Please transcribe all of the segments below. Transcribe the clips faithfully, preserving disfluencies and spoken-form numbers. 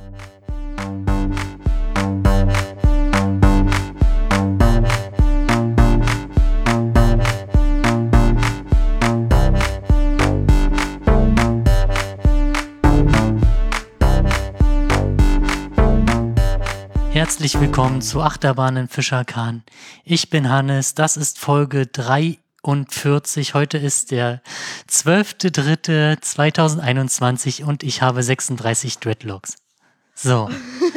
Herzlich willkommen zu Achterbahn in Fischerkahn. Ich bin Hannes, das ist Folge dreiundvierzig. Heute ist der zwölfter dritter zweitausendeinundzwanzig und ich habe sechsunddreißig Dreadlocks. So.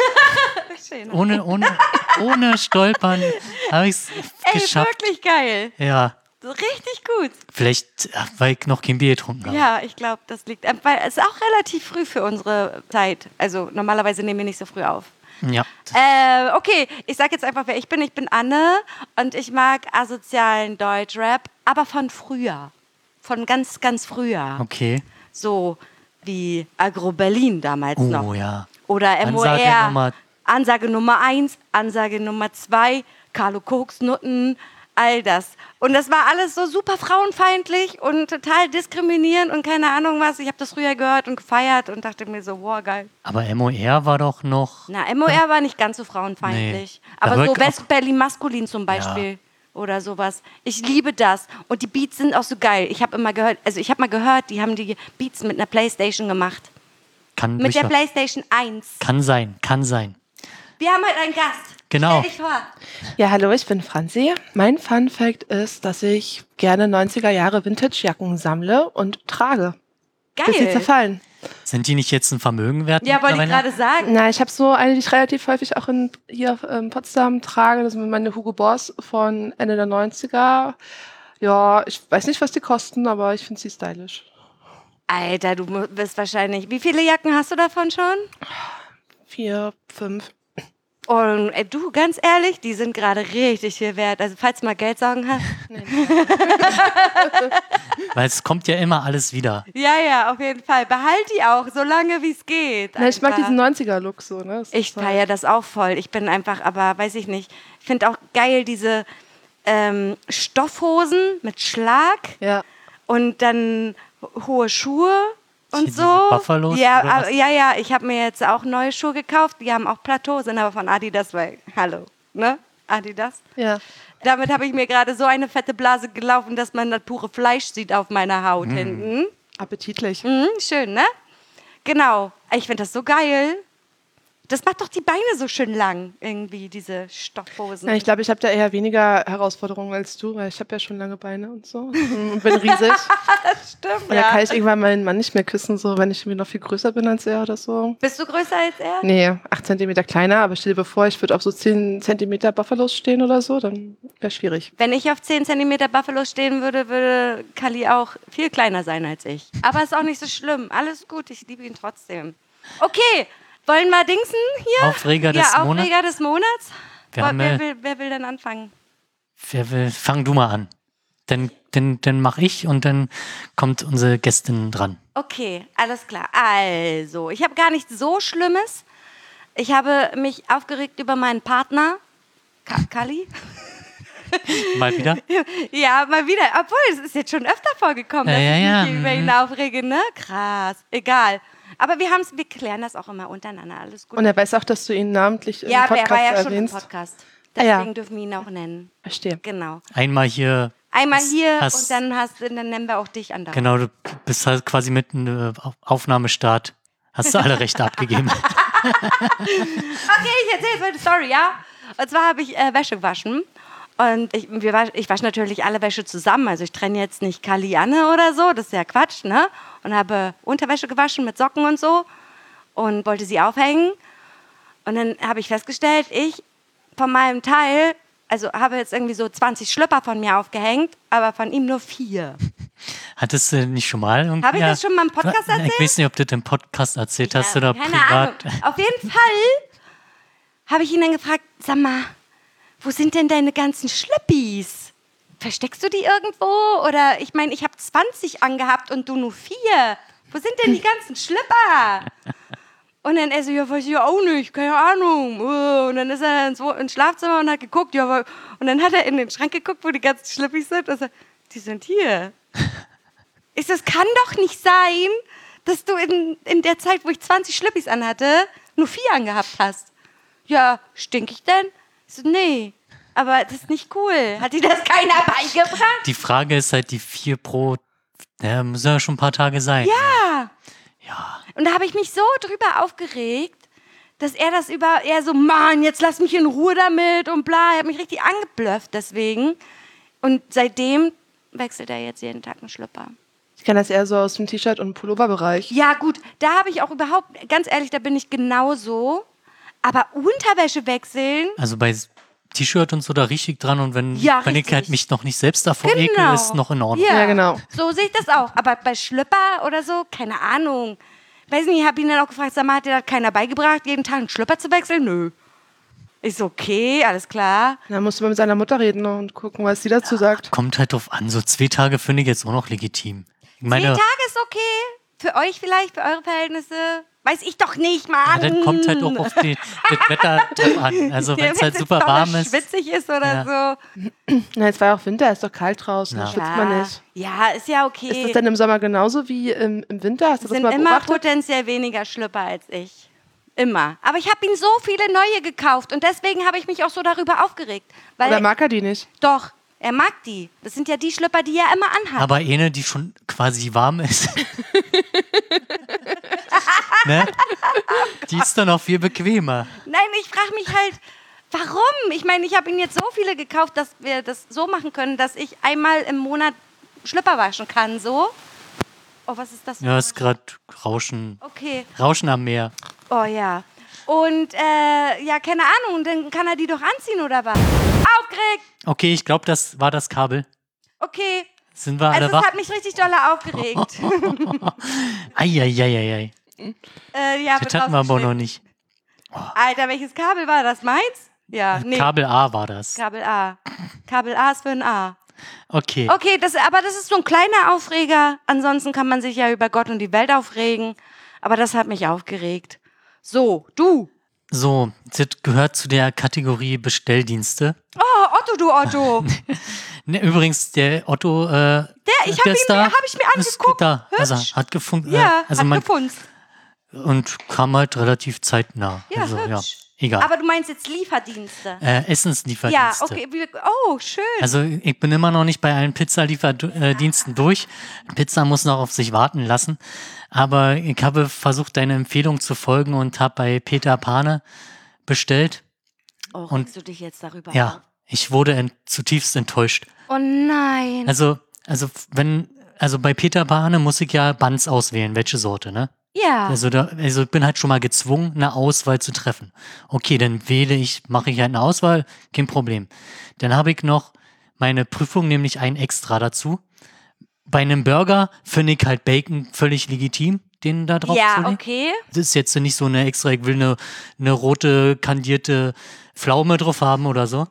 Schön. Ohne, ohne, ohne Stolpern habe ich es geschafft. Ey, wirklich geil. Ja. So richtig gut. Vielleicht, weil ich noch kein Bier getrunken habe. Ja, ich glaube, das liegt, weil es ist auch relativ früh für unsere Zeit. Also normalerweise nehmen wir nicht so früh auf. Ja. Äh, okay, ich sag jetzt einfach, wer ich bin. Ich bin Anne und ich mag asozialen Deutschrap, aber von früher. Von ganz, ganz früher. Okay. So wie Agro Berlin damals Oh noch. ja. Oder M O R. Ansage Nummer- Ansage Nummer eins, Ansage Nummer zwei, Carlo Koks, Nutten, all das. Und das war alles so super frauenfeindlich und total diskriminierend und keine Ahnung was. Ich habe das früher gehört und gefeiert und dachte mir so, wow, geil. Aber M O R war doch noch... Na, M O R war nicht ganz so frauenfeindlich. Nee. Da Aber so wirkt auch- West-Berlin maskulin zum Beispiel. Ja. Oder sowas. Ich liebe das. Und die Beats sind auch so geil. Ich habe immer gehört, also ich habe mal gehört, die haben die Beats mit einer Playstation gemacht. Kann, Mit der durchaus- Playstation eins. kann sein, kann sein. Wir haben heute einen Gast. Genau. Stell dich vor. Ja, hallo, ich bin Franzi. Mein Fun Fact ist, dass ich gerne neunziger Jahre Vintage-Jacken sammle und trage. Bis sie Geil. zerfallen. Sind die nicht jetzt ein Vermögen wert? Ja, wollte ich mittlerweile? gerade sagen. Na, ich habe so eine, die ich relativ häufig auch in, hier in Potsdam trage. Das sind meine Hugo Boss von Ende der neunziger. Ja, ich weiß nicht, was die kosten, aber ich finde sie stylisch. Alter, du mu- bist wahrscheinlich... Wie viele Jacken hast du davon schon? Vier, fünf. Und ey, du, ganz ehrlich, die sind gerade richtig viel wert. Also falls du mal Geldsorgen hast. Weil es kommt ja immer alles wieder. Ja, ja, auf jeden Fall. Behalt die auch, so lange wie es geht. Na, ich mag einfach. diesen neunziger-Look so, ne? Das Ich ist halt- feiere das auch voll. Ich bin einfach, aber weiß ich nicht. Ich finde auch geil diese ähm, Stoffhosen mit Schlag Ja. und dann hohe Schuhe und Hier so. diese Buffalos, ja, oder was? aber, ja, ja. Ich habe mir jetzt auch neue Schuhe gekauft. Die haben auch Plateau, sind aber von Adidas, weil, hallo, ne? Adidas. Ja. Damit habe ich mir gerade so eine fette Blase gelaufen, dass man das pure Fleisch sieht auf meiner Haut Mm. hinten. Appetitlich. Mhm, schön, ne? Genau. Ich finde das so geil. Das macht doch die Beine so schön lang, irgendwie, diese Stoffhosen. Ja, ich glaube, ich habe da eher weniger Herausforderungen als du, weil ich habe ja schon lange Beine und so und bin riesig. Stimmt, Und da kann ich irgendwann meinen Mann nicht mehr küssen, so wenn ich irgendwie noch viel größer bin als er oder so. Bist du größer als er? Nee, acht Zentimeter kleiner, aber stell dir vor, ich würde auf so zehn Zentimeter Buffalos stehen oder so, dann wäre schwierig. Wenn ich auf zehn Zentimeter Buffalo stehen würde, würde Kali auch viel kleiner sein als ich. Aber ist auch nicht so schlimm. Alles gut, ich liebe ihn trotzdem. Okay, wollen wir Dingsen hier? Aufreger des ja, Monats? Aufreger des Monats. Wir Wo- haben, wer, äh, will, wer will denn anfangen? Wer will, fang du mal an. Dann, dann, dann mach ich und dann kommt unsere Gästin dran. Okay, alles klar. Also, ich habe gar nichts so Schlimmes. Ich habe mich aufgeregt über meinen Partner, Ka- Kali. Mal wieder. Ja, mal wieder. Obwohl, es ist jetzt schon öfter vorgekommen, Ja, dass ja, ich ja, mich hier über ihn aufrege, ne? Krass. Egal. Aber wir haben's, wir klären das auch immer untereinander. Alles gut. Und er weiß auch, dass du ihn namentlich im ja, aber Podcast er war ja schon im erwähnst. Podcast. Ah, ja. Deswegen dürfen wir ihn auch nennen. Verstehe. Genau. Einmal hier. Einmal Hast- hier hast- und dann, hast, dann nennen wir auch dich an. Genau, du bist halt quasi mitten äh, auf Aufnahmestart. Hast du alle Rechte abgegeben. Okay, ich erzähle jetzt meine Story, ja? Und zwar habe ich äh, Wäsche gewaschen. Und ich, wir wasch, ich wasche natürlich alle Wäsche zusammen. Also ich trenne jetzt nicht Kali Anne oder so, das ist ja Quatsch, ne? Und habe Unterwäsche gewaschen mit Socken und so und wollte sie aufhängen. Und dann habe ich festgestellt, ich von meinem Teil, also habe jetzt irgendwie so zwanzig Schlüpper von mir aufgehängt, aber von ihm nur vier. Hattest du nicht schon mal irgendwie... Habe ich das schon mal im Podcast erzählt? Ich weiß nicht, ob du das im Podcast erzählt hast Ja, oder keine privat. Ahnung. Auf jeden Fall habe ich ihn dann gefragt, sag mal, wo sind denn deine ganzen Schlüppis? Versteckst du die irgendwo? Oder ich meine, ich habe zwanzig angehabt und du nur vier. Wo sind denn die ganzen Schlüpper? Und dann er so, ja, weiß ich ja auch nicht, keine Ahnung. Und dann ist er ins, Wo- ins Schlafzimmer und hat geguckt, ja, aber, und dann hat er in den Schrank geguckt, wo die ganzen Schlüppis sind. Und so, die sind hier. Ich so, das kann doch nicht sein, dass du in, in der Zeit, wo ich zwanzig Schlüppis anhatte, nur vier angehabt hast. Ja, stink ich denn? Ich so, nee, aber das ist nicht cool. Hat dir das keiner beigebracht? Die Frage ist halt, die vier pro, ja, müssen ja schon ein paar Tage sein. Ja. Ja. Und da habe ich mich so drüber aufgeregt, dass er das über, er so, Mann, jetzt lass mich in Ruhe damit und bla. Er hat mich richtig angeblufft deswegen. Und seitdem wechselt er jetzt jeden Tag einen Schlüpper. Ich kenne das eher so aus dem T-Shirt- und Pullover-Bereich. Ja gut, da habe ich auch überhaupt, ganz ehrlich, da bin ich genauso. Aber Unterwäsche wechseln, Also bei T-Shirt und so, da richtig dran und wenn, Ja, wenn ich richtig. halt mich noch nicht selbst davor Genau. ekel, ist noch in Ordnung. Ja. Ja, genau. so sehe ich das auch. Aber bei Schlüpper oder so, keine Ahnung. Weiß nicht, ich habe ihn dann auch gefragt, sag mal, hat dir das keiner beigebracht, jeden Tag einen Schlüpper zu wechseln? Nö. Ist okay, alles klar. Da musst du mal mit seiner Mutter reden und gucken, was sie dazu sagt. Kommt halt drauf an, so zwei Tage finde ich jetzt auch noch legitim. Ich Zehn meine, Tage ist okay. Für euch vielleicht, für eure Verhältnisse. Weiß ich doch nicht, ja, Mann. das kommt halt auch auf die, das Wetter drauf an. Also wenn es halt super warm ist. schwitzig ist oder so. Na, jetzt war ja auch Winter, ist doch kalt draußen, Ja. da schwitzt man nicht. Ja, ist ja okay. Ist das denn im Sommer genauso wie im, im Winter? Hast du das sind mal immer beobachtet? potenziell weniger Schlüpper als ich. Immer. Aber ich habe ihm so viele neue gekauft und deswegen habe ich mich auch so darüber aufgeregt. Weil Oder mag er die nicht? doch, er mag die. Das sind ja die Schlüpper, die er immer anhat. Aber eine, die schon quasi warm ist. Ne? Die ist dann auch viel bequemer. Nein, ich frage mich halt, warum? Ich meine, ich habe ihm jetzt so viele gekauft, dass wir das so machen können, dass ich einmal im Monat Schlüpper waschen kann, so. Oh, was ist das? Ja, ist gerade Rauschen, Okay. Rauschen am Meer. Oh ja. Und, äh, ja, keine Ahnung, dann kann er die doch anziehen oder was? Aufgeregt! Okay, ich glaube, das war das Kabel. Okay. Sind wir Also, alle es wach? hat mich richtig doll aufgeregt. Eieieiei. äh, ja, Das wird hatten wir aber noch rausgeschnitten. nicht. Alter, welches Kabel war das? Meins? Ja, nee. Kabel A war das. Kabel A. Kabel A ist für ein A. Okay. Okay, das, aber das ist so ein kleiner Aufreger. Ansonsten kann man sich ja über Gott und die Welt aufregen. Aber das hat mich aufgeregt. So, du. So, das gehört zu der Kategorie Bestelldienste. Oh, Otto, du Otto. Ne, übrigens, der Otto, äh, Der, ich habe ist ihn, da, hab ich mir ist angeguckt. da. Hübsch. Also hat gefunden. Ja, also hat man, gefunzt. und kam halt relativ zeitnah. Ja, also, ja, hübsch. egal. Aber du meinst jetzt Lieferdienste. äh, Ja, Essenslieferdienste. okay. wie- Oh, schön. Also ich bin immer noch nicht bei allen Pizzalieferdiensten durch. Pizza muss noch auf sich warten lassen. Aber ich habe versucht, deine Empfehlung zu folgen und habe bei Peter Pane bestellt. Oh, und- regst du dich jetzt darüber Ja, auf? ich wurde ent zutiefst enttäuscht. Oh nein. Also, also wenn, also bei Peter Pane muss ich ja Buns auswählen, welche Sorte, ne? ja. Also, da, also ich bin halt schon mal gezwungen, eine Auswahl zu treffen. Okay, dann wähle ich, mache ich halt eine Auswahl, kein Problem. Dann habe ich noch meine Prüfung, nämlich ein Extra dazu. Bei einem Burger finde ich halt Bacon völlig legitim, den da drauf zu ja, legen. okay. Das ist jetzt nicht so eine extra, ich will eine, eine rote, kandierte Pflaume drauf haben oder so.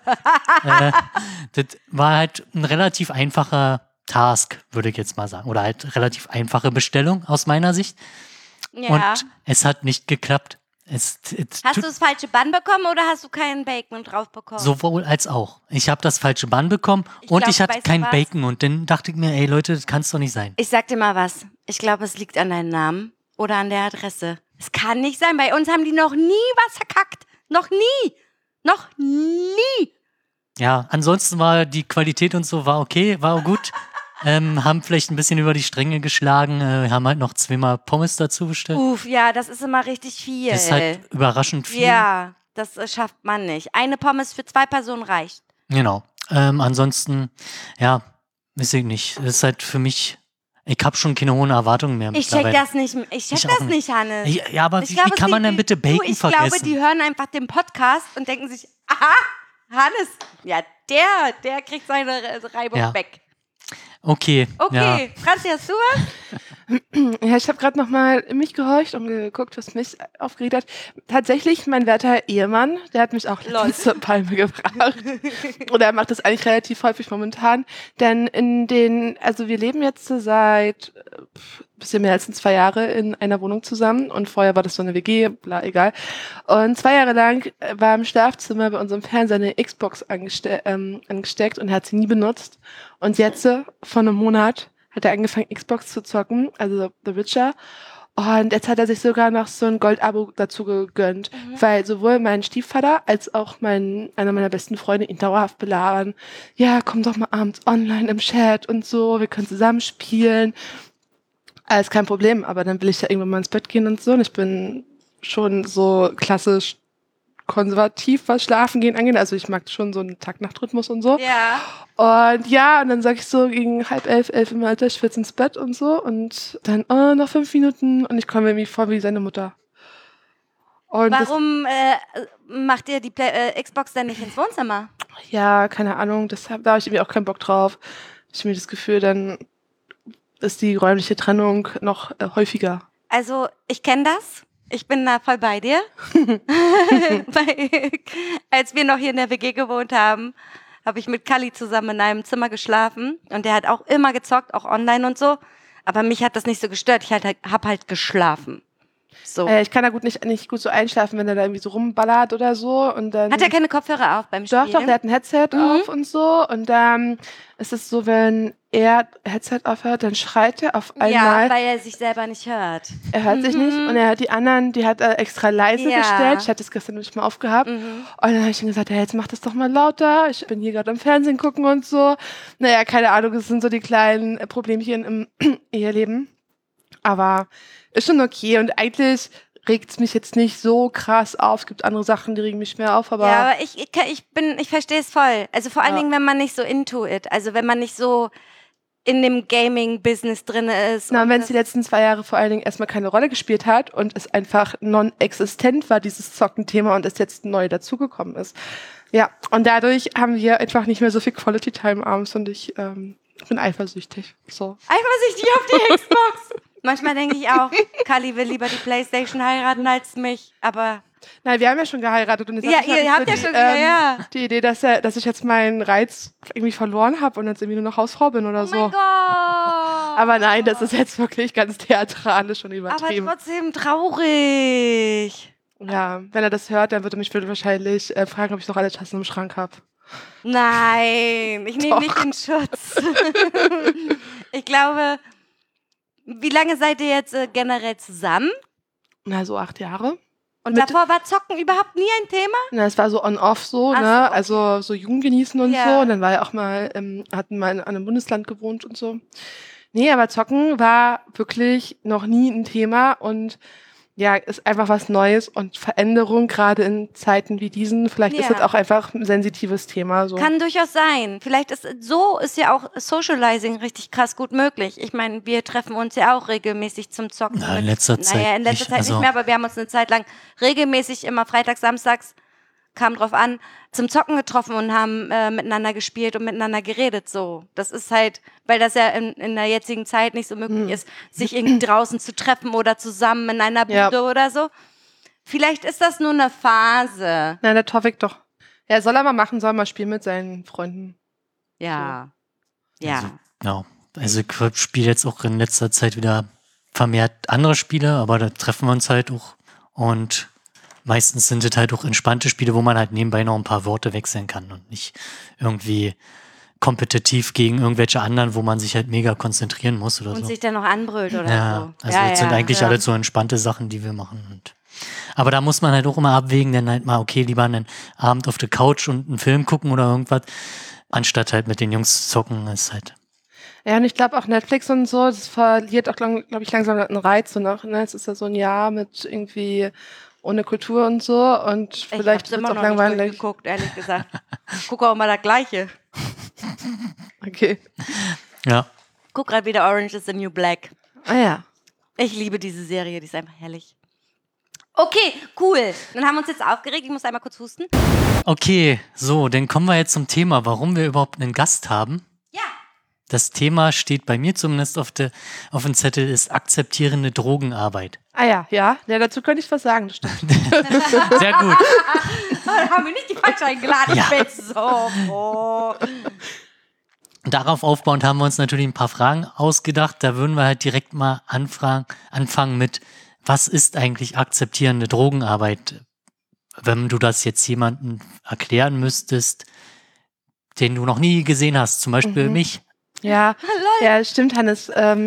äh, das war halt ein relativ einfacher Task, würde ich jetzt mal sagen. Oder halt relativ einfache Bestellung aus meiner Sicht. Ja. Und es hat nicht geklappt. Es, es Hast tut- du das falsche Bann bekommen oder hast du keinen Bacon drauf bekommen? sowohl als auch. Ich habe das falsche Bann bekommen Ich und glaub, ich hatte weißt du kein was? Bacon. Und dann dachte ich mir, ey Leute, das kann es doch nicht sein. Ich sag dir mal was. Ich glaube, es liegt an deinem Namen oder an der Adresse. Es kann nicht sein. Bei uns haben die noch nie was verkackt. Noch nie. Noch nie. Ja, ansonsten war die Qualität und so war okay, war gut. ähm, haben vielleicht ein bisschen über die Stränge geschlagen, äh, haben halt noch zweimal Pommes dazu bestellt. Uff, ja, das ist immer richtig viel. Das ist halt überraschend viel. ja, das äh, schafft man nicht. Eine Pommes für zwei Personen reicht. Genau. Ähm, ansonsten, ja, weiß ich nicht. Das ist halt für mich, ich habe schon keine hohen Erwartungen mehr. Ich check mittlerweile. das nicht. Ich check Ich auch das nicht. nicht, Hannes. Ja, ja, aber Ich wie, glaube, wie kann es man denn liegt- bitte Bacon du, ich vergessen? glaube, die hören einfach den Podcast und denken sich, aha, Hannes, ja, der, der kriegt seine Re- Reibung Ja. weg. okay, Okay, Franzi, hast du was? Ja, ich habe gerade noch mal in mich gehorcht und geguckt, was mich aufgeregt hat. Tatsächlich, mein werter Ehemann, der hat mich auch Lol. letztens zur Palme gebracht. Oder er macht das eigentlich relativ häufig momentan. Denn in den, also wir leben jetzt so seit äh, bisschen mehr als zwei Jahre in einer Wohnung zusammen und vorher war das so eine W G, bla, egal. Und zwei Jahre lang äh, war im Schlafzimmer bei unserem Fernseher eine Xbox angeste ähm, angesteckt und er hat sie nie benutzt. Und jetzt, äh, vor einem Monat, hat er angefangen, Xbox zu zocken, also The Witcher. Und jetzt hat er sich sogar noch so ein Goldabo dazu gegönnt, mhm. weil sowohl mein Stiefvater als auch mein, einer meiner besten Freunde ihn dauerhaft belabern. Ja, komm doch mal abends online im Chat und so, wir können zusammen spielen. Alles kein Problem, aber dann will ich ja irgendwann mal ins Bett gehen und so. Und ich bin schon so klassisch konservativ, was Schlafen gehen angeht. Also ich mag schon so einen Tag-Nacht-Rhythmus und so. Ja. Und ja, und dann sag ich so gegen halb elf, elf im Alter, ich will jetzt ins Bett und so. Und dann, oh, noch fünf Minuten und ich komme mir irgendwie vor wie seine Mutter. Und warum das, äh, macht ihr die Play- äh, Xbox denn nicht ins Wohnzimmer? Ja, keine Ahnung, deshalb, da habe ich irgendwie auch keinen Bock drauf. Ich habe mir das Gefühl, dann ist die räumliche Trennung noch äh, häufiger. Also, ich kenne das. Ich bin da voll bei dir. Weil, als wir noch hier in der W G gewohnt haben, habe ich mit Kalli zusammen in einem Zimmer geschlafen. Und der hat auch immer gezockt, auch online und so. Aber mich hat das nicht so gestört. Ich halt, hab halt geschlafen. So. Äh, ich kann da gut nicht, nicht gut so einschlafen, wenn er da irgendwie so rumballert oder so. Und dann hat er keine Kopfhörer auf beim Spielen? Doch, doch, der hat ein Headset mhm. auf und so. Und dann ist es so, wenn er Headset aufhört, dann schreit er auf einmal. Ja, weil er sich selber nicht hört. Er hört mhm. sich nicht und er hat die anderen, die hat er extra leise ja. gestellt. Ich hatte das gestern nicht mal aufgehabt. Mhm. Und dann habe ich ihm gesagt, ja, jetzt mach das doch mal lauter. Ich bin hier gerade am Fernsehen gucken und so. Naja, keine Ahnung, das sind so die kleinen Problemchen im Eheleben. Aber ist schon okay und eigentlich regt es mich jetzt nicht so krass auf. Es gibt andere Sachen, die regen mich mehr auf, aber... Ja, aber ich, ich, ich bin, ich verstehe es voll. Also vor allen ja. Dingen, wenn man nicht so into it, also wenn man nicht so in dem Gaming-Business drin ist. Na, wenn es die letzten zwei Jahre vor allen Dingen erstmal keine Rolle gespielt hat und es einfach non-existent war, dieses Zocken-Thema, und es jetzt neu dazugekommen ist. Ja, und dadurch haben wir einfach nicht mehr so viel Quality-Time abends und ich ähm, bin eifersüchtig. So. Eifersüchtig auf die Xbox? Manchmal denke ich auch, Kalli will lieber die Playstation heiraten als mich, aber... Nein, wir haben ja schon geheiratet. Und jetzt ja, ihr habt ja die, schon, ähm, ja. die Idee, dass, er, dass ich jetzt meinen Reiz irgendwie verloren habe und jetzt irgendwie nur noch Hausfrau bin oder oh so. Mein Gott. Aber nein, das ist jetzt wirklich ganz theatralisch und übertrieben. Aber trotzdem traurig. Ja, wenn er das hört, dann würde er mich wahrscheinlich äh, fragen, ob ich noch alle Tassen im Schrank habe. Nein, ich nehme nicht in Schutz. Ich glaube... Wie lange seid ihr jetzt äh, generell zusammen? Na, so acht Jahre. Und Mit davor war Zocken überhaupt nie ein Thema? Na, es war so on-off so, Ach ne? so, okay. Also so Jugend genießen und ja. so. Und dann war er auch mal, ähm, hatten mal in einem Bundesland gewohnt und so. Nee, aber Zocken war wirklich noch nie ein Thema und ja, ist einfach was Neues und Veränderung, gerade in Zeiten wie diesen. Vielleicht ja. ist das auch einfach ein sensitives Thema. So. Kann durchaus sein. Vielleicht ist so ist ja auch Socializing richtig krass gut möglich. Ich meine, wir treffen uns ja auch regelmäßig zum Zocken. Na, in letzter mit, Zeit Naja, in letzter nicht, Zeit also nicht mehr, aber wir haben uns eine Zeit lang regelmäßig immer freitags, samstags, kam drauf an, zum Zocken getroffen und haben äh, miteinander gespielt und miteinander geredet. So, das ist halt, weil das ja in, in der jetzigen Zeit nicht so möglich ist, sich irgendwie draußen zu treffen oder zusammen in einer Bude ja. oder so. Vielleicht ist das nur eine Phase. Nein, der Tovik doch. Ja, soll er mal machen, soll er mal spielen mit seinen Freunden. Ja. So. Ja. Also, ja. Also ich spiele jetzt auch in letzter Zeit wieder vermehrt andere Spiele, aber da treffen wir uns halt auch und meistens sind es halt auch entspannte Spiele, wo man halt nebenbei noch ein paar Worte wechseln kann und nicht irgendwie kompetitiv gegen irgendwelche anderen, wo man sich halt mega konzentrieren muss oder und so. Und sich dann noch anbrüllt oder ja, so. Also ja, das ja, sind eigentlich ja. alle so entspannte Sachen, die wir machen. Und aber da muss man halt auch immer abwägen, dann halt mal, okay, lieber einen Abend auf der Couch und einen Film gucken oder irgendwas, anstatt halt mit den Jungs zocken, ist halt... Ja, und ich glaube auch Netflix und so, das verliert auch, glaube ich, langsam einen Reiz. So nach, ne? Es ist ja so ein Jahr mit irgendwie ohne Kultur und so und vielleicht wird es auch langweilig. Ich geguckt, ehrlich gesagt. Guck auch mal das Gleiche. Okay. Ja. Guck gerade wieder Orange is the New Black. Ah ja. Ich liebe diese Serie, die ist einfach herrlich. Okay, cool. Dann haben wir uns jetzt aufgeregt. Ich muss einmal kurz husten. Okay, so, dann kommen wir jetzt zum Thema, warum wir überhaupt einen Gast haben. Ja. Das Thema steht bei mir zumindest auf, der, auf dem Zettel, ist akzeptierende Drogenarbeit. Ah ja, ja, ja, dazu könnte ich was sagen, das stimmt. Sehr gut. Da haben wir nicht die falsche eingeladen. Ja. Ich bin so froh. Darauf aufbauend haben wir uns natürlich ein paar Fragen ausgedacht. Da würden wir halt direkt mal anfragen, anfangen mit, was ist eigentlich akzeptierende Drogenarbeit? Wenn du das jetzt jemandem erklären müsstest, den du noch nie gesehen hast, zum Beispiel Mhm. mich. Ja, ja, stimmt, Hannes. Ähm,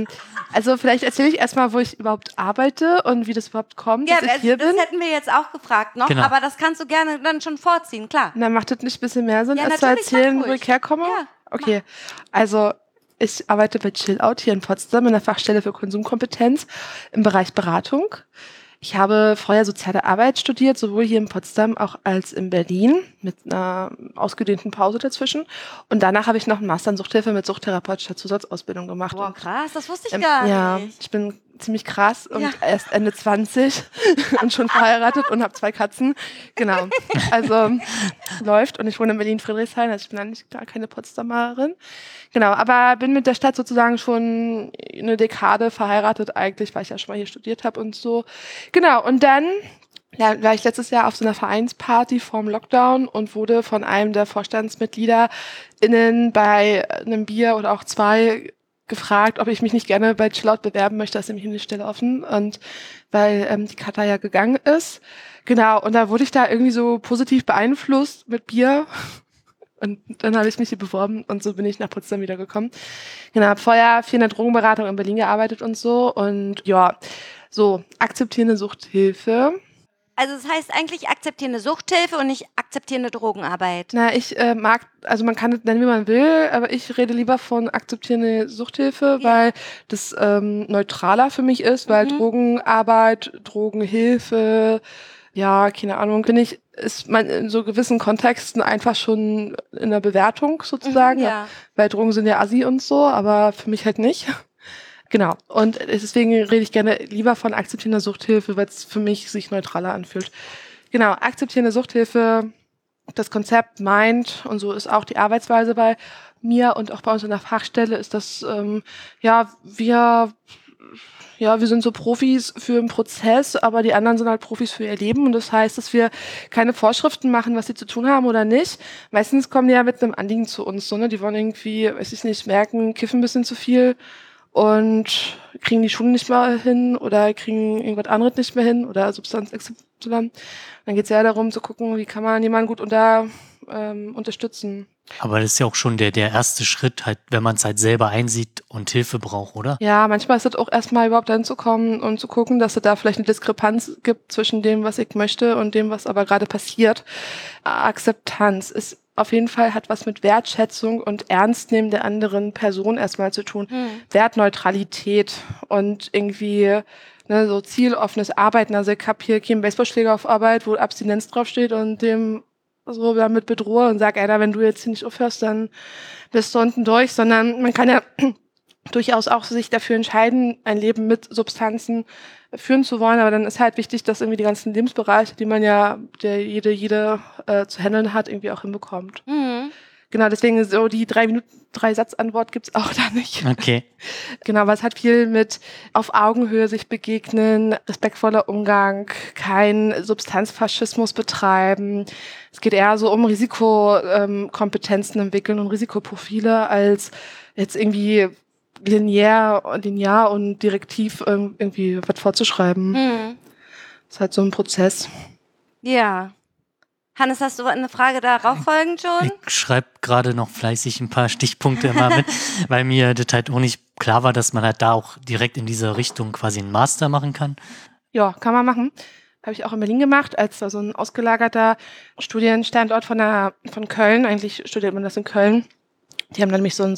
Also vielleicht erzähle ich erstmal, wo ich überhaupt arbeite und wie das überhaupt kommt, Ja, dass ich das, hier das bin. hätten wir jetzt auch gefragt noch, Genau. aber das kannst du gerne dann schon vorziehen, klar. Na, macht das nicht ein bisschen mehr Sinn, Ja, als zu natürlich, erzählen, mach wo ruhig. ich herkomme? Ja, Okay, also ich arbeite bei Chillout hier in Potsdam in der Fachstelle für Konsumkompetenz im Bereich Beratung. Ich habe vorher Soziale Arbeit studiert, sowohl hier in Potsdam auch als in Berlin, mit einer ausgedehnten Pause dazwischen. Und danach habe ich noch einen Master in Suchthilfe mit suchtherapeutischer Zusatzausbildung gemacht. Boah, Und, krass, das wusste ich ähm, gar ja, nicht. ich bin ziemlich krass und Ja. erst Ende zwanzig und schon verheiratet und habe zwei Katzen. Genau, also läuft. Und ich wohne in Berlin-Friedrichshain, also ich bin eigentlich gar keine Potsdamerin. Genau, aber bin mit der Stadt sozusagen schon eine Dekade verheiratet eigentlich, weil ich ja schon mal hier studiert habe und so. Genau, und dann ja, war ich letztes Jahr auf so einer Vereinsparty vorm Lockdown und wurde von einem der Vorstandsmitglieder innen bei einem Bier oder auch zwei gefragt, ob ich mich nicht gerne bei Chillout bewerben möchte. Da ist nämlich eine Stelle offen und weil ähm, die Katha ja gegangen ist. Genau, und da wurde ich da irgendwie so positiv beeinflusst mit Bier. Und dann habe ich mich hier beworben und so bin ich nach Potsdam wiedergekommen. Genau, habe vorher viel in der Drogenberatung in Berlin gearbeitet und so. Und ja, so akzeptierende Suchthilfe. Also das heißt eigentlich akzeptierende Suchthilfe und nicht akzeptierende Drogenarbeit. Na, ich äh, mag, also man kann es nennen, wie man will, aber ich rede lieber von akzeptierende Suchthilfe, Ja. weil das ähm, neutraler für mich ist, weil Mhm. Drogenarbeit, Drogenhilfe, ja, keine Ahnung, finde ich, ist man in so gewissen Kontexten einfach schon in der Bewertung sozusagen, Mhm, ja. weil Drogen sind ja assi und so, aber für mich halt nicht. Genau. Und deswegen rede ich gerne lieber von akzeptierender Suchthilfe, weil es für mich sich neutraler anfühlt. Genau, akzeptierende Suchthilfe, das Konzept meint, und so ist auch die Arbeitsweise bei mir und auch bei uns in der Fachstelle, ist das, ähm, ja, wir, ja, wir sind so Profis für einen Prozess, aber die anderen sind halt Profis für ihr Leben. Und das heißt, dass wir keine Vorschriften machen, was sie zu tun haben oder nicht. Meistens kommen die ja mit einem Anliegen zu uns, so, ne? Die wollen irgendwie, weiß ich nicht, merken, kiffen ein bisschen zu viel und kriegen die Schule nicht mehr hin oder kriegen irgendwas anderes nicht mehr hin oder Substanz X Y. Dann geht es ja darum zu gucken, wie kann man jemanden gut unter, ähm, unterstützen. Aber das ist ja auch schon der, der erste Schritt, halt, wenn man es halt selber einsieht und Hilfe braucht, oder? Ja, manchmal ist es auch erstmal überhaupt dahin zu kommen und zu gucken, dass es da vielleicht eine Diskrepanz gibt zwischen dem, was ich möchte und dem, was aber gerade passiert. Akzeptanz ist auf jeden Fall, hat was mit Wertschätzung und Ernstnehmen der anderen Person erstmal zu tun. Hm. Wertneutralität und irgendwie ne, so zieloffenes Arbeiten. Also ich habe hier keinen Baseballschläger auf Arbeit, wo Abstinenz draufsteht und dem so damit bedrohe und sage, Alter, wenn du jetzt hier nicht aufhörst, dann bist du unten durch, sondern man kann ja durchaus auch sich dafür entscheiden, ein Leben mit Substanzen führen zu wollen, aber dann ist halt wichtig, dass irgendwie die ganzen Lebensbereiche, die man ja, der jede, jede äh, zu handeln hat, irgendwie auch hinbekommt. Mhm. Genau, deswegen so die drei Minuten, drei Satz-Antwort gibt's auch da nicht. Okay. Genau, weil es hat viel mit auf Augenhöhe sich begegnen, respektvoller Umgang, kein Substanzfaschismus betreiben. Es geht eher so um Risikokompetenzen entwickeln und Risikoprofile als jetzt irgendwie linear, linear und direktiv ähm, irgendwie was vorzuschreiben. Mhm. Das ist halt so ein Prozess. Ja. Hannes, hast du eine Frage darauf folgend schon? Ich schreibe gerade noch fleißig ein paar Stichpunkte immer mit, weil mir das halt auch nicht klar war, dass man halt da auch direkt in diese Richtung quasi einen Master machen kann. Ja, kann man machen. Habe ich auch in Berlin gemacht, als so ein ausgelagerter Studienstandort von, der, von Köln. Eigentlich studiert man das in Köln. Die haben dann nämlich so ein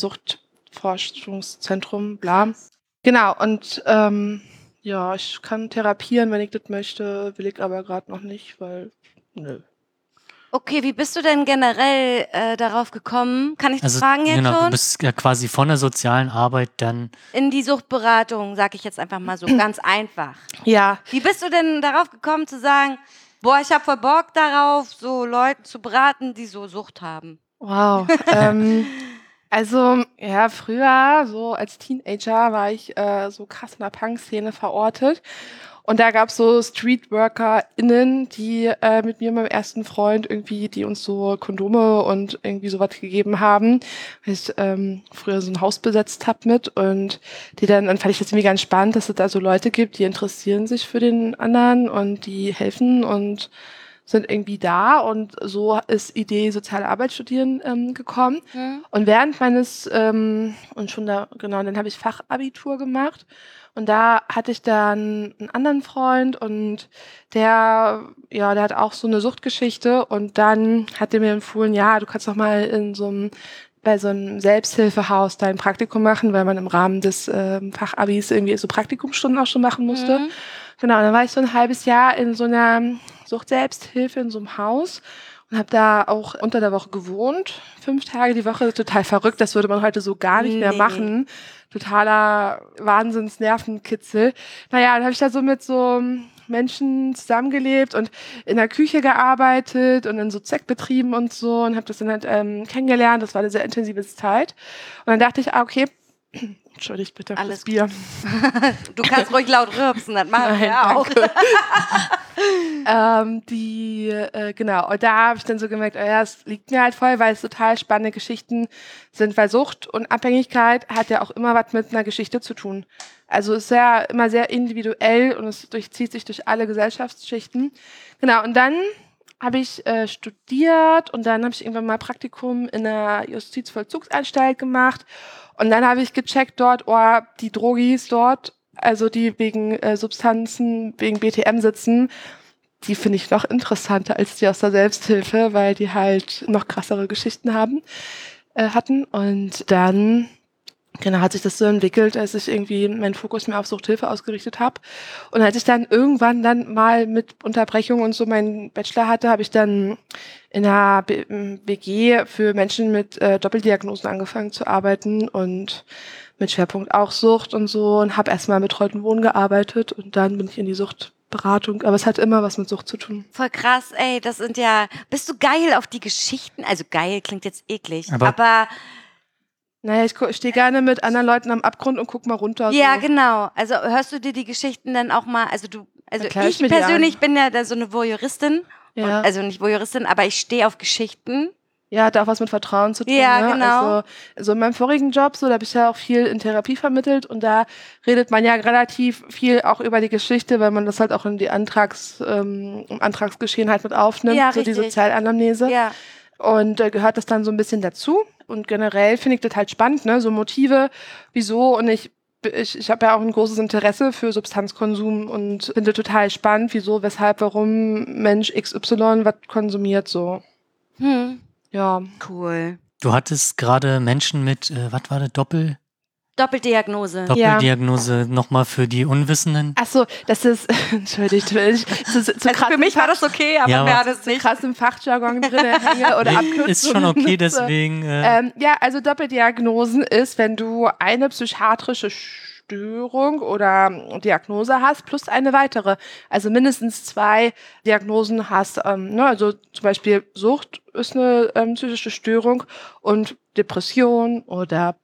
Suchtforschungszentrum, bla. Genau, und ähm, ja, ich kann therapieren, wenn ich das möchte, will ich aber gerade noch nicht, weil, nö. Okay, wie bist du denn generell äh, darauf gekommen? Kann ich das Also fragen jetzt genau, du schon? bist ja quasi von der sozialen Arbeit dann, In die Suchtberatung, sag ich jetzt einfach mal so, ganz einfach. Ja, Wie bist du denn darauf gekommen zu sagen, boah, ich habe voll Bock darauf, so Leute zu beraten, die so Sucht haben? wow. ähm, also, ja, früher, so als Teenager, war ich äh, so krass in der Punk-Szene verortet. Und da gab's so StreetworkerInnen, die äh, mit mir und meinem ersten Freund irgendwie, die uns so Kondome und irgendwie sowas gegeben haben, weil ich ähm, früher so ein Haus besetzt hab mit und die dann, dann fand ich das irgendwie ganz spannend, dass es da so Leute gibt, die interessieren sich für den anderen und die helfen und sind irgendwie da und so ist Idee soziale Arbeit studieren ähm, gekommen. Mhm. Und während meines, ähm, und schon da, genau, dann habe ich Fachabitur gemacht und da hatte ich dann einen anderen Freund und der, ja, der hat auch so eine Suchtgeschichte und dann hat er mir empfohlen, ja, du kannst doch mal in so einem bei so einem Selbsthilfehaus da ein Praktikum machen, weil man im Rahmen des ähm, Fachabis irgendwie so Praktikumsstunden auch schon machen musste. Mhm. Genau, dann war ich so ein halbes Jahr in so einer Sucht-Selbsthilfe in so einem Haus und habe da auch unter der Woche gewohnt, fünf Tage die Woche, total verrückt, das würde man heute so gar nicht mehr Nee. machen. Totaler Wahnsinns-Nervenkitzel. Naja, dann habe ich da so mit so Menschen zusammengelebt und in der Küche gearbeitet und in so Zweckbetrieben und so und habe das dann halt ähm, kennengelernt. Das war eine sehr intensive Zeit. Und dann dachte ich, ah, okay, entschuldigt bitte Alles das Bier. Du kannst ruhig laut rülpsen, das machen Nein, wir auch. ähm, die, äh, genau, und da habe ich dann so gemerkt, oh ja, es liegt mir halt voll, weil es total spannende Geschichten sind, weil Sucht und Abhängigkeit hat ja auch immer was mit einer Geschichte zu tun. Also es ist ja immer sehr individuell und es durchzieht sich durch alle Gesellschaftsschichten. Genau, und dann habe ich äh, studiert und dann habe ich irgendwann mal Praktikum in einer Justizvollzugsanstalt gemacht und dann habe ich gecheckt dort, oh, die Drogis dort, also die wegen äh, Substanzen, wegen B T M sitzen, die finde ich noch interessanter als die aus der Selbsthilfe, weil die halt noch krassere Geschichten haben, äh, hatten. Und dann, genau, hat sich das so entwickelt, als ich irgendwie meinen Fokus mehr auf Suchthilfe ausgerichtet habe. Und als ich dann irgendwann dann mal mit Unterbrechung und so meinen Bachelor hatte, habe ich dann in einer W G für Menschen mit äh, Doppeldiagnosen angefangen zu arbeiten und mit Schwerpunkt auch Sucht und so und habe erstmal mit Betreuten Wohnen gearbeitet und dann bin ich in die Suchtberatung. Aber es hat immer was mit Sucht zu tun. Voll krass, ey, das sind ja, bist du geil auf die Geschichten? Also geil klingt jetzt eklig, Aber- aber, Naja, ich gu- stehe gerne mit anderen Leuten am Abgrund und guck mal runter. ja, so. genau. Also hörst du dir die Geschichten dann auch mal, also du, also Na klar, hör ich ich mir die persönlich an. bin ja da so eine Voyeuristin, Ja. und, also nicht Voyeuristin, aber ich stehe auf Geschichten. Ja, hat auch was mit Vertrauen zu tun. Ja, ne? genau. Also, also in meinem vorigen Job, so, da habe ich ja auch viel in Therapie vermittelt und da redet man ja relativ viel auch über die Geschichte, weil man das halt auch in die Antrags, ähm, im Antragsgeschehen halt mit aufnimmt, Ja, so die richtig. Sozialanamnese. Ja. Und da äh, gehört das dann so ein bisschen dazu. Und generell finde ich das halt spannend, ne? So Motive, wieso. Und ich, ich, ich habe ja auch ein großes Interesse für Substanzkonsum und finde total spannend, wieso, weshalb, warum Mensch X Y was konsumiert, so. Hm. Ja. Cool. Du hattest gerade Menschen mit, äh, was war das, Doppel, Doppeldiagnose. Doppeldiagnose nochmal für die Unwissenden? Ach so, das ist, entschuldigt, wenn ich zu, zu Also krass für im mich war Fach- das okay, aber Ja, mir aber- hat es zu nicht. krass im Fachjargon drin hänge oder Nee, Abkürzungen ist schon okay, nutze. deswegen. Äh, Ähm, ja, also Doppeldiagnosen ist, wenn du eine psychiatrische Störung oder Diagnose hast, plus eine weitere. Also mindestens zwei Diagnosen hast. Ähm, ne? Also zum Beispiel Sucht ist eine ähm, psychische Störung und Depression oder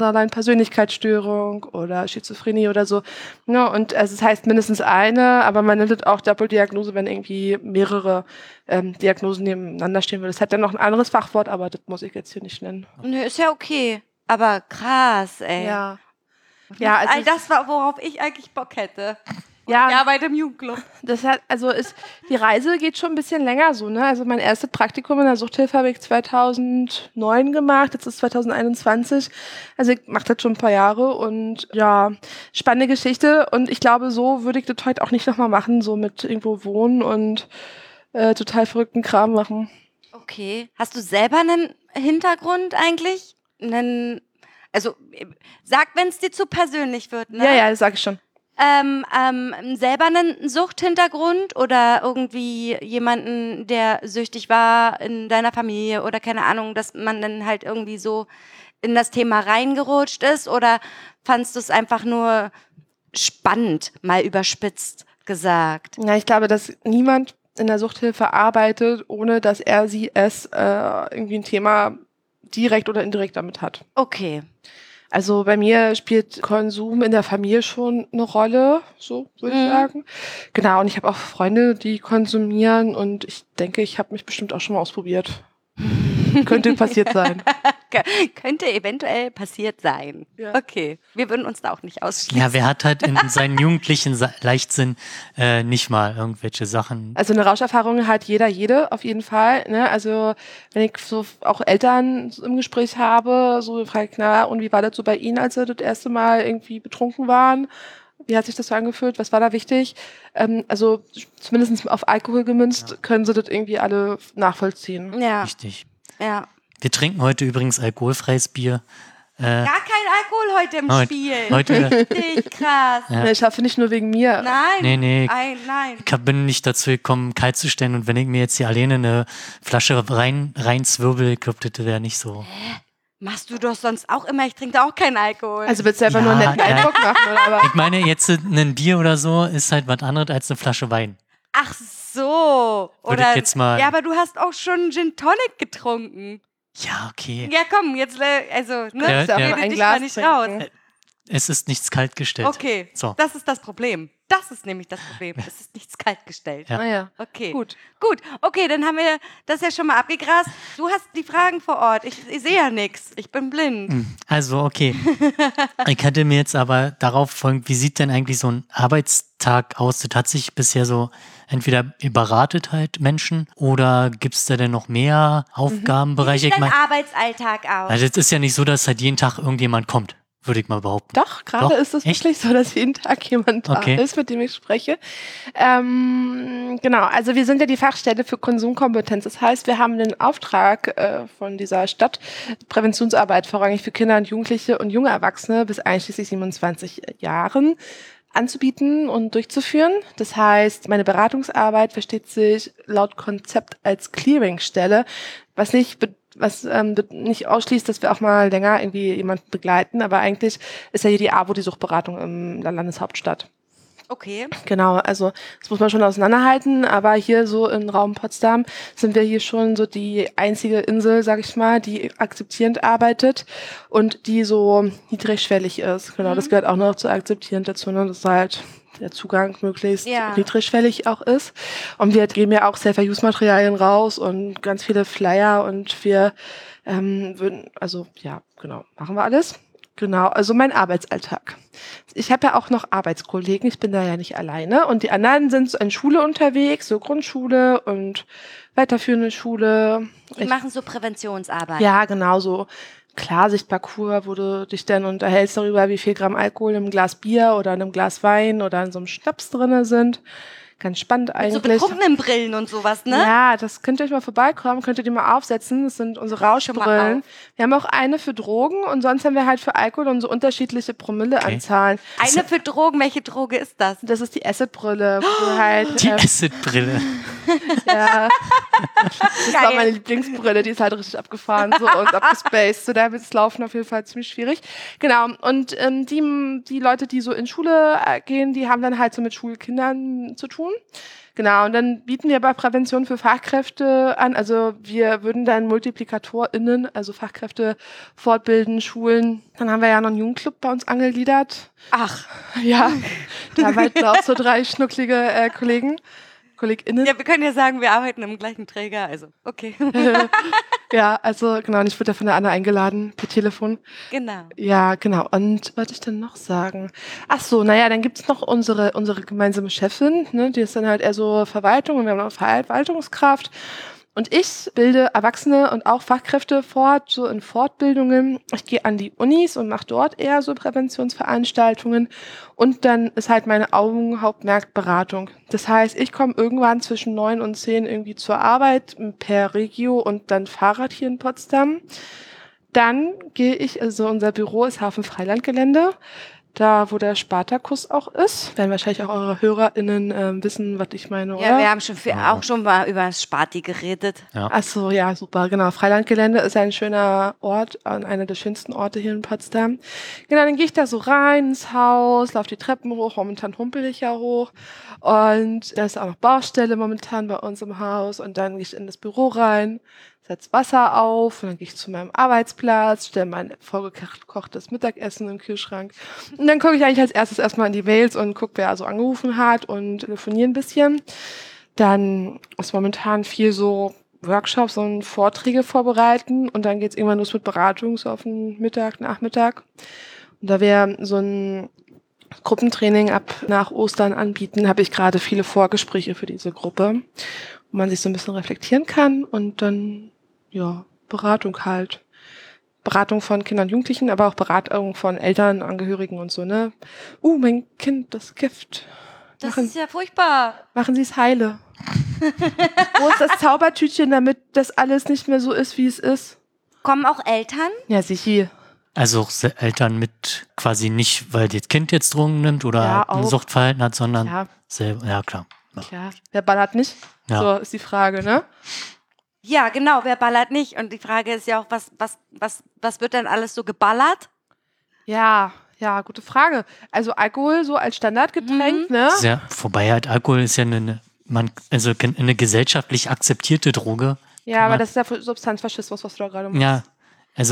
Borderline-Persönlichkeitsstörung oder Schizophrenie oder so. Ne? Und also es heißt mindestens eine, aber man nennt es auch Doppeldiagnose, wenn irgendwie mehrere ähm, Diagnosen nebeneinander stehen würden. Das hat dann noch ein anderes Fachwort, aber das muss ich jetzt hier nicht nennen. Nö, ist ja okay. Aber krass, ey. Ja. Ja, also All das war, worauf ich eigentlich Bock hätte. ja, Ich arbeite im Jugendclub. das hat, also ist, die Reise geht schon ein bisschen länger so, ne? Also mein erstes Praktikum in der Suchthilfe habe ich zweitausendneun gemacht, jetzt ist zweitausendeinundzwanzig. Also ich mache das schon ein paar Jahre und ja, spannende Geschichte und ich glaube, so würde ich das heute auch nicht nochmal machen, so mit irgendwo wohnen und äh, total verrückten Kram machen. Okay. Hast du selber einen Hintergrund eigentlich? Einen, also sag, wenn es dir zu persönlich wird, ne? Ja, ja, das sage ich schon. Ähm, ähm, selber einen Suchthintergrund oder irgendwie jemanden, der süchtig war in deiner Familie oder keine Ahnung, dass man dann halt irgendwie so in das Thema reingerutscht ist oder fandst du es einfach nur spannend, mal überspitzt gesagt? Ja, ich glaube, dass niemand in der Suchthilfe arbeitet, ohne dass er sie es äh, irgendwie ein Thema direkt oder indirekt damit hat. Okay. Also bei mir spielt Konsum in der Familie schon eine Rolle, so würde ich Mhm. sagen. Genau, und ich habe auch Freunde, die konsumieren und ich denke, ich habe mich bestimmt auch schon mal ausprobiert. Könnte passiert sein. Könnte eventuell passiert sein. Ja. Okay, wir würden uns da auch nicht ausschließen. Ja, wer hat halt in seinen jugendlichen Sa- Leichtsinn äh, nicht mal irgendwelche Sachen. Also eine Rauscherfahrung hat jeder, jede auf jeden Fall. Ne? Also wenn ich so auch Eltern im Gespräch habe, so frage ich, na, und wie war das so bei Ihnen, als Sie das erste Mal irgendwie betrunken waren? Wie hat sich das so angefühlt? Was war da wichtig? Ähm, also zumindest auf Alkohol gemünzt, Ja. können Sie das irgendwie alle nachvollziehen. Ja, Richtig. ja. Wir trinken heute übrigens alkoholfreies Bier. Äh, Gar kein Alkohol heute im Heut- Spiel. heute, Richtig krass. Ja. Ich schaffe nicht nur wegen mir. Nein. Nee, nee. Ein, nein. ich hab- bin nicht dazu gekommen, kalt zu stellen. Und wenn ich mir jetzt hier alleine eine Flasche rein, rein zwirbel, ich glaube, das wäre nicht so. Machst du doch sonst auch immer. Ich trinke da auch keinen Alkohol. Also willst du einfach Ja, nur einen netten ja. Eindruck machen, oder? Aber Ich meine, jetzt ein Bier oder so ist halt was anderes als eine Flasche Wein. Ach so. Würde Oder, ich jetzt mal- Ja, aber du hast auch schon Gin Tonic getrunken. Ja, okay. Ja, komm, jetzt, äh, also, ne? Ja, kannst du auch ja. nur Rede ein dich Glas mal nicht trinken. raus. Es ist nichts kaltgestellt. Okay, So. das ist das Problem. Das ist nämlich das Problem. Es ist nichts kaltgestellt. Ja. naja, Okay. gut. Gut, okay, dann haben wir das ja schon mal abgegrast. Du hast die Fragen vor Ort. Ich, ich sehe ja nichts. Ich bin blind. Also, okay. Ich hatte mir jetzt aber darauf folgend, wie sieht denn eigentlich so ein Arbeitstag aus? Das hat sich bisher so entweder überratet halt Menschen oder gibt es da denn noch mehr Aufgabenbereiche? Wie Ich sieht dein mein, Arbeitsalltag aus? also es ist ja nicht so, dass halt jeden Tag irgendjemand kommt, würde ich mal behaupten. Doch, gerade Doch? ist es Echt? wirklich so, dass jeden Tag jemand da Okay. ist, mit dem ich spreche. Ähm, genau, also wir sind ja die Fachstelle für Konsumkompetenz. Das heißt, wir haben den Auftrag äh, von dieser Stadt, Präventionsarbeit vorrangig für Kinder und Jugendliche und junge Erwachsene bis einschließlich siebenundzwanzig Jahren anzubieten und durchzuführen. Das heißt, meine Beratungsarbeit versteht sich laut Konzept als Clearingstelle, was nicht be- was ähm, be- nicht ausschließt, dass wir auch mal länger irgendwie jemanden begleiten, aber eigentlich ist ja hier die AWO die Suchtberatung in der Landeshauptstadt. Okay. Genau, also das muss man schon auseinanderhalten, aber hier so im Raum Potsdam sind wir hier schon so die einzige Insel, sag ich mal, die akzeptierend arbeitet und die so niedrigschwellig ist. Genau, das gehört auch noch zu akzeptierend dazu, ne, dass halt der Zugang möglichst Ja. niedrigschwellig auch ist. Und wir geben ja auch Safer-Use-Materialien raus und ganz viele Flyer und wir ähm, würden, also ja, genau, machen wir alles. Genau, also mein Arbeitsalltag. Ich habe ja auch noch Arbeitskollegen, ich bin da ja nicht alleine. Und die anderen sind so in Schule unterwegs, so Grundschule und weiterführende Schule. Die Ich, machen so Präventionsarbeit. ja, genau so. Klarsichtparcours, wo du dich dann unterhältst darüber, wie viel Gramm Alkohol im Glas Bier oder in einem Glas Wein oder in so einem Schnaps drinne sind. Ganz spannend So eigentlich. betrunkenen Brillen und sowas, ne? Ja, das könnt ihr euch mal vorbeikommen, könnt ihr die mal aufsetzen. Das sind unsere Rauschbrillen. auf. Wir haben auch eine für Drogen und sonst haben wir halt für Alkohol und so unterschiedliche Promilleanzahlen. Eine für Drogen. Welche Droge ist das? Das ist die Acid-Brille, wo du halt, Die ähm, Acid-Brille. ja, das war meine Lieblingsbrille, die ist halt richtig abgefahren so und abgespaced. So, da wird es laufen auf jeden Fall ziemlich schwierig. Genau, und ähm, die, die Leute, die so in Schule äh, gehen, die haben dann halt so mit Schulkindern zu tun. Genau, und dann bieten wir aber Prävention für Fachkräfte an. Also wir würden dann MultiplikatorInnen, also Fachkräfte fortbilden, schulen. Dann haben wir ja noch einen Jugendclub bei uns angegliedert. Ach, Ja, da arbeiten auch so drei schnucklige äh, Kollegen, KollegInnen. ja, wir können ja sagen, wir arbeiten im gleichen Träger, also okay. Ja, also genau, und ich wurde ja von der Anna eingeladen per Telefon. Genau. Ja, genau. Und was wollte ich denn noch sagen? Ach so, naja, dann gibt's noch unsere unsere gemeinsame Chefin, ne, die ist dann halt eher so Verwaltung und wir haben noch Verwaltungskraft. Und ich bilde Erwachsene und auch Fachkräfte fort, so in Fortbildungen. Ich gehe an die Unis und mache dort eher so Präventionsveranstaltungen. Und dann ist halt meine Augenhauptmerkberatung. Das heißt, ich komme irgendwann zwischen neun und zehn irgendwie zur Arbeit per Regio und dann Fahrrad hier in Potsdam. Dann gehe ich, also unser Büro ist Hafenfreilandgelände. Da, wo der Spartakus auch ist. Werden wahrscheinlich auch eure HörerInnen ähm, wissen, was ich meine, oder? Ja, wir haben schon viel, Ja. auch schon mal über das Sparti geredet. Ach so, ja, super, genau. Freilandgelände ist ein schöner Ort, einer der schönsten Orte hier in Potsdam. Genau, dann gehe ich da so rein ins Haus, laufe die Treppen hoch, momentan humpel ich ja hoch. Und da ist auch noch Baustelle momentan bei uns im Haus. Und dann gehe ich in das Büro rein, setze Wasser auf und dann gehe ich zu meinem Arbeitsplatz, stelle mein vorgekochtes Mittagessen im Kühlschrank. Und dann gucke ich eigentlich als erstes erstmal in die Mails und gucke, wer also angerufen hat und telefoniere ein bisschen. Dann ist momentan viel so Workshops und Vorträge vorbereiten und dann geht's irgendwann los mit Beratung, so auf den Mittag, Nachmittag. Und da wir so ein Gruppentraining ab nach Ostern anbieten, habe ich gerade viele Vorgespräche für diese Gruppe, wo man sich so ein bisschen reflektieren kann und dann, ja, Beratung halt. Beratung von Kindern und Jugendlichen, aber auch Beratung von Eltern, Angehörigen und so, ne? Uh, mein Kind, das Gift. Das Machen, ist ja furchtbar. machen Sie es heile. Wo ist das Zaubertütchen, damit das alles nicht mehr so ist, wie es ist? Kommen auch Eltern? Ja, sicher. Also auch Se- Eltern mit quasi nicht, weil das Kind jetzt Drogen nimmt oder Ja, ein auch. Suchtverhalten hat, sondern Ja, selber. Ja, klar. Ja. klar. Wer ballert nicht? Ja. So ist die Frage, ne? Ja, genau, wer ballert nicht? Und die Frage ist ja auch, was, was, was, was wird denn alles so geballert? Ja, ja, gute Frage. Also Alkohol so als Standardgetränk, Mhm. ne? Ist ja, vorbei halt, Alkohol ist ja eine, man, also eine gesellschaftlich akzeptierte Droge. Ja, Kann aber man- das ist ja Substanzfaschismus, was du da gerade machst. Ja, also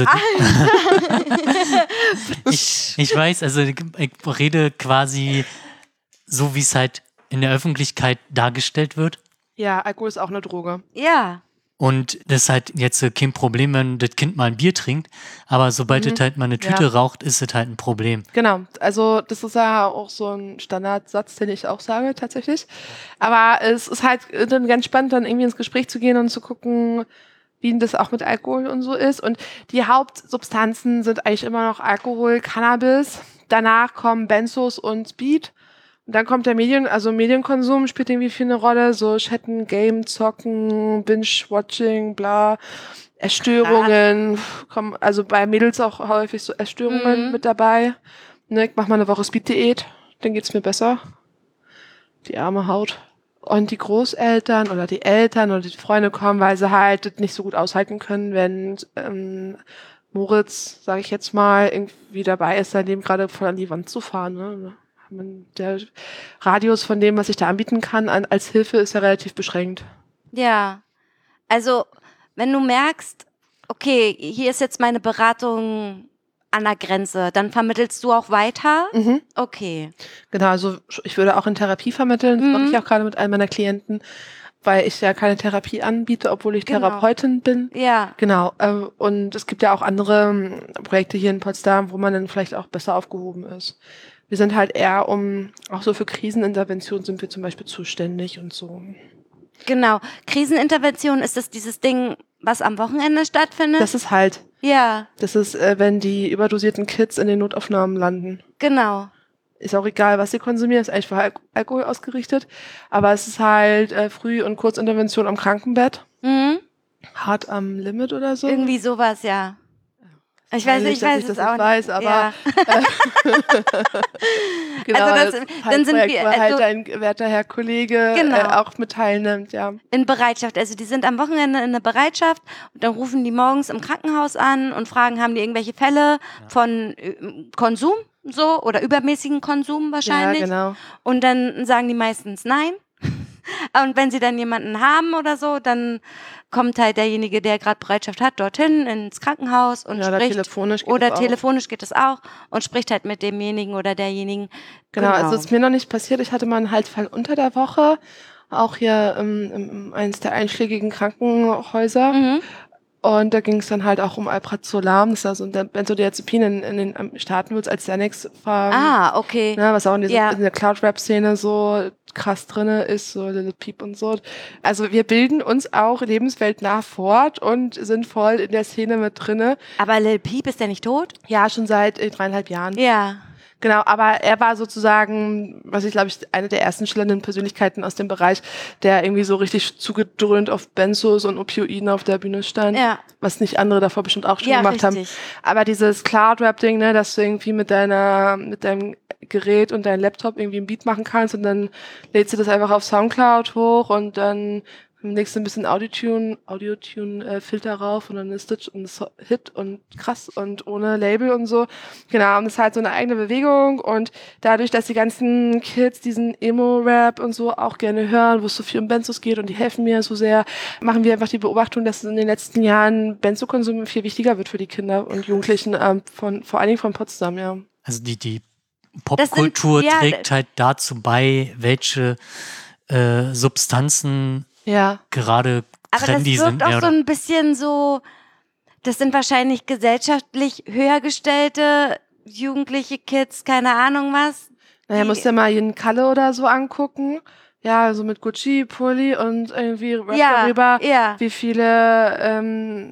ich, ich weiß, also ich rede quasi so, wie es halt in der Öffentlichkeit dargestellt wird. Ja, Alkohol ist auch eine Droge. Ja. Und das ist halt jetzt äh, kein Problem, wenn das Kind mal ein Bier trinkt. Aber sobald Mhm. es halt mal eine Tüte Ja. raucht, ist es halt ein Problem. Genau, also das ist ja auch so ein Standardsatz, den ich auch sage tatsächlich. Aber es ist halt dann ganz spannend, dann irgendwie ins Gespräch zu gehen und zu gucken, wie das auch mit Alkohol und so ist. Und die Hauptsubstanzen sind eigentlich immer noch Alkohol, Cannabis. Danach kommen Benzos und Speed. Und dann kommt der Medien, also Medienkonsum spielt irgendwie viel eine Rolle. So Chatten, Game, Zocken, Binge-Watching, bla. Essstörungen, kommen also bei Mädels auch häufig so Essstörungen Mhm. mit dabei. Ne, ich mach mal eine Woche Speed-Diät, dann geht's mir besser. Die arme Haut. Und die Großeltern oder die Eltern oder die Freunde kommen, weil sie halt das nicht so gut aushalten können, wenn ähm, Moritz, sage ich jetzt mal, irgendwie dabei ist, sein Leben gerade voll an die Wand zu fahren. Ne? Man- Der Radius von dem, was ich da anbieten kann, an, als Hilfe ist ja relativ beschränkt. Ja. Also, wenn du merkst, okay, hier ist jetzt meine Beratung an der Grenze, dann vermittelst du auch weiter? Mhm. Okay. Genau, also ich würde auch in Therapie vermitteln, das Mhm. mache ich auch gerade mit all meiner Klienten, weil ich ja keine Therapie anbiete, obwohl ich Genau. Therapeutin bin. Ja. Genau, ähm, und es gibt ja auch andere ähm, Projekte hier in Potsdam, wo man dann vielleicht auch besser aufgehoben ist. Wir sind halt eher um, auch so für Krisenintervention sind wir zum Beispiel zuständig und so. Genau. Krisenintervention, ist das dieses Ding, was am Wochenende stattfindet? Das ist halt, ja, das ist, äh, wenn die überdosierten Kids in den Notaufnahmen landen. genau. Ist auch egal, was sie konsumieren, ist eigentlich für Al Alkohol ausgerichtet. Aber es ist halt äh, Früh- und Kurzintervention am Krankenbett. Mhm. Hart am Limit oder so. Irgendwie sowas, ja. Ich weiß, Nicht, ich dass weiß ich es das nicht auch weiß, aber Ja. genau, Also das- das ist dann halt sind Projekt, wir- wo halt also- ein werter Herr Kollege Genau. äh, auch mit teilnimmt, ja. In Bereitschaft. Also die sind am Wochenende in der Bereitschaft und dann rufen die morgens im Krankenhaus an und fragen, haben die irgendwelche Fälle von äh, Konsum so oder übermäßigen Konsum wahrscheinlich. Ja, genau. Und dann sagen die meistens nein. Und wenn sie dann jemanden haben oder so, dann kommt halt derjenige, der gerade Bereitschaft hat, dorthin ins Krankenhaus und Ja, oder spricht. telefonisch geht Oder das auch. telefonisch geht es auch und spricht halt mit demjenigen oder derjenigen. Genau, also es ist mir noch nicht passiert. Ich hatte mal einen Haltfall unter der Woche, auch hier ähm, im, im eines der einschlägigen Krankenhäuser. Mhm. Und da ging es dann halt auch um Alprazolam, das ist also ein Benzodiazepin in, in den ähm, Staaten wird als Xanax ver, Ah, okay. ne, was auch in, dieser, Ja. in der Cloud-Rap-Szene so krass drinne ist, so Little Peep und so. Also wir bilden uns auch lebensweltnah fort und sind voll in der Szene mit drinne. Aber Lil Peep, ist der nicht tot? Ja, schon seit äh, dreieinhalb Jahren. Ja. Genau, aber er war sozusagen, was ich glaube ich, eine der ersten schillernden Persönlichkeiten aus dem Bereich, der irgendwie so richtig zugedröhnt auf Benzos und Opioiden auf der Bühne stand. Ja. Was nicht andere davor bestimmt auch schon Ja, gemacht richtig. haben. Aber dieses Cloud-Rap-Ding, ne, dass du irgendwie mit deiner, mit deinem Gerät und deinem Laptop irgendwie ein Beat machen kannst und dann lädst du das einfach auf Soundcloud hoch und dann legst du ein bisschen Audio-Tune, Audio-Tune-Filter rauf und dann ist das ein Hit und krass und ohne Label und so. Genau, und das ist halt so eine eigene Bewegung und dadurch, dass die ganzen Kids diesen Emo-Rap und so auch gerne hören, wo es so viel um Benzos geht und die helfen mir so sehr, machen wir einfach die Beobachtung, dass in den letzten Jahren Benzokonsum viel wichtiger wird für die Kinder und Jugendlichen, ähm, von, vor allen Dingen von Potsdam, ja. Also die, die Das sind- Popkultur ja, trägt halt dazu bei, welche äh, Substanzen Ja. gerade Aber trendy das wirkt sind. auch Ja, so oder? ein bisschen so, das sind wahrscheinlich gesellschaftlich höher gestellte jugendliche Kids, keine Ahnung was. Naja, Die- musst dir mal jeden Kalle oder so angucken. Ja, so mit Gucci, Pulli und irgendwie rappt Ja, darüber, ja. wie viele, ähm,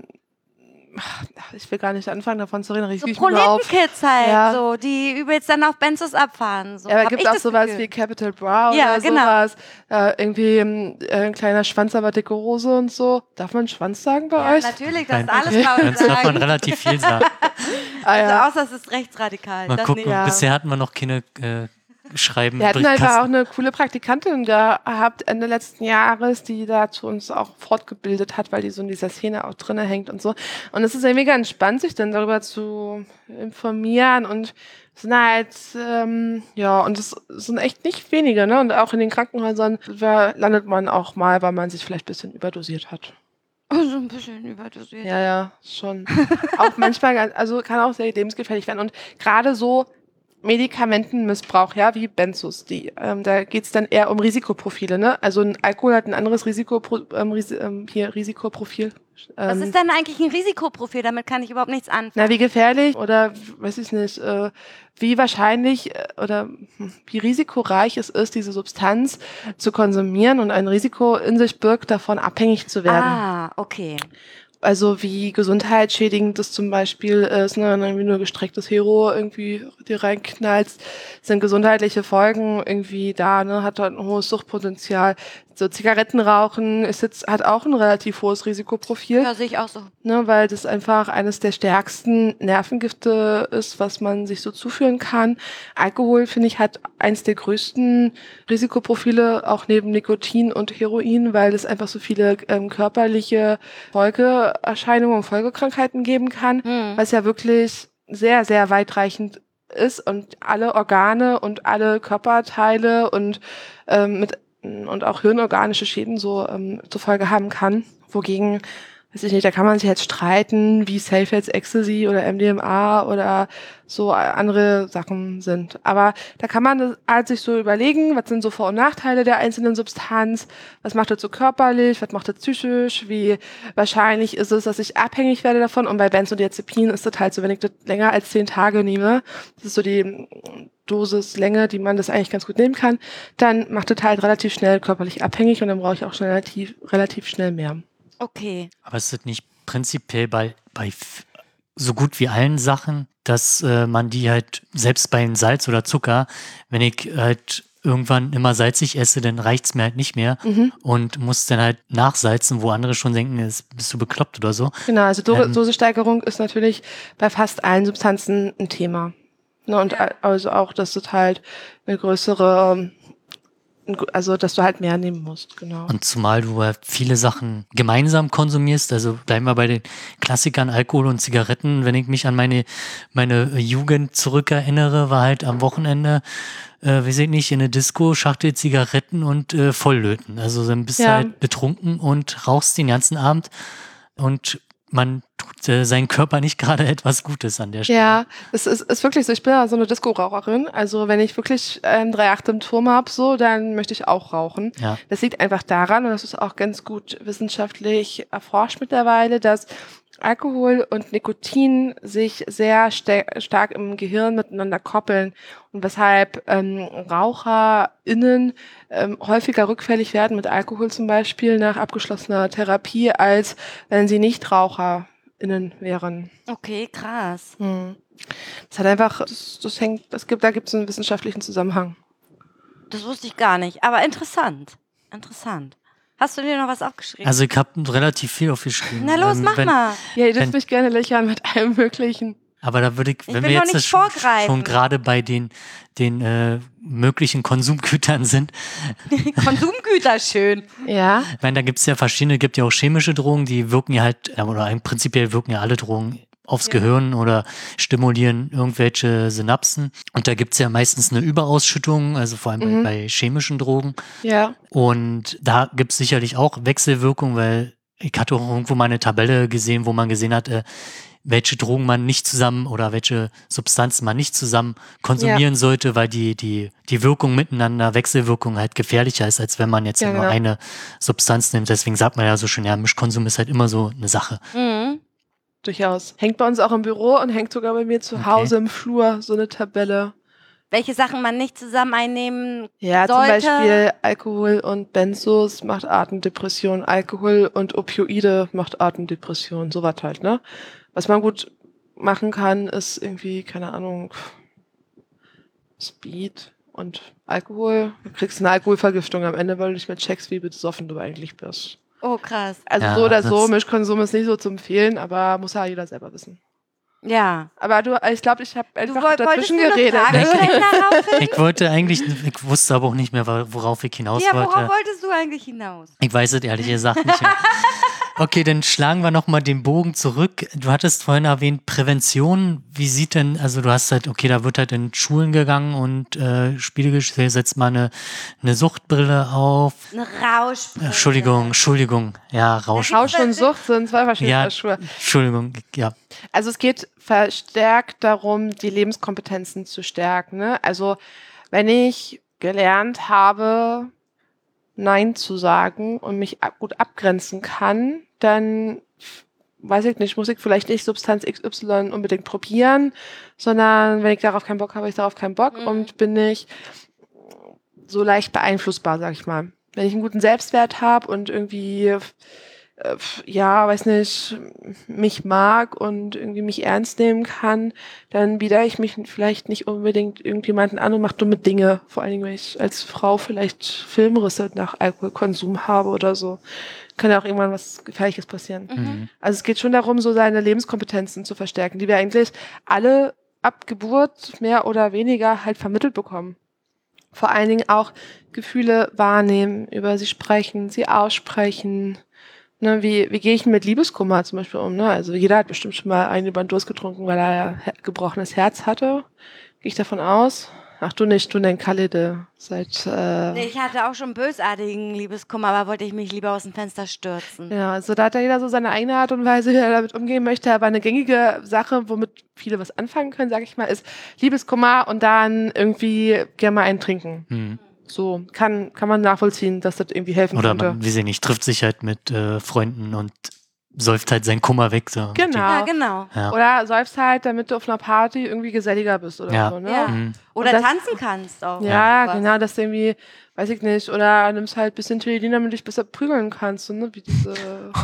ach, ich will gar nicht anfangen davon zu reden, So riech mich nur auf. Proletenkids halt, Ja. so, die übelst dann auf Benzos abfahren. So. Ja, aber Hab gibt ich auch das sowas Gefühl. wie Capital Bra Ja, oder genau. sowas. Äh, irgendwie ähm, äh, ein kleiner Schwanz, aber dicke Hose und so. Darf man Schwanz sagen bei Ja, euch? natürlich, das ist Nein. alles Paul Jetzt darf man sagen. relativ viel sagen. Ah, ja. Also außer es ist rechtsradikal. Mal das gucken, nicht. Ja. bisher hatten wir noch keine äh, Schreiben. Wir hatten einfach auch Briefkasten. eine coole Praktikantin gehabt Ende letzten Jahres, die da zu uns auch fortgebildet hat, weil die so in dieser Szene auch drinne hängt und so. Und es ist irgendwie ganz spannend, sich dann darüber zu informieren und es sind halt, ähm, ja, und es sind echt nicht wenige, ne? Und auch in den Krankenhäusern da landet man auch mal, weil man sich vielleicht ein bisschen überdosiert hat. Oh, so ein bisschen überdosiert. Ja, ja, schon. Auch manchmal, ganz- also kann auch sehr lebensgefährlich werden. Und gerade so Medikamentenmissbrauch, ja, wie Benzos, die, ähm, da geht's dann eher um Risikoprofile, ne? Also ein Alkohol hat ein anderes Risikopro ähm, Ris ähm, hier, Risikoprofil. Was Ähm, ist denn eigentlich ein Risikoprofil? Damit kann ich überhaupt nichts anfangen. na, wie gefährlich oder weiß ich nicht, äh, wie wahrscheinlich äh, oder hm, wie risikoreich es ist, diese Substanz zu konsumieren und ein Risiko in sich birgt, davon abhängig zu werden. Ah, okay. Also wie gesundheitsschädigend das zum Beispiel ist, ne, wenn du irgendwie nur gestrecktes Hero irgendwie dir reinknallst, sind gesundheitliche Folgen irgendwie da, ne, hat halt ein hohes Suchtpotenzial. So Zigarettenrauchen ist jetzt, hat auch ein relativ hohes Risikoprofil, Ja, sehe ich auch so. ne, weil das einfach eines der stärksten Nervengifte ist, was man sich so zuführen kann. Alkohol, finde ich, hat eins der größten Risikoprofile, auch neben Nikotin und Heroin, weil es einfach so viele ähm, körperliche Folgeerscheinungen und Folgekrankheiten geben kann, Hm. was ja wirklich sehr, sehr weitreichend ist und alle Organe und alle Körperteile und ähm, mit und auch hirnorganische Schäden so ähm, zur Folge haben kann. Wogegen, weiß ich nicht, da kann man sich jetzt streiten, wie safe jetzt Ecstasy oder M D M A oder so andere Sachen sind. Aber da kann man halt sich so überlegen, was sind so Vor- und Nachteile der einzelnen Substanz, was macht das so körperlich, was macht das psychisch, wie wahrscheinlich ist es, dass ich abhängig werde davon. Und bei Benzodiazepin ist das halt so, wenn ich das länger als zehn Tage nehme, das ist so die Dosislänge, die man das eigentlich ganz gut nehmen kann, dann macht das halt relativ schnell körperlich abhängig und dann brauche ich auch schnell relativ, relativ schnell mehr. Okay. Aber ist das nicht prinzipiell bei, bei f- so gut wie allen Sachen, dass äh, man die halt, selbst bei Salz oder Zucker, wenn ich halt irgendwann immer salzig esse, dann reicht's mir halt nicht mehr Mhm. und muss dann halt nachsalzen, wo andere schon denken, ist- bist du bekloppt oder so. Genau, also Do Ähm. Dosissteigerung ist natürlich bei fast allen Substanzen ein Thema. Ne, und Ja. also auch, dass das halt eine größere, ähm, also dass du halt mehr nehmen musst, genau. Und zumal du halt viele Sachen gemeinsam konsumierst, also bleiben wir bei den Klassikern Alkohol und Zigaretten. Wenn ich mich an meine, meine Jugend zurückerinnere, war halt am Wochenende, äh, weiß ich nicht, in eine Disco, Schachtel Zigaretten und äh, Volllöten. Also dann bist du Ja. halt betrunken und rauchst den ganzen Abend und man tut äh, seinem Körper nicht gerade etwas Gutes an der Stelle. Ja, es ist, ist wirklich so, ich bin ja so eine Disco-Raucherin, also wenn ich wirklich ähm, drei Acht im Turm habe, so, dann möchte ich auch rauchen. Ja. Das liegt einfach daran, und das ist auch ganz gut wissenschaftlich erforscht mittlerweile, dass Alkohol und Nikotin sich sehr ste- stark im Gehirn miteinander koppeln und weshalb ähm, RaucherInnen ähm, häufiger rückfällig werden mit Alkohol zum Beispiel nach abgeschlossener Therapie, als wenn sie nicht RaucherInnen wären. Okay, krass. Hm. Das hat einfach, das, das hängt, das gibt, da gibt es einen wissenschaftlichen Zusammenhang. Das wusste ich gar nicht. Aber interessant. Interessant. Hast du dir noch was aufgeschrieben? Also ich habe relativ viel aufgeschrieben. Na los, Ähm, mach wenn, mal. Ja, ihr dürft Wenn- mich gerne löchern mit allem Möglichen. Aber da würde ich, Ich wenn will wir doch jetzt nicht schon, vorgreifen. schon gerade bei den, den äh, möglichen Konsumgütern sind, Konsumgüter schön. Ja. ich meine, da gibt es ja verschiedene, gibt ja auch chemische Drogen, die wirken ja halt, äh, oder im prinzipiell wirken ja alle Drogen aufs Ja. Gehirn oder stimulieren irgendwelche Synapsen. Und da gibt es ja meistens eine Überausschüttung, also vor allem Mhm. bei, bei chemischen Drogen. Ja. Und da gibt es sicherlich auch Wechselwirkungen, weil ich hatte auch irgendwo mal eine Tabelle gesehen, wo man gesehen hat, äh, welche Drogen man nicht zusammen oder welche Substanzen man nicht zusammen konsumieren ja. sollte, weil die, die, die Wirkung miteinander, Wechselwirkung halt gefährlicher ist, als wenn man jetzt ja, nur genau. eine Substanz nimmt. Deswegen sagt man ja so schön, ja, Mischkonsum ist halt immer so eine Sache. Mhm. Durchaus. Hängt bei uns auch im Büro und hängt sogar bei mir zu okay. Hause im Flur so eine Tabelle. Welche Sachen man nicht zusammen einnehmen ja, sollte. Ja, zum Beispiel Alkohol und Benzos macht Atemdepression. Alkohol und Opioide macht Atemdepression. So was halt, ne? Was man gut machen kann, ist irgendwie, keine Ahnung, Speed und Alkohol. Du kriegst eine Alkoholvergiftung am Ende, weil du nicht mehr checkst, wie besoffen du eigentlich bist. Oh, krass. Also ja, so oder so, Mischkonsum ist nicht so zu empfehlen, aber muss ja jeder selber wissen. Ja. Aber du, ich glaube, ich habe einfach wollt, dazwischen geredet. Ich, ich wollte eigentlich, ich wusste aber auch nicht mehr, worauf ich hinaus ja, wollte. Ja, worauf wolltest du eigentlich hinaus? Ich weiß es ehrlich gesagt nicht mehr. Okay, dann schlagen wir nochmal den Bogen zurück. Du hattest vorhin erwähnt, Prävention. Wie sieht denn, also du hast halt, okay, da wird halt in Schulen gegangen und äh, spielerisch setzt mal eine, eine Suchtbrille auf. Eine Rauschbrille. Entschuldigung, Entschuldigung. Ja, Rausch. Rausch und Sucht sind zwei verschiedene ja, Schuhe. Entschuldigung, ja. Also es geht verstärkt darum, die Lebenskompetenzen zu stärken. Ne? Also wenn ich gelernt habe, Nein zu sagen und mich ab, gut abgrenzen kann, dann, weiß ich nicht, muss ich vielleicht nicht Substanz X Y unbedingt probieren, sondern wenn ich darauf keinen Bock habe, habe ich darauf keinen Bock mhm. und bin ich so leicht beeinflussbar, sag ich mal. Wenn ich einen guten Selbstwert habe und irgendwie, äh, ja, weiß nicht, mich mag und irgendwie mich ernst nehmen kann, dann biete ich mich vielleicht nicht unbedingt irgendjemanden an und mache dumme Dinge. Vor allen Dingen, wenn ich als Frau vielleicht Filmrisse nach Alkoholkonsum habe oder so. Kann ja auch irgendwann was Gefährliches passieren. Mhm. Also es geht schon darum, so seine Lebenskompetenzen zu verstärken, die wir eigentlich alle ab Geburt mehr oder weniger halt vermittelt bekommen. Vor allen Dingen auch Gefühle wahrnehmen, über sie sprechen, sie aussprechen. Ne, wie, wie gehe ich mit Liebeskummer zum Beispiel um? Ne? Also jeder hat bestimmt schon mal einen über den Durst getrunken, weil er ein gebrochenes Herz hatte. Gehe ich davon aus? Ach, du nicht, du dein Kallede. Seit, äh nee, ich hatte auch schon bösartigen Liebeskummer, aber wollte ich mich lieber aus dem Fenster stürzen. Ja, also da hat ja jeder so seine eigene Art und Weise, wie er damit umgehen möchte. Aber eine gängige Sache, womit viele was anfangen können, sag ich mal, ist Liebeskummer und dann irgendwie gerne mal einen trinken. Mhm. So, kann, kann man nachvollziehen, dass das irgendwie helfen Oder könnte. Oder man, wie sie nicht, trifft sich halt mit äh, Freunden und säuft halt seinen Kummer weg. So. Genau. Ja, genau. Ja. Oder säufst halt, damit du auf einer Party irgendwie geselliger bist oder ja. so. Ne? Ja. Mhm. Oder das, tanzen kannst auch. Ja, ja, genau, dass du irgendwie, weiß ich nicht, oder nimmst halt ein bisschen Teledin, damit du dich besser prügeln kannst. So, ne? Wie diese,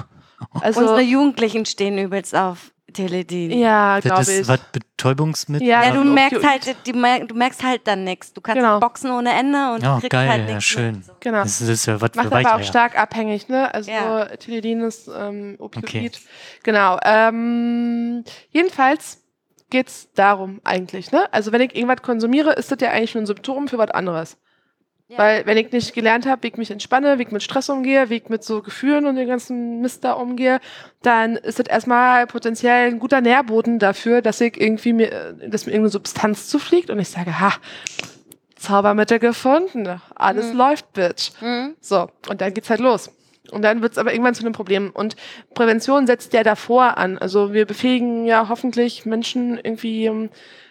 also, unsere Jugendlichen stehen übelst auf Teledin. Ja, glaube ich. Das ist was Betäubungsmittel? Ja, ja, du merkst halt, die, du merkst halt dann nichts. Du kannst genau. boxen ohne Ende und oh, kriegst geil, halt nichts. Ja, schön. So. Genau. Das ist ja was Macht für aber auch ja. stark abhängig, ne? Also ja. Teledin ist ähm, Opioid. Okay. Genau. Ähm, jedenfalls geht's darum eigentlich, ne? Also wenn ich irgendwas konsumiere, ist das ja eigentlich nur ein Symptom für was anderes. Ja. Weil wenn ich nicht gelernt habe, wie ich mich entspanne, wie ich mit Stress umgehe, wie ich mit so Gefühlen und den ganzen Mist da umgehe, dann ist das erstmal potenziell ein guter Nährboden dafür, dass ich irgendwie mir, dass mir irgendeine Substanz zufliegt und ich sage, ha, Zaubermittel gefunden, alles mhm. läuft, Bitch. Mhm. So, und dann geht's halt los. Und dann wird's aber irgendwann zu einem Problem. Und Prävention setzt ja davor an. Also wir befähigen ja hoffentlich Menschen irgendwie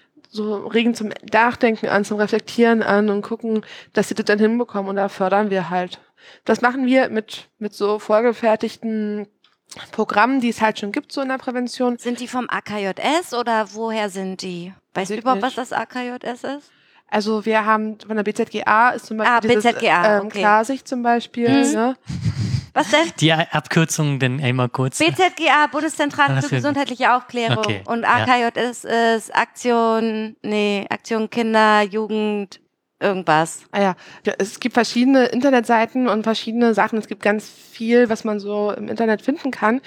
so regen zum Nachdenken an, zum Reflektieren an und gucken, dass sie das dann hinbekommen. Und da fördern wir halt. Das machen wir mit mit so vorgefertigten Programmen, die es halt schon gibt, so in der Prävention. Sind die vom A K J S oder woher sind die? Weißt du überhaupt, was das A K J S ist? Also wir haben von der B Z G A ist zum Beispiel ah, dieses B Z G A, ähm, okay. Klarsicht zum Beispiel. Mhm. Ne? Was denn? Die Abkürzung denn einmal kurz. B Z G A, Bundeszentrale für gesundheitliche Aufklärung. Okay. Und A K J S ja. ist Aktion, nee, Aktion Kinder, Jugend, irgendwas. Ah ja, es gibt verschiedene Internetseiten und verschiedene Sachen. Es gibt ganz viel, was man so im Internet finden kann.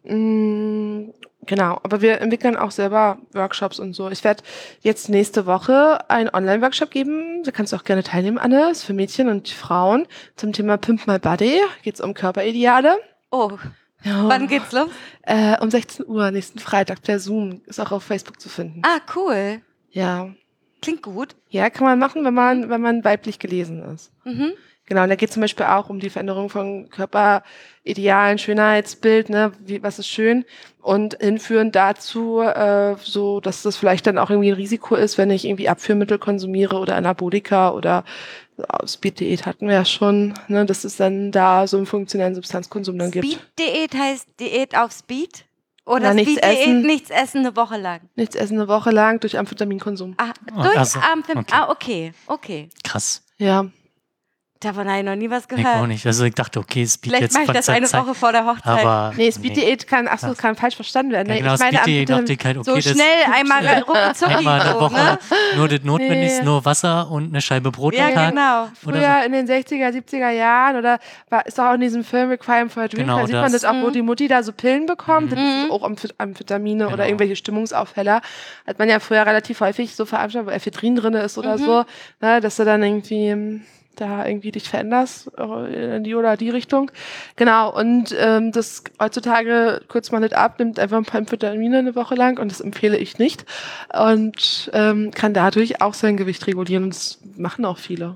Mhm. Genau, aber wir entwickeln auch selber Workshops und so. Ich werde jetzt nächste Woche einen Online-Workshop geben. Da kannst du auch gerne teilnehmen, Anne. Ist für Mädchen und Frauen zum Thema Pimp My Body. Geht's um Körperideale. Oh, ja. Wann geht's los? Äh, um sechzehn Uhr, nächsten Freitag, per Zoom. Ist auch auf Facebook zu finden. Ah, cool. Ja. Klingt gut. Ja, kann man machen, wenn man, wenn man weiblich gelesen ist. Mhm. Genau, und da geht es zum Beispiel auch um die Veränderung von Körperidealen, Schönheitsbild, ne, wie, was ist schön und hinführend dazu, äh, so, dass das vielleicht dann auch irgendwie ein Risiko ist, wenn ich irgendwie Abführmittel konsumiere oder Anabolika oder äh, Speed-Diät hatten wir ja schon, ne, dass es dann da so einen funktionellen Substanzkonsum dann gibt. Speed-Diät heißt Diät auf Speed? Oder Na, nichts Speed-Diät, essen. nichts essen eine Woche lang? Nichts essen eine Woche lang durch Amphetaminkonsum. Ah, durch Also, Amphetamine. okay. Ah, okay, okay. Krass. Ja. Davon habe ich noch nie was Ich auch gehört. nicht. Also ich dachte, okay, Speed Vielleicht jetzt mache ich von das Zeit eine zu Zeit, Woche vor der Hochzeit. aber Nee, Speed-Diät kann, ach so, kann falsch verstanden werden. Ja, Ne? genau, Ich meine, Speed-Diät Amphetam- dachte ich halt, okay, so das schnell einmal rucki einmal eine so, Woche ne? nur das Notwendigste, Nee. nur Wasser und eine Scheibe Brot Ja, am Tag. genau. Oder Früher in den sechziger, siebziger Jahren oder war, ist auch in diesem Film Requiem for a Dream, Genau, da sieht man das. das auch, wo die Mutti da so Pillen bekommt, Mhm. das ist auch Amph- Amphetamine Genau. oder irgendwelche Stimmungsaufheller. Hat man ja früher relativ häufig so veranstaltet, wo Ephedrin drin ist oder Mhm. so, ne, dass du dann irgendwie ähm, da irgendwie dich veränderst äh, in die oder die Richtung. Genau, und ähm, das heutzutage kurz mal nicht ab, nimmt einfach ein paar Amphetamine eine Woche lang und das empfehle ich nicht und ähm, kann dadurch auch sein Gewicht regulieren und das machen auch viele.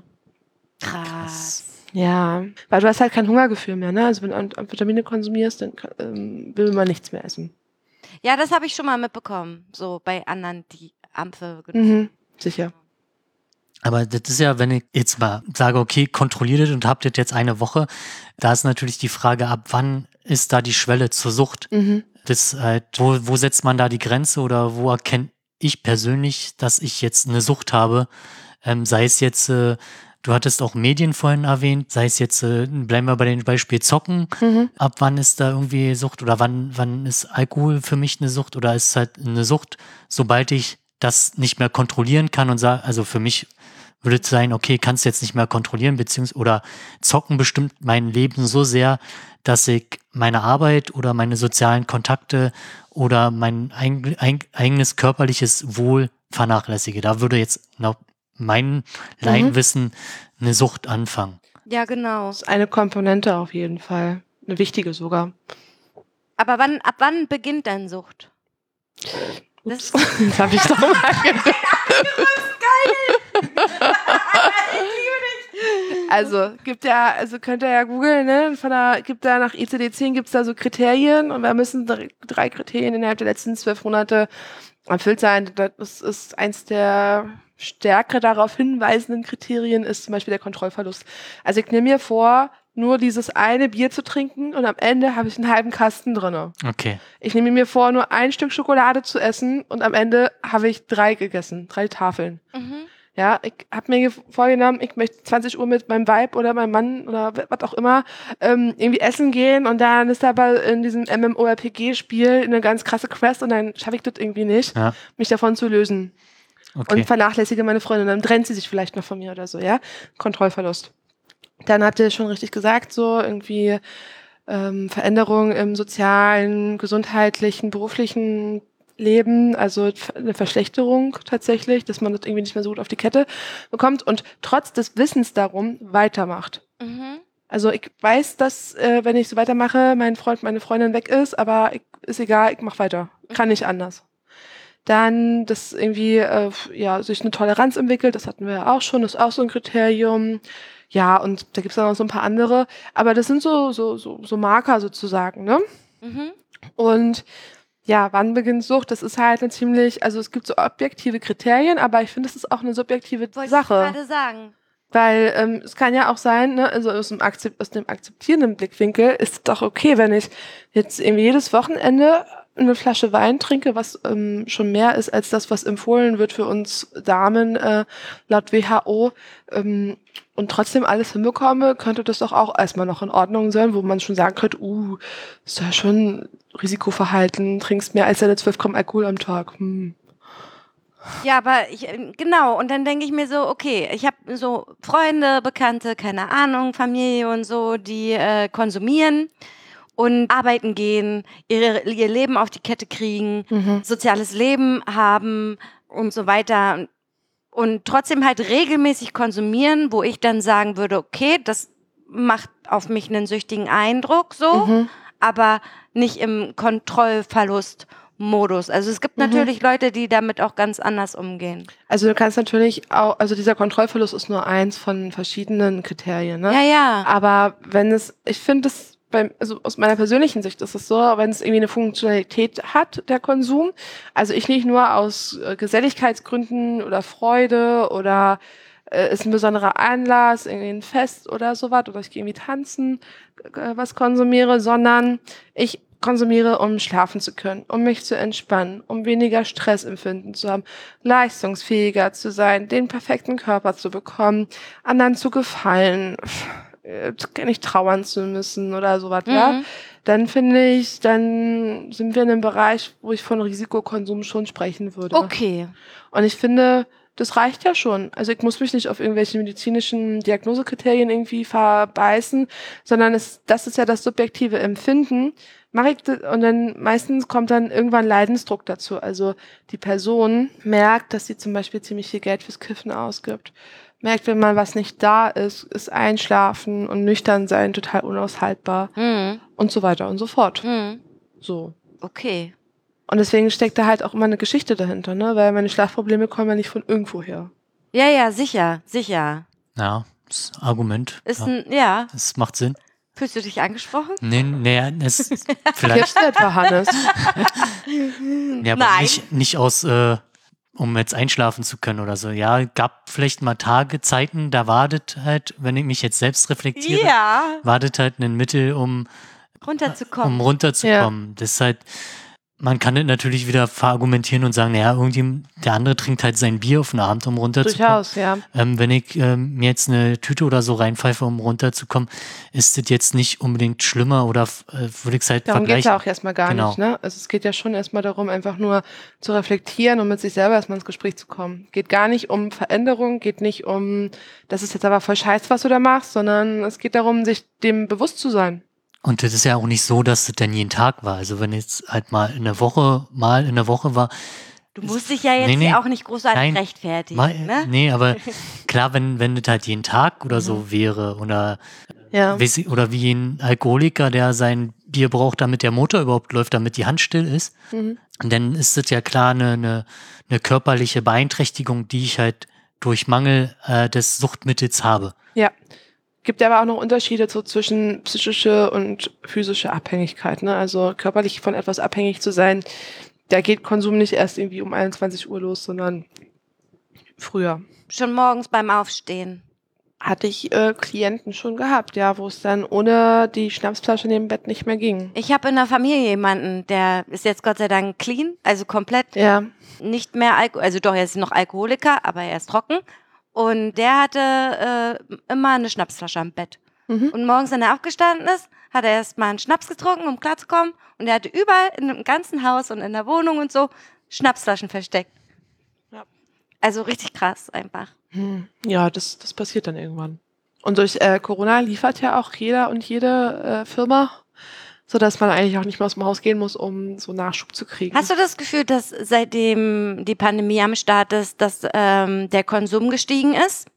Krass. Ja, weil du hast halt kein Hungergefühl mehr, ne? Also wenn du Am- Amphetamine konsumierst, dann ähm, will man nichts mehr essen. Ja, das habe ich schon mal mitbekommen. So bei anderen, die Ampfe genommen Mhm, sicher. Aber das ist ja, wenn ich jetzt mal sage, okay, kontrolliert das und habt das jetzt eine Woche, da ist natürlich die Frage, ab wann ist da die Schwelle zur Sucht? Mhm. Das halt, wo, wo setzt man da die Grenze oder wo erkenne ich persönlich, dass ich jetzt eine Sucht habe? Ähm, sei es jetzt, äh, du hattest auch Medien vorhin erwähnt, sei es jetzt, äh, bleiben wir bei dem Beispiel Zocken. Mhm. Ab wann ist da irgendwie Sucht oder wann, wann ist Alkohol für mich eine Sucht oder ist es halt eine Sucht, sobald ich das nicht mehr kontrollieren kann und sage, also für mich würde es sein, okay, kannst du jetzt nicht mehr kontrollieren, beziehungsweise oder Zocken bestimmt mein Leben so sehr, dass ich meine Arbeit oder meine sozialen Kontakte oder mein eig eig eigenes körperliches Wohl vernachlässige. Da würde jetzt nach meinem Laienwissen eine Sucht anfangen. Ja, genau. Das ist eine Komponente auf jeden Fall. Eine wichtige sogar. Aber wann, ab wann beginnt denn Sucht? Das, Das habe ich doch mal gedacht. Also, gibt ja, also könnt ihr ja googeln, ne? Von der, gibt da nach I C D zehn gibt's da so Kriterien und wir müssen drei, drei Kriterien innerhalb der letzten zwölf Monate erfüllt sein. Das ist eins der stärker darauf hinweisenden Kriterien, ist zum Beispiel der Kontrollverlust. Also ich nehme mir vor, nur dieses eine Bier zu trinken und am Ende habe ich einen halben Kasten drinne. Okay. Ich nehme mir vor, nur ein Stück Schokolade zu essen und am Ende habe ich drei gegessen, drei Tafeln. mhm. Ja, ich habe mir ge- vorgenommen, ich möchte zwanzig Uhr mit meinem Weib oder meinem Mann oder w- was auch immer ähm, irgendwie essen gehen und dann ist aber in diesem MMORPG-Spiel eine ganz krasse Quest und dann schaffe ich das irgendwie nicht, Ja. mich davon zu lösen Okay. und vernachlässige meine Freundin. Dann trennt sie sich vielleicht noch von mir oder so, ja. Kontrollverlust. Dann habt ihr schon richtig gesagt, so irgendwie ähm, Veränderungen im sozialen, gesundheitlichen, beruflichen Leben, also eine Verschlechterung tatsächlich, dass man das irgendwie nicht mehr so gut auf die Kette bekommt und trotz des Wissens darum weitermacht. Mhm. Also ich weiß, dass äh, wenn ich so weitermache, mein Freund, meine Freundin weg ist, aber ich, ist egal, ich mache weiter. Kann nicht anders. Dann, dass irgendwie äh, ja, sich eine Toleranz entwickelt, das hatten wir ja auch schon, das ist auch so ein Kriterium. Ja, und da gibt's dann noch so ein paar andere, aber das sind so, so, so, so Marker sozusagen, ne? Mhm. Und ja, wann beginnt Sucht? Das ist halt eine ziemlich, also es gibt so objektive Kriterien, aber ich finde, es ist auch eine subjektive Wollte ich Sache. gerade sagen. Weil ähm, es kann ja auch sein, ne, also aus dem, Akzept, aus dem akzeptierenden Blickwinkel ist es doch okay, wenn ich jetzt irgendwie jedes Wochenende eine Flasche Wein trinke, was ähm, schon mehr ist als das, was empfohlen wird für uns Damen äh, laut W H O ähm, und trotzdem alles hinbekomme, könnte das doch auch erstmal noch in Ordnung sein, wo man schon sagen könnte, uh, ist ja schon Risikoverhalten, trinkst mehr als deine zwölf Gramm Alkohol am Tag. Hm. Ja, aber ich, äh, genau, und dann denke ich mir so, okay, ich habe so Freunde, Bekannte, keine Ahnung, Familie und so, die äh, konsumieren und arbeiten gehen, ihre, ihr Leben auf die Kette kriegen, Mhm. soziales Leben haben und so weiter und trotzdem halt regelmäßig konsumieren, wo ich dann sagen würde, okay, das macht auf mich einen süchtigen Eindruck so, Mhm. aber nicht im Kontrollverlust Modus. Also es gibt Mhm. natürlich Leute, die damit auch ganz anders umgehen. Also du kannst natürlich auch, also dieser Kontrollverlust ist nur eins von verschiedenen Kriterien, ne? Ja, ja. Aber wenn es, ich finde es, beim, also aus meiner persönlichen Sicht ist es so, wenn es irgendwie eine Funktionalität hat, der Konsum, also ich nicht nur aus äh, Geselligkeitsgründen oder Freude oder äh, ist ein besonderer Anlass, irgendwie ein Fest oder sowas, oder ich gehe irgendwie tanzen, äh, was konsumiere, sondern ich konsumiere, um schlafen zu können, um mich zu entspannen, um weniger Stressempfinden zu haben, leistungsfähiger zu sein, den perfekten Körper zu bekommen, anderen zu gefallen, äh, nicht trauern zu müssen oder sowas, ja. Mhm. Dann finde ich, dann sind wir in einem Bereich, wo ich von Risikokonsum schon sprechen würde. Okay. Und ich finde, das reicht ja schon. Also ich muss mich nicht auf irgendwelche medizinischen Diagnosekriterien irgendwie verbeißen, sondern es, das ist ja das subjektive Empfinden. Mach ich das, und dann meistens kommt dann irgendwann Leidensdruck dazu. Also die Person merkt, dass sie zum Beispiel ziemlich viel Geld fürs Kiffen ausgibt. Merkt, wenn mal was nicht da ist, ist Einschlafen und nüchtern sein total unaushaltbar Mhm. und so weiter und so fort. Mhm. So. Okay. Und deswegen steckt da halt auch immer eine Geschichte dahinter, ne? Weil meine Schlafprobleme kommen ja nicht von irgendwo her. Ja, ja, sicher, sicher. Ja, das Argument. Ist ja, ein, ja. es macht Sinn. Fühlst du dich angesprochen? Nee, nee, es vielleicht, Kiffst du etwa, Hannes? ja, aber Nein. nicht, nicht aus, äh, um jetzt einschlafen zu können oder so. Ja, gab vielleicht mal Tage, Zeiten, da wartet halt, wenn ich mich jetzt selbst reflektiere, Ja. wartet halt ein Mittel, um, Runterzukommen. um runterzukommen. Das ist halt, man kann das natürlich wieder verargumentieren und sagen, naja, irgendwie, der andere trinkt halt sein Bier auf den Abend, um runterzukommen. Durchaus, ja. Ähm, wenn ich ähm, mir jetzt eine Tüte oder so reinpfeife, um runterzukommen, ist das jetzt nicht unbedingt schlimmer oder äh, würde ich es halt Darum geht es vergleichen. ja auch erstmal gar Genau. nicht, ne? Also es geht ja schon erstmal darum, einfach nur zu reflektieren und mit sich selber erstmal ins Gespräch zu kommen. Geht gar nicht um Veränderung, geht nicht um, das ist jetzt aber voll scheiße, was du da machst, sondern es geht darum, sich dem bewusst zu sein. Und das ist ja auch nicht so, dass das dann jeden Tag war. Also wenn jetzt halt mal in der Woche, mal in der Woche war. Du musst dich ja jetzt Nee, nee. auch nicht großartig Nein. rechtfertigen, Mal, ne? Nee, aber klar, wenn, wenn das halt jeden Tag oder so wäre oder, Ja. weiß ich, oder wie ein Alkoholiker, der sein Bier braucht, damit der Motor überhaupt läuft, damit die Hand still ist, Mhm. dann ist das ja klar eine, eine, eine körperliche Beeinträchtigung, die ich halt durch Mangel äh, des Suchtmittels habe. Ja. Gibt aber auch noch Unterschiede so zwischen psychische und physische Abhängigkeit, ne? Also körperlich von etwas abhängig zu sein, da geht Konsum nicht erst irgendwie um einundzwanzig Uhr los, sondern früher. Schon morgens beim Aufstehen. Hatte ich äh, Klienten schon gehabt, ja, wo es dann ohne die Schnapsflasche neben dem Bett nicht mehr ging. Ich habe in der Familie jemanden, der ist jetzt Gott sei Dank clean, also komplett Ja. nicht mehr Alkohol, also doch, er ist noch Alkoholiker, aber er ist trocken. Und der hatte äh, immer eine Schnapsflasche am Bett. Mhm. Und morgens, wenn er aufgestanden ist, hat er erst mal einen Schnaps getrunken, um klarzukommen. Und er hatte überall in dem ganzen Haus und in der Wohnung und so Schnapsflaschen versteckt. Ja. Also richtig krass einfach. Hm. Ja, das, das passiert dann irgendwann. Und durch äh, Corona liefert ja auch jeder und jede äh, Firma, sodass man eigentlich auch nicht mehr aus dem Haus gehen muss, um so Nachschub zu kriegen. Hast du das Gefühl, dass seitdem die Pandemie am Start ist, dass ähm, der Konsum gestiegen ist?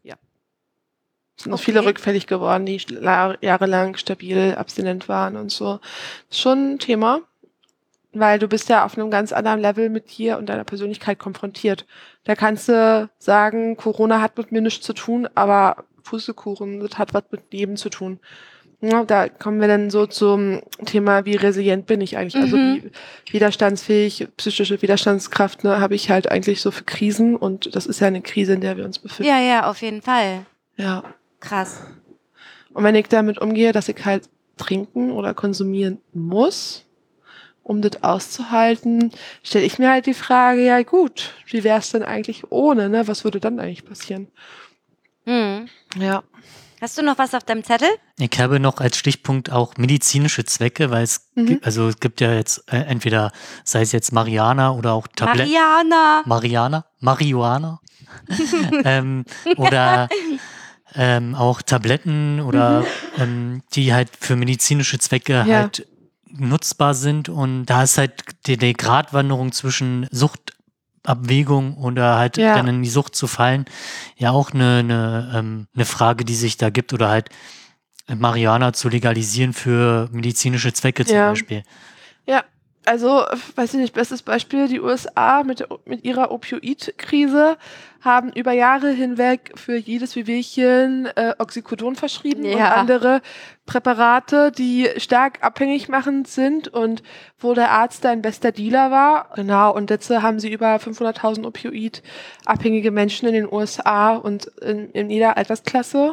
Es sind noch Okay. viele rückfällig geworden, die la- jahrelang stabil abstinent waren und so. Ist schon ein Thema, weil du bist ja auf einem ganz anderen Level mit dir und deiner Persönlichkeit konfrontiert. Da kannst du sagen, Corona hat mit mir nichts zu tun, aber Pustekuchen, das hat was mit Leben zu tun. Ja, da kommen wir dann so zum Thema, wie resilient bin ich eigentlich? Also Mhm. wie widerstandsfähig, psychische Widerstandskraft ne, habe ich halt eigentlich so für Krisen und das ist ja eine Krise, in der wir uns befinden. Ja, ja, auf jeden Fall. Ja. Krass. Und wenn ich damit umgehe, dass ich halt trinken oder konsumieren muss, um das auszuhalten, stelle ich mir halt die Frage, ja gut, wie wäre es denn eigentlich ohne, ne? Was würde dann eigentlich passieren? Hm. Ja. Hast du noch was auf deinem Zettel? Ich habe noch als Stichpunkt auch medizinische Zwecke, weil es Mhm. gibt, also es gibt ja jetzt äh, entweder, sei es jetzt Mariana oder auch Tabletten. Mariana. Mariana, Marihuana ähm, oder ähm, auch Tabletten oder ähm, die halt für medizinische Zwecke Ja. halt nutzbar sind und da ist halt die, die Gratwanderung zwischen Suchtabwägung oder halt Ja. dann in die Sucht zu fallen ja auch eine, eine, ähm, eine Frage, die sich da gibt oder halt Marihuana zu legalisieren für medizinische Zwecke zum Ja. Beispiel. Ja. Also, weiß ich nicht, bestes Beispiel, die U S A mit, der, mit ihrer Opioid-Krise haben über Jahre hinweg für jedes Wehwehchen äh, Oxycodon verschrieben Ja. und andere Präparate, die stark abhängig machend sind und wo der Arzt dein bester Dealer war. Genau, und jetzt haben sie über fünfhunderttausend Opioid-abhängige Menschen in den U S A und in, in jeder Altersklasse,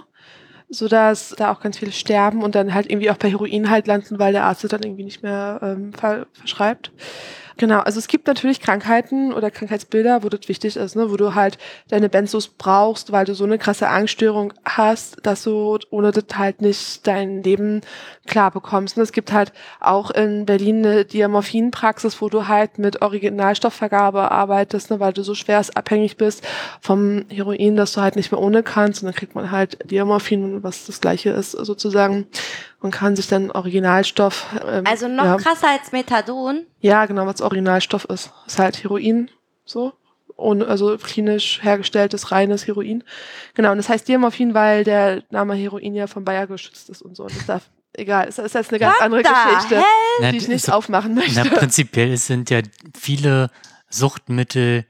sodass da auch ganz viele sterben und dann halt irgendwie auch bei Heroin halt landen, weil der Arzt es dann irgendwie nicht mehr ähm, ver- verschreibt. Genau, also es gibt natürlich Krankheiten oder Krankheitsbilder, wo das wichtig ist, ne, wo du halt deine Benzos brauchst, weil du so eine krasse Angststörung hast, dass du ohne das halt nicht dein Leben klar bekommst. Und es gibt halt auch in Berlin eine Diamorphin-Praxis, wo du halt mit Originalstoffvergabe arbeitest, ne, weil du so schwerst abhängig bist vom Heroin, dass du halt nicht mehr ohne kannst. Und dann kriegt man halt Diamorphin, was das Gleiche ist sozusagen. Man kann sich dann Originalstoff... Ähm, Also noch ja. krasser als Methadon? Ja, genau, was Originalstoff ist. Ist halt Heroin, so. Ohne, also klinisch hergestelltes, reines Heroin. Genau, und das heißt Diamorphin, weil der Name Heroin ja von Bayer geschützt ist und so. Und das darf, egal, ist, ist jetzt eine ganz What andere the Geschichte, Na, die ich nicht so- aufmachen möchte. Na, prinzipiell es sind ja viele Suchtmittel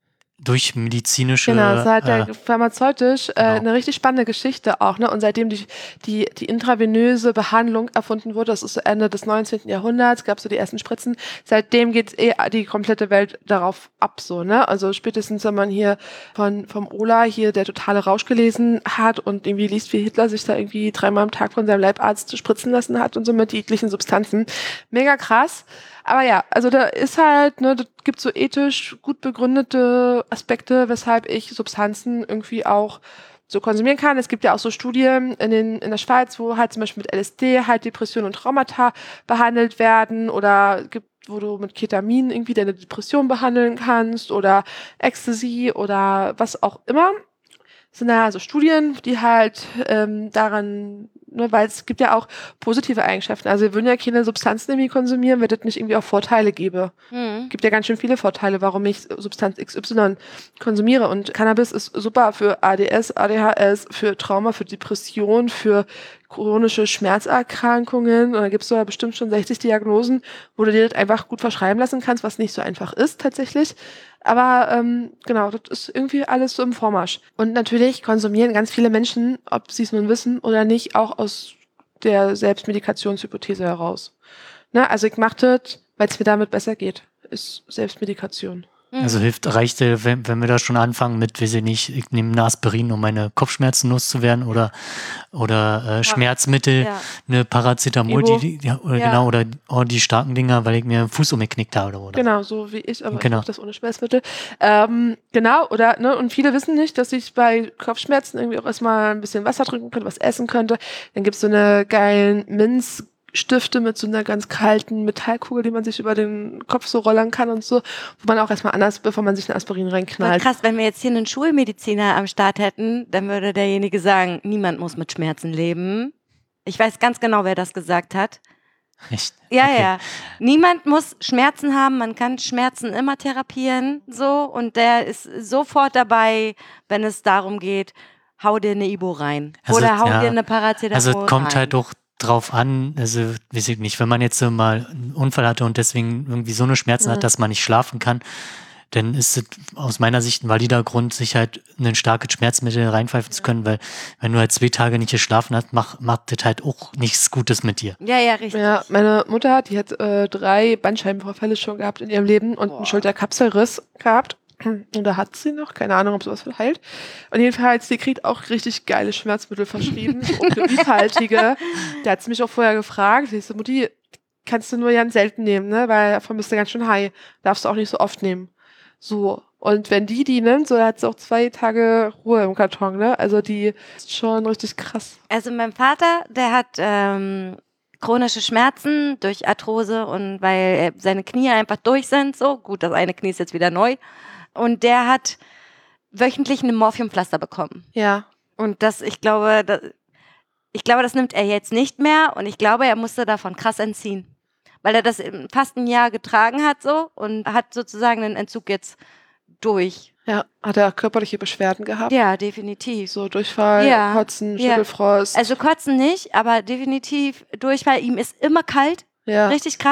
durch medizinische. Genau, es ist halt äh, der pharmazeutisch äh, genau. eine richtig spannende Geschichte auch, ne? Und seitdem die, die, die intravenöse Behandlung erfunden wurde, das ist so Ende des neunzehnten Jahrhunderts, gab es so die ersten Spritzen, seitdem geht eh die komplette Welt darauf ab, so, ne? Also spätestens, wenn man hier von vom Ola hier der totale Rausch gelesen hat und irgendwie liest, wie Hitler sich da irgendwie dreimal am Tag von seinem Leibarzt spritzen lassen hat und so mit jeglichen Substanzen. Mega krass. Aber ja, also da ist halt, ne, da gibt so ethisch gut begründete Aspekte, weshalb ich Substanzen irgendwie auch so konsumieren kann. Es gibt ja auch so Studien in, den, in der Schweiz, wo halt zum Beispiel mit L S D halt Depressionen und Traumata behandelt werden oder gibt, wo du mit Ketamin irgendwie deine Depression behandeln kannst oder Ecstasy oder was auch immer. Das sind ja also Studien, die halt ähm, daran, ne, weil es gibt ja auch positive Eigenschaften. Also wir würden ja keine Substanzen irgendwie konsumieren, wenn das nicht irgendwie auch Vorteile gäbe. Hm. Gibt ja ganz schön viele Vorteile, warum ich Substanz X Y konsumiere. Und Cannabis ist super für A D S, A D H S, für Trauma, für Depression, für chronische Schmerzerkrankungen. Und da gibt es da bestimmt schon sechzig Diagnosen, wo du dir das einfach gut verschreiben lassen kannst, was nicht so einfach ist tatsächlich. Aber ähm, genau, das ist irgendwie alles so im Vormarsch. Und natürlich konsumieren ganz viele Menschen, ob sie es nun wissen oder nicht, auch aus der Selbstmedikationshypothese heraus. Ne? Also ich mache das, weil es mir damit besser geht. Ist Selbstmedikation. Also hilft, reicht, äh, wenn, wenn wir da schon anfangen mit, weiß ich nicht, ich nehme eine Aspirin, um meine Kopfschmerzen loszuwerden oder, oder äh, Schmerzmittel, Ja. eine Paracetamol, Ibo. die, die, oder Ja. genau, oder oh, die starken Dinger, weil ich mir den Fuß umgeknickt habe. Oder? Genau, so wie ich, aber Genau. ich mach das ohne Schmerzmittel. Ähm, genau, oder, ne, und viele wissen nicht, dass ich bei Kopfschmerzen irgendwie auch erstmal ein bisschen Wasser trinken könnte, was essen könnte. Dann gibt's so eine geilen Minzstifte mit so einer ganz kalten Metallkugel, die man sich über den Kopf so rollern kann und so, wo man auch erstmal anders, bevor man sich ein Aspirin Voll reinknallt. krass, wenn wir jetzt hier einen Schulmediziner am Start hätten, dann würde derjenige sagen, niemand muss mit Schmerzen leben. Ich weiß ganz genau, wer das gesagt hat. Echt? Ja, Okay. ja. Niemand muss Schmerzen haben, man kann Schmerzen immer therapieren, so, und der ist sofort dabei, wenn es darum geht, hau dir eine Ibo rein. Also, Oder hau ja, dir eine Paracetamol Also es kommt rein. halt auch drauf an, also weiß ich nicht, wenn man jetzt so mal einen Unfall hatte und deswegen irgendwie so eine Schmerzen Mhm. hat, dass man nicht schlafen kann, dann ist es aus meiner Sicht ein valider Grund, sich halt ein starkes Schmerzmittel reinpfeifen zu können, weil wenn du halt zwei Tage nicht geschlafen hast, macht, macht das halt auch nichts Gutes mit dir. Ja, ja, richtig. Ja, meine Mutter, die hat äh, drei Bandscheibenvorfälle schon gehabt in ihrem Leben und einen Schulterkapselriss gehabt. Und da hat sie noch, keine Ahnung, ob sowas heilt. Und jedenfalls, die kriegt auch richtig geile Schmerzmittel verschrieben, so opioidhaltige. Da hat sie mich auch vorher gefragt, ich so, Mutti, kannst du nur ganz selten nehmen, ne? Weil davon bist du ganz schön high. Darfst du auch nicht so oft nehmen. So. Und wenn die die nimmt, so hat sie auch zwei Tage Ruhe im Karton, ne? Also die ist schon richtig krass. Also mein Vater, der hat ähm, chronische Schmerzen durch Arthrose und weil er, seine Knie einfach durch sind, so. Gut, das eine Knie ist jetzt wieder neu. Und der hat wöchentlich ein Morphiumpflaster bekommen. Ja. Und das, ich glaube, das, ich glaube, das nimmt er jetzt nicht mehr und ich glaube, er musste davon krass entziehen. Weil er das fast ein Jahr getragen hat so und hat sozusagen den Entzug jetzt durch. Ja. Hat er körperliche Beschwerden gehabt? Ja, definitiv. So Durchfall, Ja. Kotzen, Ja. Schüttelfrost. Also kotzen nicht, aber definitiv Durchfall. Ihm ist immer kalt, ja. richtig krass.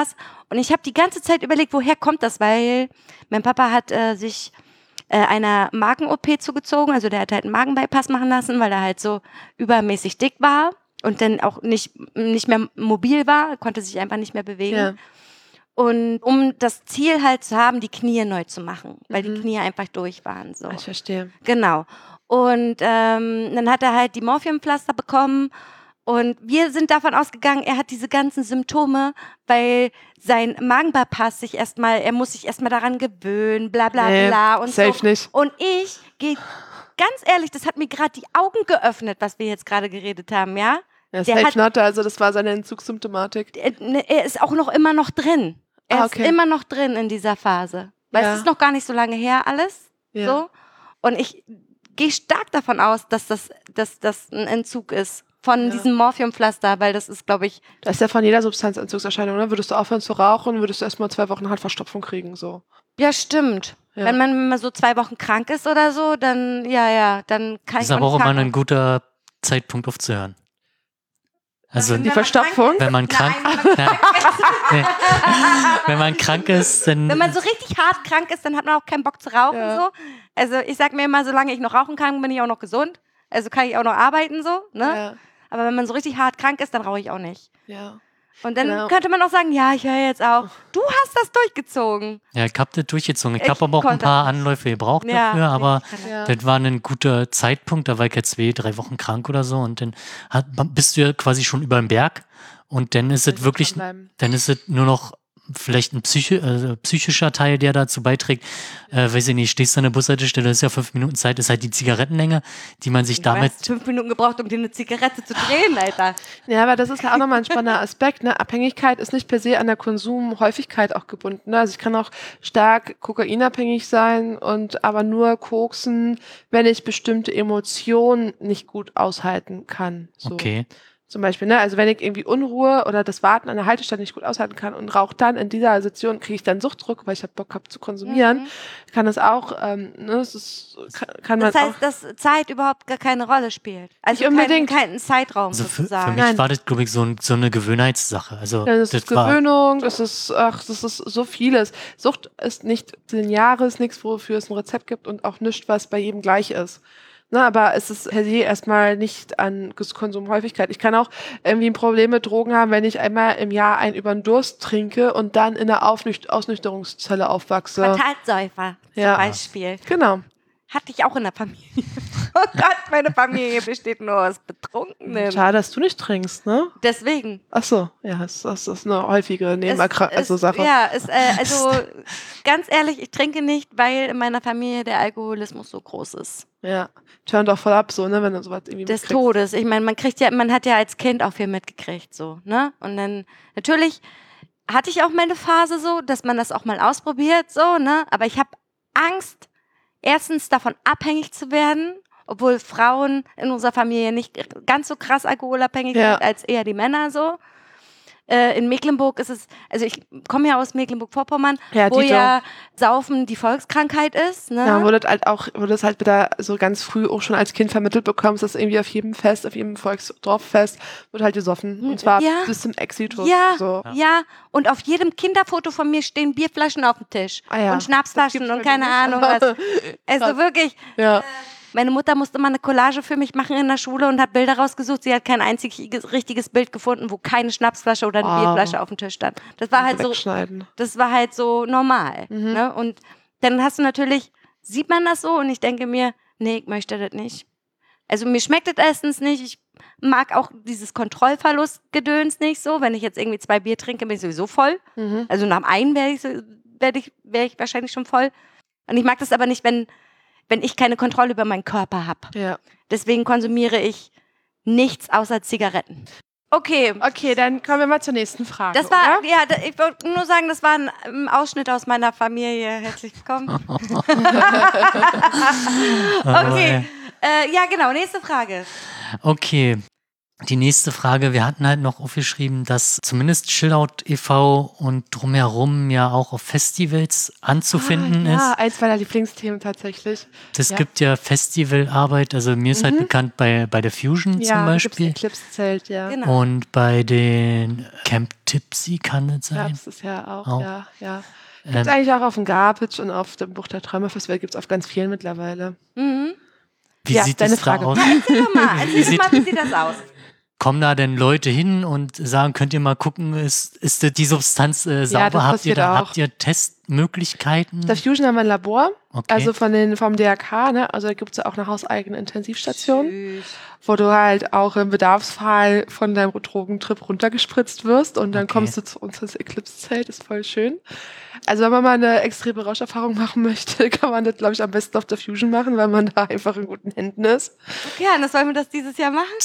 Und ich habe die ganze Zeit überlegt, woher kommt das, weil mein Papa hat äh, sich äh, einer Magen-O P zugezogen, also der hat halt einen Magenbypass machen lassen, weil er halt so übermäßig dick war und dann auch nicht, nicht mehr mobil war, konnte sich einfach nicht mehr bewegen. Ja. Und um das Ziel halt zu haben, die Knie neu zu machen, weil Mhm. die Knie einfach durch waren. So. Ich verstehe. Genau. Und ähm, dann hat er halt die Morphiumpflaster bekommen und wir sind davon ausgegangen, er hat diese ganzen Symptome, weil sein Magenbypass sich erstmal, er muss sich erstmal daran gewöhnen, bla bla Nee, bla und safe so. nicht. Und ich gehe, ganz ehrlich, das hat mir gerade die Augen geöffnet, was wir jetzt gerade geredet haben, ja? Ja, Der safe hat- not, also das war seine Entzugssymptomatik. Er, ne, er ist auch noch immer noch drin. Er Ah, okay. ist immer noch drin in dieser Phase. Weil Ja. es ist noch gar nicht so lange her alles. Ja. So. Und ich gehe stark davon aus, dass das, dass das ein Entzug ist von Ja. diesem Morphiumpflaster, weil das ist, glaube ich, Das ist ja von jeder Substanzentzugserscheinung, ne? Würdest du aufhören zu rauchen, würdest du erstmal zwei Wochen Handverstopfung kriegen, so. ja, stimmt. Ja. Wenn man mal so zwei Wochen krank ist oder so, dann, ja, ja, dann kann Das ich ist aber auch nicht immer fahren. ein guter Zeitpunkt aufzuhören. Also, Wenn Die man Verstopfung? krank ist? wenn man krank, Nein, wenn man Nein. Nee. Wenn man krank ist, dann Wenn man so richtig hart krank ist, dann hat man auch keinen Bock zu rauchen. Ja. So. Also ich sag mir immer, solange ich noch rauchen kann, bin ich auch noch gesund. Also kann ich auch noch arbeiten so. Ne? Ja. Aber wenn man so richtig hart krank ist, dann rauche ich auch nicht. Ja. Und dann Genau. könnte man auch sagen, ja, ich höre jetzt auf. Du hast das durchgezogen. ja, ich hab das durchgezogen. Ich Ich habe aber auch ein konnte paar das nicht. Anläufe gebraucht Ja, dafür, aber ich kann das. Ja. das war ein guter Zeitpunkt. Da war ich ja zwei, drei Wochen krank oder so und dann hat, bist du ja quasi schon über den Berg und dann ist es wirklich, Dranbleiben. dann ist es nur noch vielleicht ein Psychi äh, psychischer Teil, der dazu beiträgt. Äh, weiß ich nicht, stehst du an der Bushaltestelle, ist ja fünf Minuten Zeit, ist halt die Zigarettenlänge, die man sich Du damit hast fünf Minuten gebraucht, um dir eine Zigarette zu drehen, Alter. Ja, aber das ist ja auch nochmal ein spannender Aspekt. Ne? Abhängigkeit ist nicht per se an der Konsumhäufigkeit auch gebunden. Ne? Also ich kann auch stark kokainabhängig sein und aber nur koksen, wenn ich bestimmte Emotionen nicht gut aushalten kann. So. okay. Zum Beispiel, ne? Also wenn ich irgendwie Unruhe oder das Warten an der Haltestelle nicht gut aushalten kann und rauche dann in dieser Situation, kriege ich dann Suchtdruck, weil ich hab Bock habe zu konsumieren, Mhm. kann das auch, ähm, ne, es ist, kann, kann man Das heißt, auch. dass Zeit überhaupt gar keine Rolle spielt. Also Nicht unbedingt. Kein, keinen Zeitraum Also für, für sozusagen. mich Nein. war das, glaube ich, so, ein, so eine Gewöhnheitssache. Also Ja, das ist war, Gewöhnung, das ist, ach, das ist so vieles. Sucht ist nicht zehn Jahre, ist nichts, wofür es ein Rezept gibt und auch nichts, was bei jedem gleich ist. Ne, aber es ist per se erstmal nicht an Konsumhäufigkeit. Ich kann auch irgendwie ein Problem mit Drogen haben, wenn ich einmal im Jahr einen über den Durst trinke und dann in der Aufnücht- Ausnüchterungszelle aufwachse. Quartalsäufer Ja. zum Beispiel. Genau. Hatte ich auch in der Familie. Oh Gott, meine Familie besteht nur aus Betrunkenen. Schade, dass du nicht trinkst, ne? Deswegen. Ach so, ja, das, das ist eine häufige Nebenerkrankung, Es- also es- Sache. Ja, es, äh, also ganz ehrlich, ich trinke nicht, weil in meiner Familie der Alkoholismus so groß ist. Ja. Turnt auch voll ab, so, ne, wenn du sowas irgendwie Des mitkriegst. Todes. Ich meine, man kriegt ja, man hat ja als Kind auch viel mitgekriegt, so, ne? Und dann, natürlich hatte ich auch meine Phase so, dass man das auch mal ausprobiert, so, ne? Aber ich habe Angst, erstens davon abhängig zu werden, obwohl Frauen in unserer Familie nicht ganz so krass alkoholabhängig Ja. sind als eher die Männer so. Äh, in Mecklenburg ist es, also ich komme ja aus Mecklenburg-Vorpommern, Ja, wo Dito. ja Saufen die Volkskrankheit ist, ne? Ja, wo das halt auch, wo das halt wieder so ganz früh auch schon als Kind vermittelt bekommst, dass irgendwie auf jedem Fest, auf jedem Volksdorffest wird halt gesoffen. Und zwar Ja. bis zum Exitus. Ja, So. ja, und auf jedem Kinderfoto von mir stehen Bierflaschen auf dem Tisch Ah ja. und Schnapsflaschen Das und gibt's keine bei Ahnung mir was. nicht. Also wirklich, Ja. meine Mutter musste mal eine Collage für mich machen in der Schule und hat Bilder rausgesucht. Sie hat kein einziges richtiges Bild gefunden, wo keine Schnapsflasche oder eine Wow. Bierflasche auf dem Tisch stand. Das war halt so, Wegschneiden. das war halt so normal. Mhm. Ne? Und dann hast du natürlich, sieht man das so und ich denke mir, nee, ich möchte das nicht. Also mir schmeckt das erstens nicht. Ich mag auch dieses Kontrollverlustgedöns nicht so. Wenn ich jetzt irgendwie zwei Bier trinke, bin ich sowieso voll. Mhm. Also nach dem einen wäre ich, so, werd ich, wär ich wahrscheinlich schon voll. Und ich mag das aber nicht, wenn, wenn ich keine Kontrolle über meinen Körper habe. Ja. Deswegen konsumiere ich nichts außer Zigaretten. Okay, Okay, dann kommen wir mal zur nächsten Frage. das war, oder? ja, da- ich wollte nur sagen, das war ein ähm, Ausschnitt aus meiner Familie. Herzlich willkommen. Okay, äh, ja genau, nächste Frage. Okay. Die nächste Frage, wir hatten halt noch aufgeschrieben, dass zumindest Chillout e V und drumherum ja auch auf Festivals anzufinden ah, ja, ist. Ja, eins meiner Lieblingsthemen tatsächlich. Es ja. gibt ja Festivalarbeit, also mir ist mhm. halt bekannt bei, bei der Fusion ja, zum Beispiel. Ja, Eclipse-Zelt, ja. Genau. Und bei den Camp Tipsy kann es sein. Ja, das ist ja auch, auch. ja, ja. Gibt Ähm, es eigentlich auch auf dem Garbage und auf dem Buch der Träume Festival gibt es auf ganz vielen mittlerweile. Mhm. Wie ja, sieht deine das Frage. da aus? Erzähl doch mal, erzähl doch mal, wie sieht das aus? Kommen da denn Leute hin und sagen, könnt ihr mal gucken, ist, ist die Substanz äh, sauber? Ja, das habt ihr da auch. habt ihr Testmöglichkeiten? Der Fusion haben wir ein Labor, okay. also von den, vom D R K, ne? Also da gibt es ja auch eine hauseigene Intensivstation, Süß. wo du halt auch im Bedarfsfall von deinem Drogentrip runtergespritzt wirst und dann Okay. kommst du zu uns ins Eclipse-Zelt, ist voll schön. Also wenn man mal eine extreme Rauscherfahrung machen möchte, kann man das, glaube ich, am besten auf der Fusion machen, weil man da einfach in guten Händen ist. Okay, Hannes, wollen wir das dieses Jahr machen?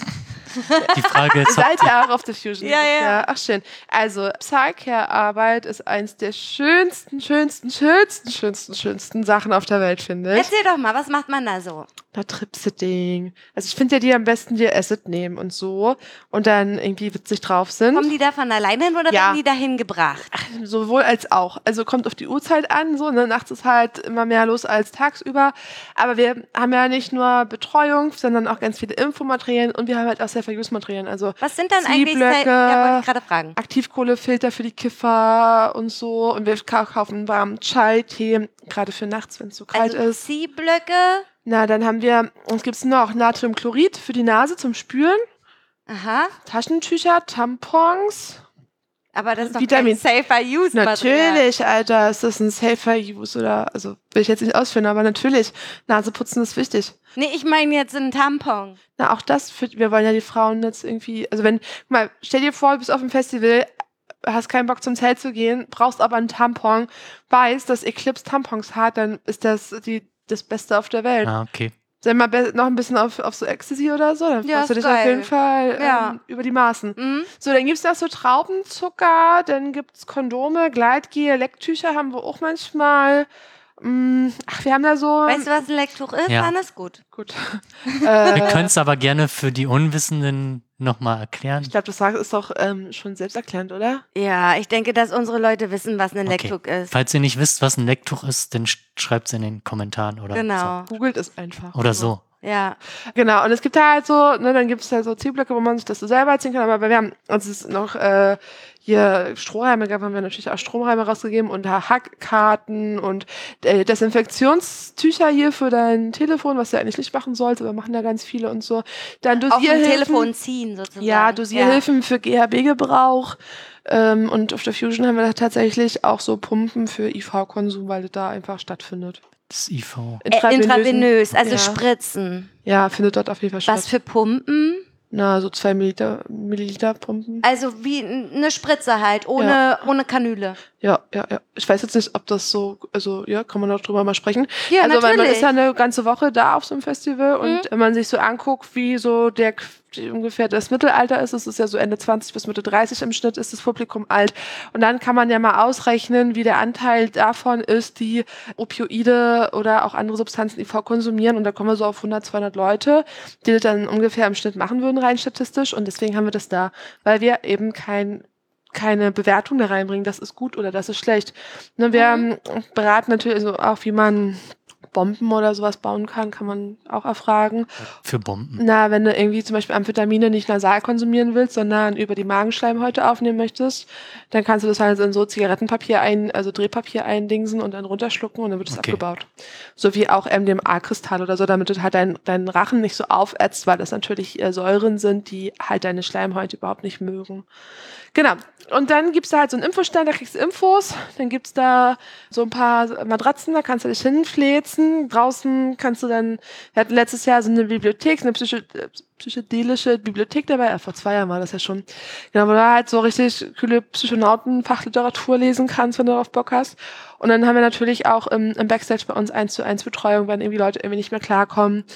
Die Frage ist, Seid ihr auch auf der Fusion? Ja, ja. Ach, schön. Also, Psycare-Arbeit ist eins der schönsten, schönsten, schönsten, schönsten, schönsten Sachen auf der Welt, finde ich. Erzähl doch mal, was macht man da so? Na, Trip-Sitting. Also, ich finde ja, die am besten dir Acid nehmen und so und dann irgendwie witzig drauf sind. Kommen die da von alleine hin oder Ja. werden die dahin gebracht? Sowohl als auch. Also kommt auf die Uhrzeit an, so, ne? Nachts ist halt immer mehr los als tagsüber. Aber wir haben ja nicht nur Betreuung, sondern auch ganz viele Infomaterialien und wir haben halt auch Safer-Use-Materialien. Also Was sind dann eigentlich... Ziehblöcke, Ja, wollte ich gerade fragen. Aktivkohlefilter für die Kiffer und so. Und wir kaufen warmen Chai, Tee, gerade für nachts, wenn es so kalt Also ist. Ziehblöcke. Na, dann haben wir, uns gibt's noch Natriumchlorid für die Nase zum Spülen, Aha. Taschentücher, Tampons. Aber das ist doch Vitamin- kein Safer Use Material. Natürlich, Alter, ist das ein Safer Use oder, also will ich jetzt nicht ausführen, aber natürlich, Naseputzen ist wichtig. Nee, ich meine jetzt einen Tampon. Na, auch das, für, wir wollen ja die Frauen jetzt irgendwie, also wenn, guck mal, stell dir vor, du bist auf dem Festival, hast keinen Bock zum Zelt zu gehen, brauchst aber einen Tampon, weißt, dass Eclipse Tampons hat, dann ist das die, das Beste auf der Welt. ah, okay. Sag mal, be- noch ein bisschen auf, auf so Ecstasy oder so, dann Ja, freust du ist dich auf geil. jeden Fall ähm, Ja. über die Maßen. Mhm. So, dann gibt's noch so Traubenzucker, dann gibt's Kondome, Gleitgel, Lecktücher haben wir auch manchmal. Mm, Ach, wir haben da so... Weißt du, was ein Lecktuch ist? Ja. Hannes? Gut. Gut. Wir äh, können es aber gerne für die Unwissenden nochmal erklären. ich glaube, das sag- ist doch ähm, schon selbsterklärend, oder? Ja, ich denke, dass unsere Leute wissen, was ein Okay. Lecktuch ist. Falls ihr nicht wisst, was ein Lecktuch ist, dann schreibt es in den Kommentaren oder Genau. Googelt es einfach. so. Oder so. Ja. Genau, und es gibt halt so, ne, dann gibt es ja so Zielblöcke, wo man sich das so selber ziehen kann, aber wir haben uns ist noch äh, hier Strohhalme gab, haben wir natürlich auch Stromhalme rausgegeben und da Hackkarten und äh, Desinfektionstücher hier für dein Telefon, was du eigentlich nicht machen sollst, aber machen da ganz viele und so. Dann Auf dem Dosierhilfen. Telefon ziehen sozusagen. Ja, Dosierhilfen für G H B-Gebrauch. Ähm, und auf der Fusion haben wir da tatsächlich auch so Pumpen für I V-Konsum, weil das da einfach stattfindet. Das I V. Ja. Äh, intravenös, also ja. Spritzen. Ja, findet dort auf jeden Fall statt. Was für Pumpen? Na, so zwei Milliliter, Milliliter Pumpen. Also wie n- eine Spritze halt, ohne, ohne Kanüle. Ja, ja, ja. Ich weiß jetzt nicht, ob das so, also ja, kann man auch drüber mal sprechen. Ja, also weil man natürlich. ist ja eine ganze Woche da auf so einem Festival und Mhm. wenn man sich so anguckt, wie so der die ungefähr das Mittelalter ist, es ist ja so Ende zwanzig bis Mitte dreißig im Schnitt, ist das Publikum alt. Und dann kann man ja mal ausrechnen, wie der Anteil davon ist, die Opioide oder auch andere Substanzen I V konsumieren. Und da kommen wir so auf hundert, zweihundert Leute, die das dann ungefähr im Schnitt machen würden, rein statistisch. Und deswegen haben wir das da, weil wir eben kein keine Bewertung da reinbringen, das ist gut oder das ist schlecht. Ne, wir Mhm. ähm, beraten natürlich also auch, wie man Bomben oder sowas bauen kann, kann man auch erfragen. Für Bomben. Na, wenn du irgendwie zum Beispiel Amphetamine nicht nasal konsumieren willst, sondern über die Magenschleimhäute aufnehmen möchtest, dann kannst du das halt in so Zigarettenpapier ein, also Drehpapier eindingsen und dann runterschlucken und dann wird es Okay. abgebaut. So wie auch M D M A-Kristall oder so, damit du halt deinen deinen Rachen nicht so aufätzt, weil das natürlich äh, Säuren sind, die halt deine Schleimhäute überhaupt nicht mögen. Genau. Und dann gibt's da halt so einen Infostand, da kriegst du Infos. Dann gibt's da so ein paar Matratzen, da kannst du dich hinfläzen. Draußen kannst du dann, wir hatten letztes Jahr so eine Bibliothek, eine psycho, äh, psychedelische Bibliothek dabei. Ja, vor zwei Jahren war das ja schon. Genau, wo du halt so richtig kühle Psychonauten-Fachliteratur lesen kannst, wenn du darauf Bock hast. Und dann haben wir natürlich auch im, im Backstage bei uns eins zu eins Betreuung, wenn irgendwie Leute irgendwie nicht mehr klarkommen.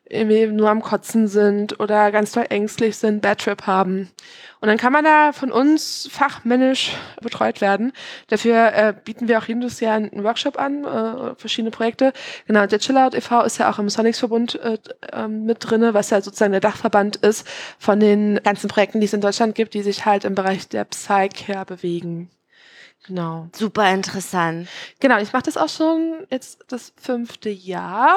irgendwie nur am Kotzen sind oder ganz doll ängstlich sind, Bad Trip haben. Und dann kann man da von uns fachmännisch betreut werden. Dafür äh, bieten wir auch jedes Jahr einen Workshop an, äh, verschiedene Projekte. Genau, der Chillout e V ist ja auch im Sonics-Verbund äh, äh, mit drinne, was ja sozusagen der Dachverband ist von den ganzen Projekten, die es in Deutschland gibt, die sich halt im Bereich der Psycare bewegen. Genau. Super interessant. Genau, ich mache das auch schon jetzt das fünfte Jahr.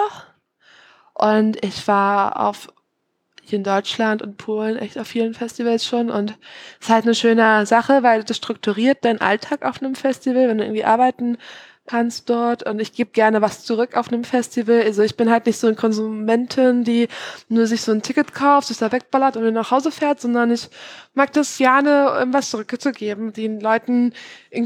Und ich war auf hier in Deutschland und Polen echt auf vielen Festivals schon und es ist halt eine schöne Sache, weil das strukturiert deinen Alltag auf einem Festival, wenn du irgendwie arbeiten kannst dort und ich gebe gerne was zurück auf einem Festival. Also ich bin halt nicht so eine Konsumentin, die nur sich so ein Ticket kauft, sich da wegballert und dann nach Hause fährt, sondern ich mag das gerne, was zurückzugeben, den Leuten,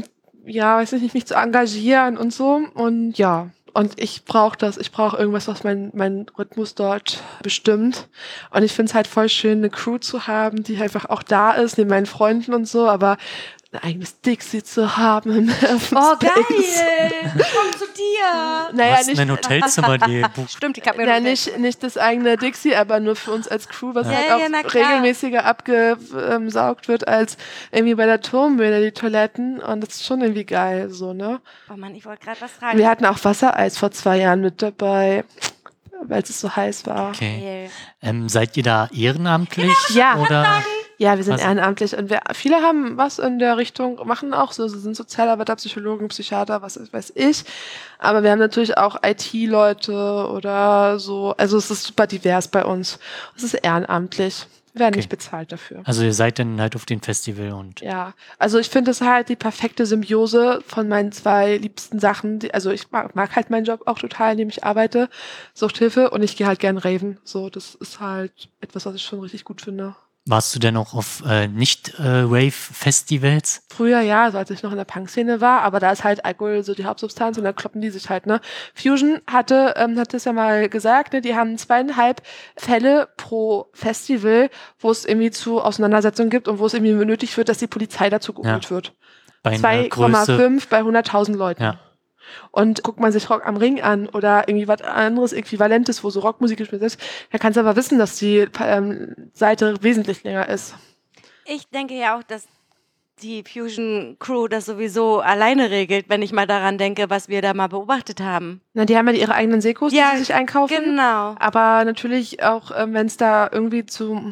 ja, weiß ich nicht, mich zu engagieren und so und ja. Und ich brauche das. Ich brauche irgendwas, was mein, mein Rhythmus dort bestimmt. Und ich finde es halt voll schön, eine Crew zu haben, die einfach auch da ist, neben meinen Freunden und so. Aber ein eigenes Dixie zu haben im Oh, geil! Komm zu dir! Naja, Was nicht, ein Hotelzimmer, die Stimmt, ich hab mir na, noch nicht, nicht das eigene Dixie, aber nur für uns als Crew, was Ja, halt ja, auch na klar. regelmäßiger abgesaugt wird als irgendwie bei der Turmbühne, die Toiletten. Und das ist schon irgendwie geil, so, ne? Oh Mann, ich wollte gerade was fragen. Wir hatten auch Wassereis vor zwei Jahren mit dabei, weil es so heiß war. Okay. Geil. Ähm, seid ihr da ehrenamtlich? Ja. Oder? Ja, wir sind Was? ehrenamtlich und wir, viele haben was in der Richtung, machen auch so, sie sind Sozialarbeiter, Psychologen, Psychiater, was weiß ich. Aber wir haben natürlich auch I T-Leute oder so. Also es ist super divers bei uns. Es ist ehrenamtlich. Wir werden Okay. nicht bezahlt dafür. Also ihr seid dann halt auf dem Festival und Ja, also ich finde es halt die perfekte Symbiose von meinen zwei liebsten Sachen. Die, also ich mag, mag halt meinen Job auch total, in dem ich arbeite, Suchthilfe und ich gehe halt gern raven. So, das ist halt etwas, was ich schon richtig gut finde. warst du denn auch auf äh, Nicht-Rave-Festivals? Früher ja, also als ich noch in der Punk-Szene war, aber da ist halt Alkohol so die Hauptsubstanz und da kloppen die sich halt, ne. Fusion hatte, ähm, hat das ja mal gesagt, ne, die haben zweieinhalb Fälle pro Festival, wo es irgendwie zu Auseinandersetzungen gibt und wo es irgendwie benötigt wird, dass die Polizei dazu geholt Ja. wird. Bei einer zwei Komma Größe. fünf bei hunderttausend Leuten. Ja. Und guckt man sich Rock am Ring an oder irgendwie was anderes Äquivalentes, wo so Rockmusik gespielt ist, da kannst du aber wissen, dass die ähm, Seite wesentlich länger ist. Ich denke ja auch, dass die Fusion Crew das sowieso alleine regelt, wenn ich mal daran denke, was wir da mal beobachtet haben. Na, die haben ja ihre eigenen Sekos, Ja, die sie sich einkaufen. Genau. Aber natürlich auch, ähm, wenn es da irgendwie zu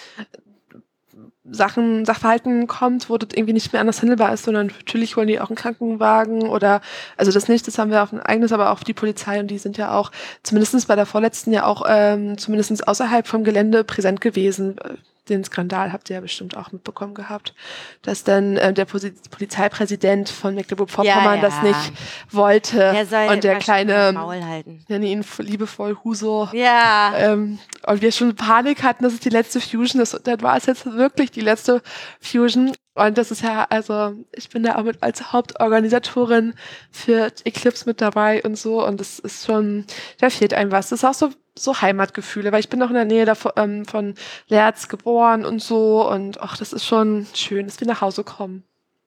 Sachen, Sachverhalten kommt, wo das irgendwie nicht mehr anders handelbar ist, sondern natürlich holen die auch einen Krankenwagen oder, also das nicht, das haben wir auf ein eigenes, aber auch die Polizei und die sind ja auch, zumindest bei der vorletzten ja auch, ähm, zumindest außerhalb vom Gelände präsent gewesen. Den Skandal habt ihr ja bestimmt auch mitbekommen gehabt, dass dann äh, der Posi- Polizeipräsident von Mecklenburg-Vorpommern Ja, ja. das nicht wollte Der soll und der mal kleine, das Maul halten. ich nenne ihn f- liebevoll Huso, Ja. ähm, und wir schon Panik hatten, das ist die letzte Fusion, das, dann war es jetzt wirklich die letzte Fusion. Und das ist ja, also ich bin da auch mit als Hauptorganisatorin für Eclipse mit dabei und so. Und das ist schon, da fehlt einem was. Das ist auch so, so Heimatgefühle, weil ich bin noch in der Nähe davon, ähm, von Lerz geboren und so. Und ach, das ist schon schön, dass wir nach Hause kommen.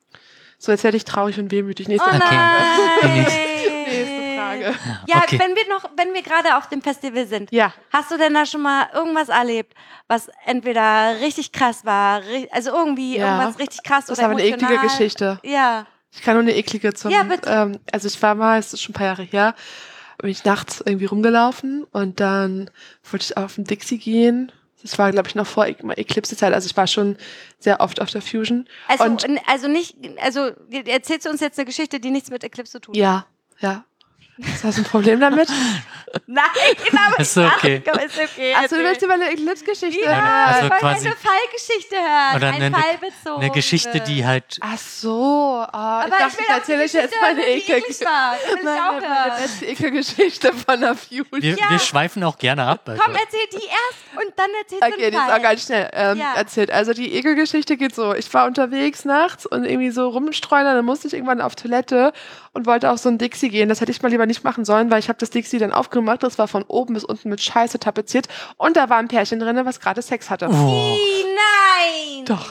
So, jetzt werde ich traurig und wehmütig. Nächste, Oh Okay. nein. nächste Frage. Ja, Okay. wenn wir noch, wenn wir gerade auf dem Festival sind, Ja. hast du denn da schon mal irgendwas erlebt, was entweder richtig krass war, ri- also irgendwie Ja. irgendwas richtig krass Das ist oder aber eine eklige emotional? Geschichte. Ja. Ich kann nur eine eklige zum, Ja, bitte. ähm, also ich war mal, es ist schon ein paar Jahre her, bin ich nachts irgendwie rumgelaufen und dann wollte ich auf den Dixie gehen. Das war, glaube ich, noch vor E- Eclipse-Zeit, also ich war schon sehr oft auf der Fusion. Also, und n- also nicht, also erzählst du uns jetzt eine Geschichte, die nichts mit Eclipse zu tun hat? ja, ja. Ist das ein Problem damit? Nein, aber Ist okay. Ach, ist okay. Achso, du erzähl. willst über eine Eclipse-Geschichte Ja, hören? Also ich wollte quasi- eine Fallgeschichte hören. Oder ein eine, Fallbezogen. eine Geschichte, die halt Ach so, oh, ich Aber dachte, ich will ich auch erzähle die euch jetzt Geschichte meine hören, die Ekel. eklig war. Das will ich Nein, auch meine hören. beste Ekelgeschichte von der Fusion. wir, wir schweifen auch gerne ab. Also. Komm, erzähl die erst und dann erzählst du Okay, den die ist Fall. auch ganz schnell ähm, Ja. erzählt. Also die Ekelgeschichte geht so. Ich war unterwegs nachts und irgendwie so rumstreunern, dann musste ich irgendwann auf Toilette und wollte auf so ein Dixie gehen. Das hätte ich mal lieber nicht machen sollen, weil ich habe das Dixie dann aufgemacht. Das war von oben bis unten mit Scheiße tapeziert und da war ein Pärchen drin, was gerade Sex hatte. Oh. Ih, nein. Doch.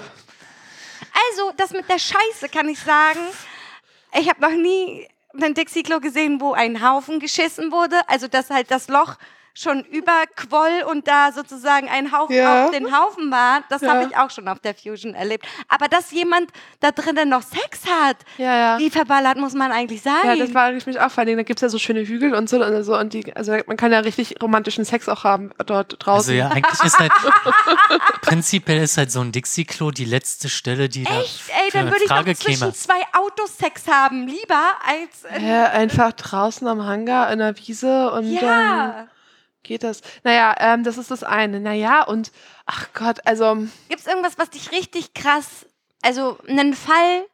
Also, das mit der Scheiße kann ich sagen. Ich habe noch nie einen Dixie-Klo gesehen, wo ein Haufen geschissen wurde. Also, dass halt das Loch schon überquoll und da sozusagen ein Haufen Ja. auf den Haufen war, das Ja. habe ich auch schon auf der Fusion erlebt. Aber dass jemand da drinnen noch Sex hat, Ja, ja. wie verballert muss man eigentlich sein? Ja, das war ich mich auch vor allem. Da gibt es ja so schöne Hügel und so und so und die, also man kann ja richtig romantischen Sex auch haben dort draußen. Also ja, eigentlich ist halt, prinzipiell ist halt so ein Dixie-Klo die letzte Stelle, die Echt? da Ey, für dann würde ich Frage doch zwischen käme. zwei Autos Sex haben, lieber als... Äh, Ja, einfach draußen am Hangar in der Wiese und dann ja. geht das. Naja, ähm, das ist das eine. Naja, und ach Gott, also Gibt es irgendwas, was dich richtig krass, also einen Fall,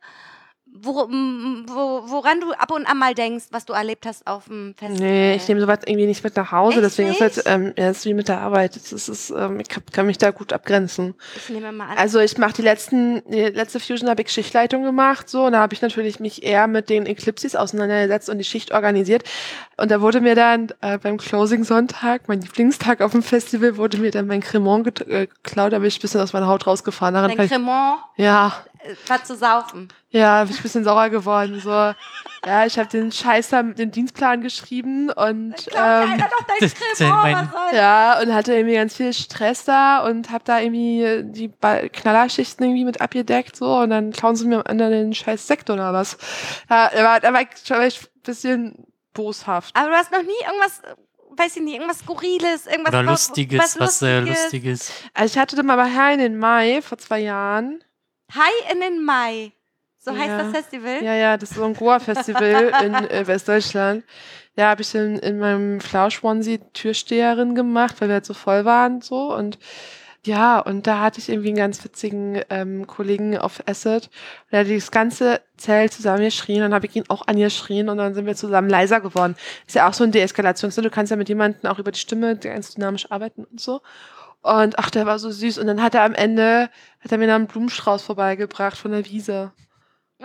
wo, m- wo, woran du ab und an mal denkst, was du erlebt hast auf dem Festival? nee, ich nehme sowas irgendwie nicht mit nach Hause, Echt deswegen ist nicht? halt, ähm, ja, ist wie mit der Arbeit. Das ist, ist, ähm, ich hab, kann mich da gut abgrenzen. Ich nehme mal an. Also ich mache die letzten, die letzte Fusion habe ich Schichtleitung gemacht, so, und da habe ich natürlich mich eher mit den Eclipses auseinandergesetzt und die Schicht organisiert. Und da wurde mir dann äh, beim Closing-Sonntag, mein Lieblingstag auf dem Festival, wurde mir dann mein Cremant get- äh, geklaut, da bin ich ein bisschen aus meiner Haut rausgefahren. Daran Dein kann ich, Cremant ja, äh, war zu saufen. ja, bin ich ein bisschen sauer geworden. So, ja, ich habe den Scheiß da mit dem Dienstplan geschrieben und Klar, ähm, Alter, doch dein das- Cremant, mein- was soll ja, und hatte irgendwie ganz viel Stress da und hab da irgendwie die Ba- Knallerschichten irgendwie mit abgedeckt, so, und dann klauen sie mir am Ende den scheiß Sekt oder was. Ja, da war, da war ich schon echt ein bisschen boshaft. Aber du hast noch nie irgendwas, äh, weiß ich nicht, irgendwas Skurriles, irgendwas Oder was- Lustiges, was sehr Lustiges. Lustiges. Also ich hatte dann mal bei Herrn in Mai vor zwei Jahren. Hi in den Mai. So heißt Ja. das Festival? Ja, ja, das ist so ein Goa-Festival in äh, Westdeutschland. Da habe ich in, in meinem Flausch-Onesie Türsteherin gemacht, weil wir halt so voll waren und so. Und ja, und da hatte ich irgendwie einen ganz witzigen ähm, Kollegen auf Acid. Und der hat das ganze Zelt zusammen geschrien, dann habe ich ihn auch angeschrien und dann sind wir zusammen leiser geworden. Ist ja auch so ein Deeskalations. Du kannst ja mit jemandem auch über die Stimme ganz dynamisch arbeiten und so. Und ach, der war so süß. Und dann hat er am Ende, hat er mir noch einen Blumenstrauß vorbeigebracht von der Wiese. Oh,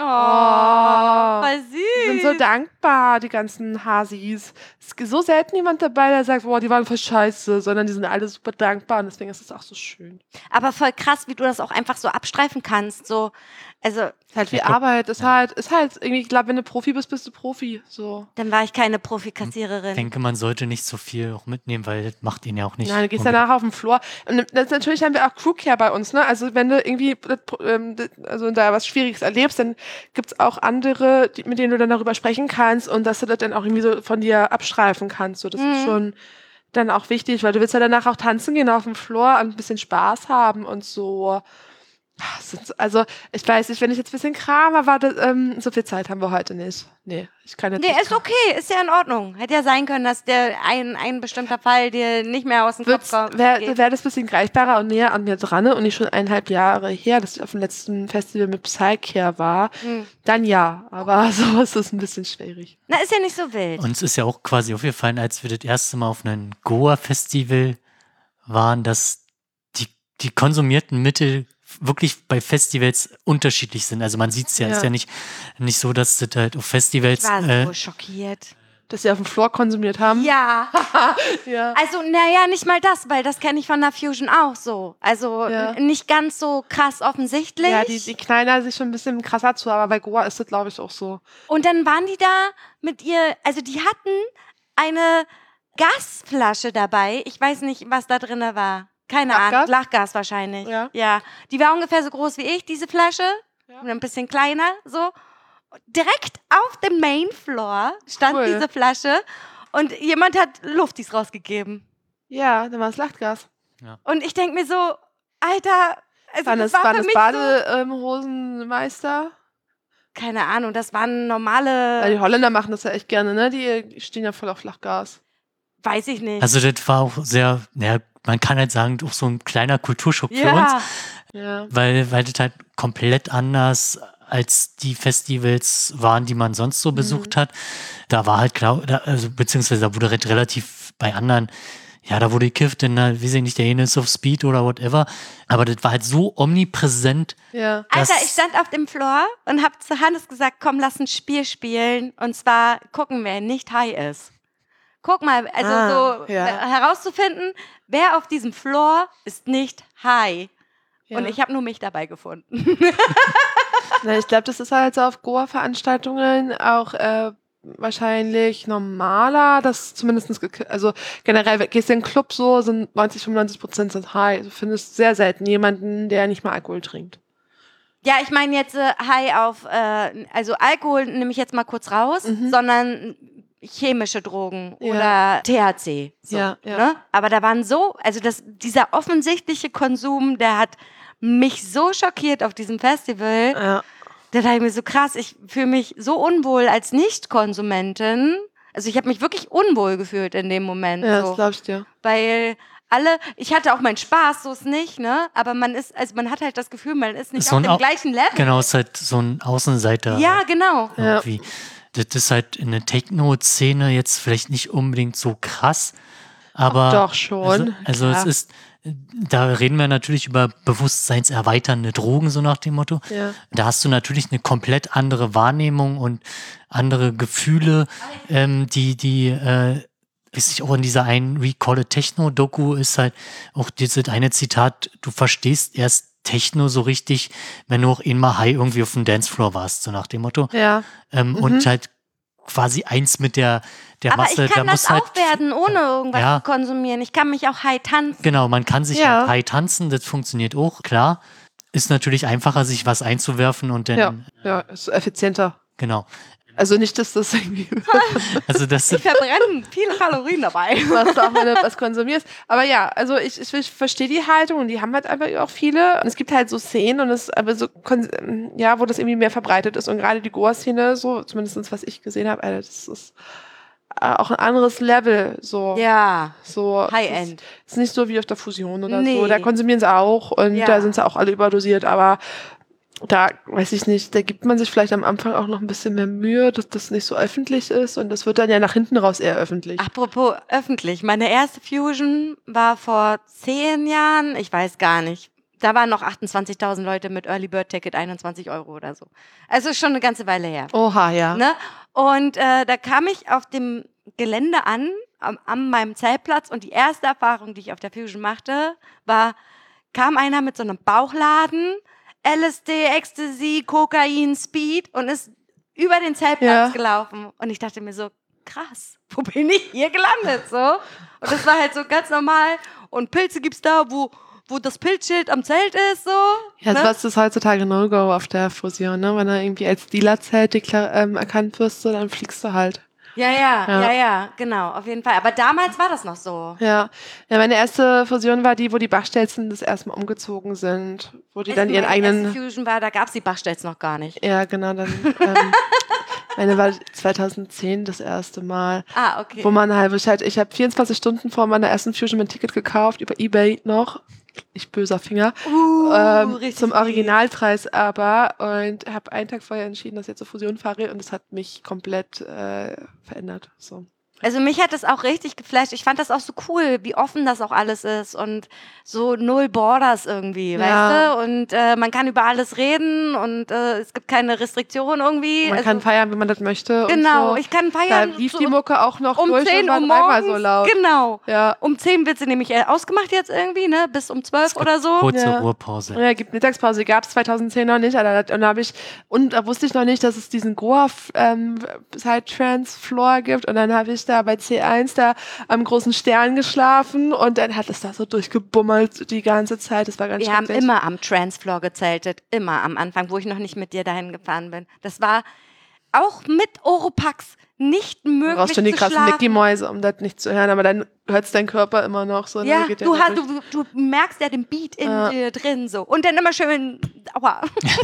Oh. voll süß. Die sind so dankbar, die ganzen Hasis. Es ist so selten jemand dabei, der sagt, boah, die waren voll scheiße, sondern die sind alle super dankbar und deswegen ist es auch so schön. Aber voll krass, wie du das auch einfach so abstreifen kannst. So, also, Ist halt wie Ich glaub- Arbeit, ist halt, ist halt irgendwie, ich glaube, wenn du Profi bist, bist du Profi, so. dann war ich keine Ich Profikassiererin. denke, man sollte nicht so viel auch mitnehmen, weil das macht ihn ja auch nicht. Nein, du gehst unbedingt. danach auf den Floor. Und das, natürlich haben wir auch Crewcare bei uns, ne? Also wenn du irgendwie das, ähm, das, also da was Schwieriges erlebst, dann gibt's auch andere, die, mit denen du dann darüber sprechen kannst und dass du das dann auch irgendwie so von dir abstreifen kannst. So, das Mhm. ist schon dann auch wichtig, weil du willst ja danach auch tanzen gehen auf dem Floor und ein bisschen Spaß haben und so. Ah, es sind so- Also, ich weiß nicht, wenn ich jetzt ein bisschen Kram erwarte, ähm, so viel Zeit haben wir heute nicht. Nee, ich kann jetzt Nee, nicht ist okay, ist ja in Ordnung. Hätte ja sein können, dass der ein, ein bestimmter Fall dir nicht mehr aus dem Kopf kommt. Wäre wär das ein bisschen greifbarer und näher an mir dran und nicht schon eineinhalb Jahre her, dass ich auf dem letzten Festival mit Psycare war, Hm. dann ja. Aber so ist es ein bisschen schwierig. Na, ist ja nicht so wild. Uns ist ja auch quasi aufgefallen, als wir das erste Mal auf einem Goa-Festival waren, dass die, die konsumierten Mittel wirklich bei Festivals unterschiedlich sind. Also man sieht es ja, Ja. ist ja nicht, nicht so, dass das halt auf Ich Festivals war so äh, schockiert. Dass sie auf dem Floor konsumiert haben. Ja, Ja. also naja, nicht mal das, weil das kenne ich von der Fusion auch so. Also Ja. n- nicht ganz so krass offensichtlich. Ja, die, die knallen da sich schon ein bisschen krasser zu, aber bei Goa ist das, glaube ich, auch so. Und dann waren die da mit ihr, also die hatten eine Gasflasche dabei. Ich weiß nicht, was da drin war. Keine Lachgas? Ahnung. Lachgas wahrscheinlich. Ja. Ja. Die war ungefähr so groß wie ich, diese Flasche. Ja. Ein bisschen kleiner, so. Direkt auf dem Mainfloor stand Cool. diese Flasche und jemand hat Luftis rausgegeben. Ja, dann war es Lachgas. Und ich denke mir so, Alter, also Waren das das, war waren für das mich so, Badehosenmeister? keine Ahnung, das waren Weil die normale, Holländer machen das ja echt gerne, ne? Die stehen ja voll auf Lachgas. weiß ich nicht. also das war auch sehr, ja, man kann halt sagen, auch so ein kleiner Kulturschock für uns, ja, Ja. weil, weil das halt komplett anders als die Festivals waren, die man sonst so besucht hat. Da war halt klar, da, also beziehungsweise da wurde halt relativ bei anderen, ja, da wurde gekifft, denn da, weiß ich nicht, der eine ist auf Speed oder whatever. Aber das war halt so omnipräsent. Ja. Alter, das- ich stand auf dem Floor und habe zu Hannes gesagt, komm, lass ein Spiel spielen. Und zwar gucken, wer nicht high ist. Guck mal, also Ah, so ja. äh, herauszufinden, wer auf diesem Floor ist nicht high. Ja. Und ich habe nur mich dabei gefunden. Na, ich glaube, das ist halt so auf Goa-Veranstaltungen auch, äh, wahrscheinlich normaler, das zumindest, gek- also generell, gehst du in den Club so, sind neunzig, fünfundneunzig Prozent sind high. Du findest sehr selten jemanden, der nicht mal Alkohol trinkt. Ja, ich meine jetzt äh, high auf, äh, also Alkohol nehme ich jetzt mal kurz raus, Mhm. sondern chemische Drogen Ja. oder T H C. So, Ja, ja. Ne? Aber da waren so, also das, dieser offensichtliche Konsum, der hat mich so schockiert auf diesem Festival. Ja. Da dachte ich mir so krass, ich fühle mich so unwohl als Nicht-Konsumentin. Also ich habe mich wirklich unwohl gefühlt in dem Moment. Ja, so. das glaub ich dir. Weil alle, ich hatte auch meinen Spaß, so ist nicht, ne? Aber man ist, also man hat halt das Gefühl, man ist nicht So auf ein dem Au- gleichen Level. Genau, ist halt so ein Außenseiter. Ja, genau. Ja. Irgendwie. Das ist halt in der Techno-Szene jetzt vielleicht nicht unbedingt so krass, aber. Doch schon, Also, also es klar. ist, da reden wir natürlich über bewusstseinserweiternde Drogen, so nach dem Motto. Ja. Da hast du natürlich eine komplett andere Wahrnehmung und andere Gefühle, ähm, die, die, äh, weiß ich auch in dieser einen Recall It Techno-Doku ist halt auch dieses eine Zitat, du verstehst erst Techno so richtig, wenn du auch einmal high irgendwie auf dem Dancefloor warst, so nach dem Motto. Ja. Ähm, Mhm. Und halt quasi eins mit der, der Aber Masse. ich kann da das muss halt, auch werden, ohne irgendwas Ja. zu konsumieren. Ich kann mich auch high tanzen. Genau, man kann sich Ja. halt high tanzen, das funktioniert auch, klar. Ist natürlich einfacher, sich was einzuwerfen und dann, Ja, ja, ist effizienter. genau. Also nicht, dass das irgendwie Also das Ich verbrenne viele Kalorien dabei. was du auch wenn du was konsumierst. Aber ja, also ich, ich, ich verstehe die Haltung und die haben halt einfach auch viele. Und es gibt halt so Szenen und es aber so kon- ja, wo das irgendwie mehr verbreitet ist und gerade die Goa-Szene, so zumindest was ich gesehen habe, Alter, das ist äh, auch ein anderes Level. So, Ja, so High-End. Es ist nicht so wie auf der Fusion oder Nee. so. Da konsumieren sie auch und Ja. da sind sie auch alle überdosiert, aber da weiß ich nicht, da gibt man sich vielleicht am Anfang auch noch ein bisschen mehr Mühe, dass das nicht so öffentlich ist und das wird dann ja nach hinten raus eher öffentlich. Apropos öffentlich. Meine erste Fusion war vor zehn Jahren. Ich weiß gar nicht. Da waren noch achtundzwanzigtausend Leute mit Early Bird Ticket, einundzwanzig Euro oder so. Also ist schon eine ganze Weile her. Oha, ja. Ne? Und äh, da kam ich auf dem Gelände an, am, an meinem Zeltplatz und die erste Erfahrung, die ich auf der Fusion machte, war, kam einer mit so einem Bauchladen, L S D, Ecstasy, Kokain, Speed und ist über den Zeltplatz Ja. gelaufen. Und ich dachte mir so, krass, wo bin ich hier gelandet? So. Und das war halt so ganz normal. Und Pilze gibt's da, wo, wo das Pilzschild am Zelt ist, so. Ja, ne? was ist heutzutage No-Go auf der Fusion, ne? Wenn du irgendwie als Dealerzelt deklar- ähm, erkannt wirst, so, dann fliegst du halt. Ja, ja, Ja. ja, ja, genau, auf jeden Fall. Aber damals war das noch so. Ja. Ja, meine erste Fusion war die, wo die Bachstelzen das erste Mal umgezogen sind, wo die dann Als ihren meine eigenen. erste Fusion war, da gab's die Bachstelz noch gar nicht. Ja, genau, dann. ähm, meine war zweitausendzehn das erste Mal. Ah, okay. Wo man halt, wo ich halt, ich habe vierundzwanzig Stunden vor meiner ersten Fusion mein Ticket gekauft, über Ebay noch. Ich böser Finger. uh, ähm, richtig zum viel. Originalpreis aber und habe einen Tag vorher entschieden, dass ich jetzt zur Fusion fahre und das hat mich komplett äh, verändert. So. Also mich hat das auch richtig geflasht. Ich fand das auch so cool, wie offen das auch alles ist und so null Borders irgendwie, Ja. weißt du? Und äh, man kann über alles reden und äh, es gibt keine Restriktionen irgendwie. Man also, kann feiern, wenn man das möchte. genau, und so. ich kann Da feiern. lief so die Mucke auch noch um durch zehn und war Uhr dreimal morgens. so laut. Genau. Ja. Um zehn wird sie nämlich äh, ausgemacht jetzt irgendwie, ne? Bis um zwölf oder so. Kurze Ja. Ruhepause. Ja, gibt Mittagspause, gab es zweitausendzehn noch nicht, Alter. Und da habe ich, und da wusste ich noch nicht, dass es diesen Goa ähm, Trans Floor gibt. Und dann habe ich da bei C eins da am großen Stern geschlafen und dann hat es da so durchgebummelt die ganze Zeit. Das war ganz Wir haben schrecklich. immer am Transfloor gezeltet, immer am Anfang, wo ich noch nicht mit dir dahin gefahren bin. Das war auch mit Oropax nicht Du möglich brauchst schon die zu krassen schlafen. Mickey-Mäuse, um das nicht zu hören, aber dann hört dein Körper immer noch so. ne, Ja, geht du, ja hast, durch. du, du merkst ja den Beat in Ja. dir drin so. Und dann immer schön, aua,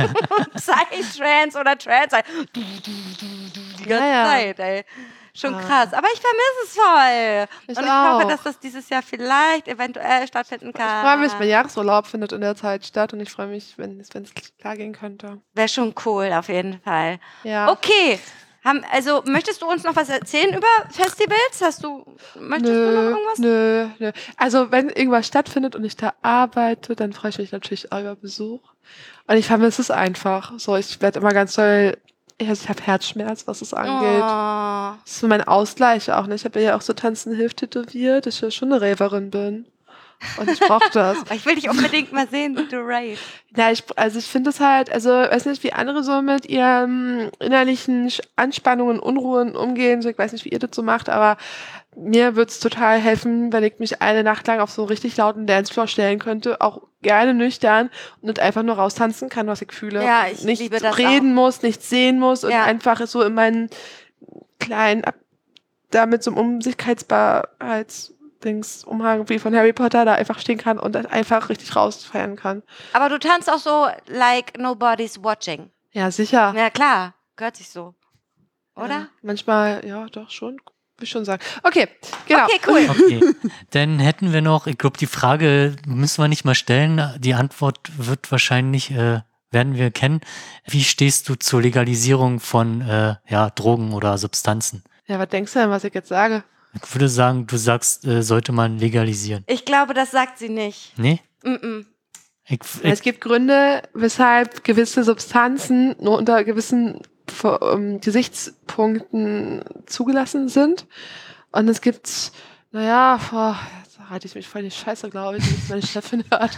Psytrance oder Trance. halt. Du, du, du, du, die ganze Ja, ja. Zeit, ey. Schon Ah. krass. Aber ich vermisse es voll. Ich Und ich hoffe, auch. dass das dieses Jahr vielleicht eventuell stattfinden kann. Ich freue mich, mein Jahresurlaub findet in der Zeit statt und ich freue mich, wenn es klar gehen könnte. Wäre schon cool, auf jeden Fall. Ja. Okay. Haben, also, möchtest du uns noch was erzählen über Festivals? Hast du, möchtest du noch Nö, irgendwas? nö, nö. Also wenn irgendwas stattfindet und ich da arbeite, dann freue ich mich natürlich auch über Besuch. Und ich vermisse es einfach. So, ich werde immer ganz doll, ich, ich habe Herzschmerz, was es angeht. Oh. Das ist so mein Ausgleich auch. Ne? Ich habe ja auch so Tanzen hilft tätowiert, dass ich ja schon eine Raverin bin. Und ich brauche das. Ich will dich unbedingt mal sehen, wie du rave. Ja, ich, also ich finde es halt, also weiß nicht, wie andere so mit ihren innerlichen Anspannungen, Unruhen umgehen. So, ich weiß nicht, wie ihr das so macht, aber mir würde es total helfen, wenn ich mich eine Nacht lang auf so einen richtig lauten Dancefloor stellen könnte, auch gerne nüchtern und einfach nur raustanzen kann, was ich fühle. Ja, ich nicht liebe das reden auch. muss, nichts sehen muss und Ja. einfach so in meinen kleinen, Ab- damit so einem Unsichtbarkeitsdings, Umhang wie von Harry Potter da einfach stehen kann und dann einfach richtig rausfeiern kann. Aber du tanzt auch so, like nobody's watching. Ja, sicher. Ja, klar. Gehört sich so. Oder? Ja, manchmal, ja, doch schon. Will ich schon sagen. Okay, genau. Okay, cool. Okay, dann hätten wir noch, ich glaube, die Frage müssen wir nicht mal stellen. Die Antwort wird wahrscheinlich, äh, werden wir kennen. Wie stehst du zur Legalisierung von äh, ja, Drogen oder Substanzen? Ja, was denkst du denn, was ich jetzt sage? Ich würde sagen, du sagst, äh, sollte man legalisieren. Ich glaube, das sagt sie nicht. Nee? Mm-mm. Ich, Es ich, gibt Gründe, weshalb gewisse Substanzen nur unter gewissen ähm, Gesichtspunkten zugelassen sind. Und es gibt, naja, boah, jetzt halte ich mich voll die Scheiße, glaube ich, wenn es meine Chefin hört.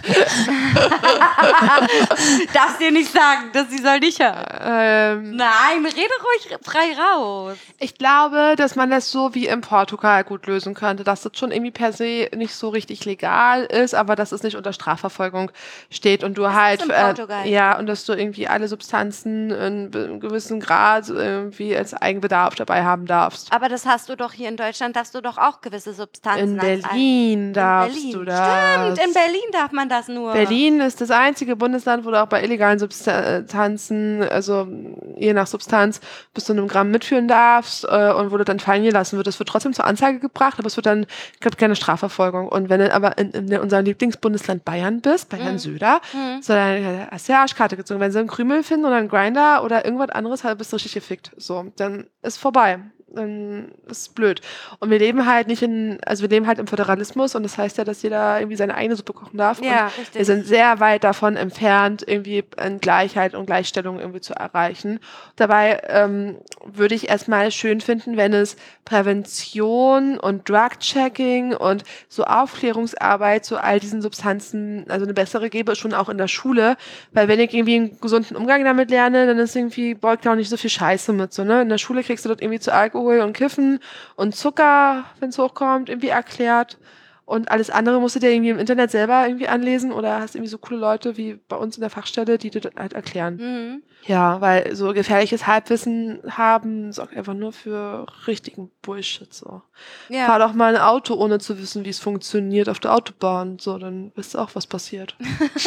Darfst dir nicht sagen, dass sie soll nicht hören. ähm, Nein, rede ruhig frei raus. Ich glaube, dass man das so wie in Portugal gut lösen könnte, dass das schon irgendwie per se nicht so richtig legal ist, aber dass es nicht unter Strafverfolgung steht und du halt in Portugal? äh, ja, und dass du irgendwie alle Substanzen in be- einem gewissen Grad irgendwie als Eigenbedarf dabei haben darfst. Aber das hast du doch hier in Deutschland, darfst du doch auch gewisse Substanzen. In als Berlin In darfst Berlin. du das. Stimmt, in Berlin darf man das nur. Berlin ist das einzige Bundesland, wo du auch bei illegalen Substanzen, also je nach Substanz, bis zu einem Gramm mitführen darfst äh, und wo du dann fallen gelassen wird. Es wird trotzdem zur Anzeige gebracht, aber es wird dann gibt keine Strafverfolgung. Und wenn du aber in, in unserem Lieblingsbundesland Bayern bist, bei Herrn Söder, Mhm. so dann hast du ja Arschkarte gezogen. Wenn sie einen Krümel finden oder einen Grinder oder irgendwas anderes, halt bist du richtig gefickt. So, dann ist vorbei. Dann ist blöd. Und wir leben halt nicht in, also wir leben halt im Föderalismus und das heißt ja, dass jeder irgendwie seine eigene Suppe kochen darf. Ja, und richtig. wir sind sehr weit davon entfernt, irgendwie in Gleichheit und Gleichstellung irgendwie zu erreichen. Dabei ähm, würde ich erstmal schön finden, wenn es Prävention und Drug-Checking und so Aufklärungsarbeit zu all diesen Substanzen, also eine bessere gäbe, schon auch in der Schule. Weil wenn ich irgendwie einen gesunden Umgang damit lerne, dann ist irgendwie, beugt auch nicht so viel Scheiße mit. So, ne? In der Schule kriegst du dort irgendwie zu Alkohol und Kiffen und Zucker, wenn es hochkommt, irgendwie erklärt. Und alles andere musst du dir irgendwie im Internet selber irgendwie anlesen oder hast irgendwie so coole Leute wie bei uns in der Fachstelle, die dir das halt erklären. Mhm. Ja, weil so gefährliches Halbwissen haben sorgt einfach nur für richtigen Bullshit. So. Ja. Fahr doch mal ein Auto, ohne zu wissen, wie es funktioniert auf der Autobahn. So, dann wisst ihr auch, was passiert.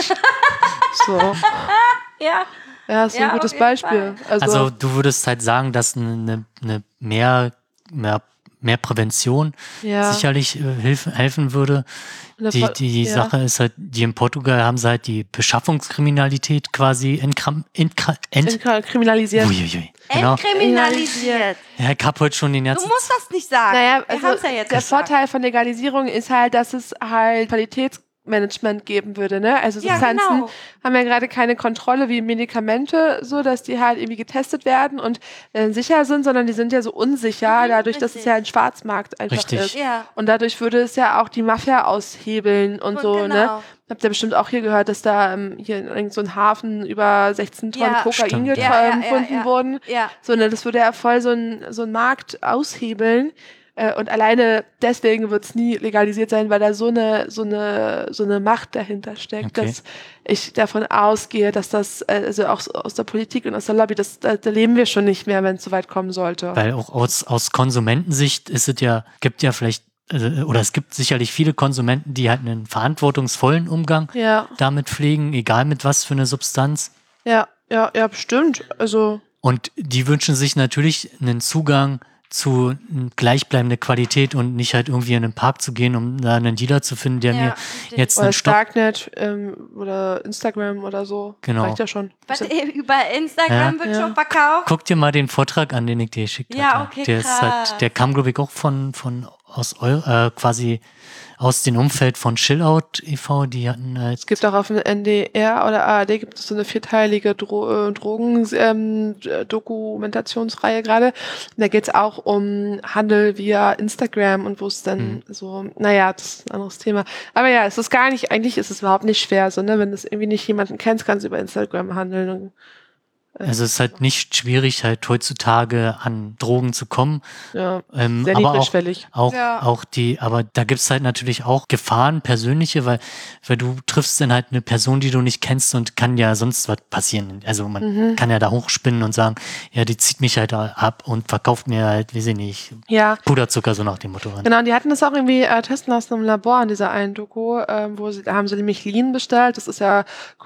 so. Ja. Ja, ist so Ja, ein gutes auf jeden Beispiel. Also, also du würdest halt sagen, dass eine, eine mehr, mehr, mehr Prävention ja. sicherlich äh, hilf, helfen würde. Eine Die, Ver- die ja. Sache ist halt, die in Portugal haben sie halt die Beschaffungskriminalität quasi entkram, entkra, ent, Entkra- kriminalisiert. Uiuiui, genau. Entkriminalisiert. Ja, ich hab heute schon den Du ganzen musst das nicht sagen. Naja, Wir also haben's ja jetzt der gesagt. Vorteil von Legalisierung ist halt, dass es halt Qualitätsmanagement geben würde, ne? Also Ja, Substanzen genau. haben ja gerade keine Kontrolle wie Medikamente, so dass die halt irgendwie getestet werden und äh, sicher sind, sondern die sind ja so unsicher, Mhm, dadurch, dass es richtig. ja ein Schwarzmarkt einfach Richtig. ist. Ja. Und dadurch würde es ja auch die Mafia aushebeln und Und so, genau. ne? Habt ihr bestimmt auch hier gehört, dass da ähm, hier in irgend so einem Hafen über sechzehn Tonnen Ja, Kokain stimmt, get- ja. Ja, ja, ähm, gefunden ja, ja. wurden. Ja. So, ne, das würde ja voll so ein, so ein Markt aushebeln. Äh, und alleine deswegen wird es nie legalisiert sein, weil da so eine, so eine, so eine Macht dahinter steckt, Okay. dass ich davon ausgehe, dass das, äh, also auch aus der Politik und aus der Lobby, das, da, da leben wir schon nicht mehr, wenn es so weit kommen sollte. Weil auch aus, aus Konsumentensicht ist es ja, gibt ja vielleicht, äh, oder es gibt sicherlich viele Konsumenten, die halt einen verantwortungsvollen Umgang Ja, damit pflegen, egal mit was für eine Substanz. ja, ja, ja, bestimmt. Also, Und die wünschen sich natürlich einen Zugang zu gleichbleibender Qualität und nicht halt irgendwie in den Park zu gehen, um da einen Dealer zu finden, der Ja, mir richtig. jetzt oder einen Stock... Darknet ähm, oder Instagram oder so. Genau. Reicht ja schon. Was, über Instagram Ja. wird Ja. schon verkauft. Guck dir mal den Vortrag an, den ich dir geschickt Ja, hatte. okay, der krass. Ist halt, der kam, glaube ich, auch von, von aus eu, äh, quasi aus dem Umfeld von Chillout e V, die hatten halt. Es gibt auch auf dem N D R oder A R D gibt es so eine vierteilige Dro- äh, Drogen-Dokumentationsreihe ähm, gerade. Da geht es auch um Handel via Instagram und wo es dann mhm. so, naja, das ist ein anderes Thema. Aber ja, es ist gar nicht, eigentlich ist es überhaupt nicht schwer, so, ne? Wenn du irgendwie nicht jemanden kennst, kannst du über Instagram handeln. Und, äh, also es ist halt nicht schwierig, halt heutzutage an Drogen zu kommen. Ja, ähm, sehr aber auch, niedrigschwellig. auch, Ja. auch die, aber da gibt's halt natürlich auch Gefahren, persönliche, weil, weil du triffst dann halt eine Person, die du nicht kennst und kann ja sonst was passieren. Also man Mhm. kann ja da hochspinnen und sagen, ja, die zieht mich halt ab und verkauft mir halt, weiß ich nicht, Ja, Puderzucker, so nach dem Motto. genau, und die hatten das auch irgendwie äh, testen lassen im Labor in dieser einen Doku, ähm, wo sie, da haben sie nämlich Lean bestellt. Das ist ja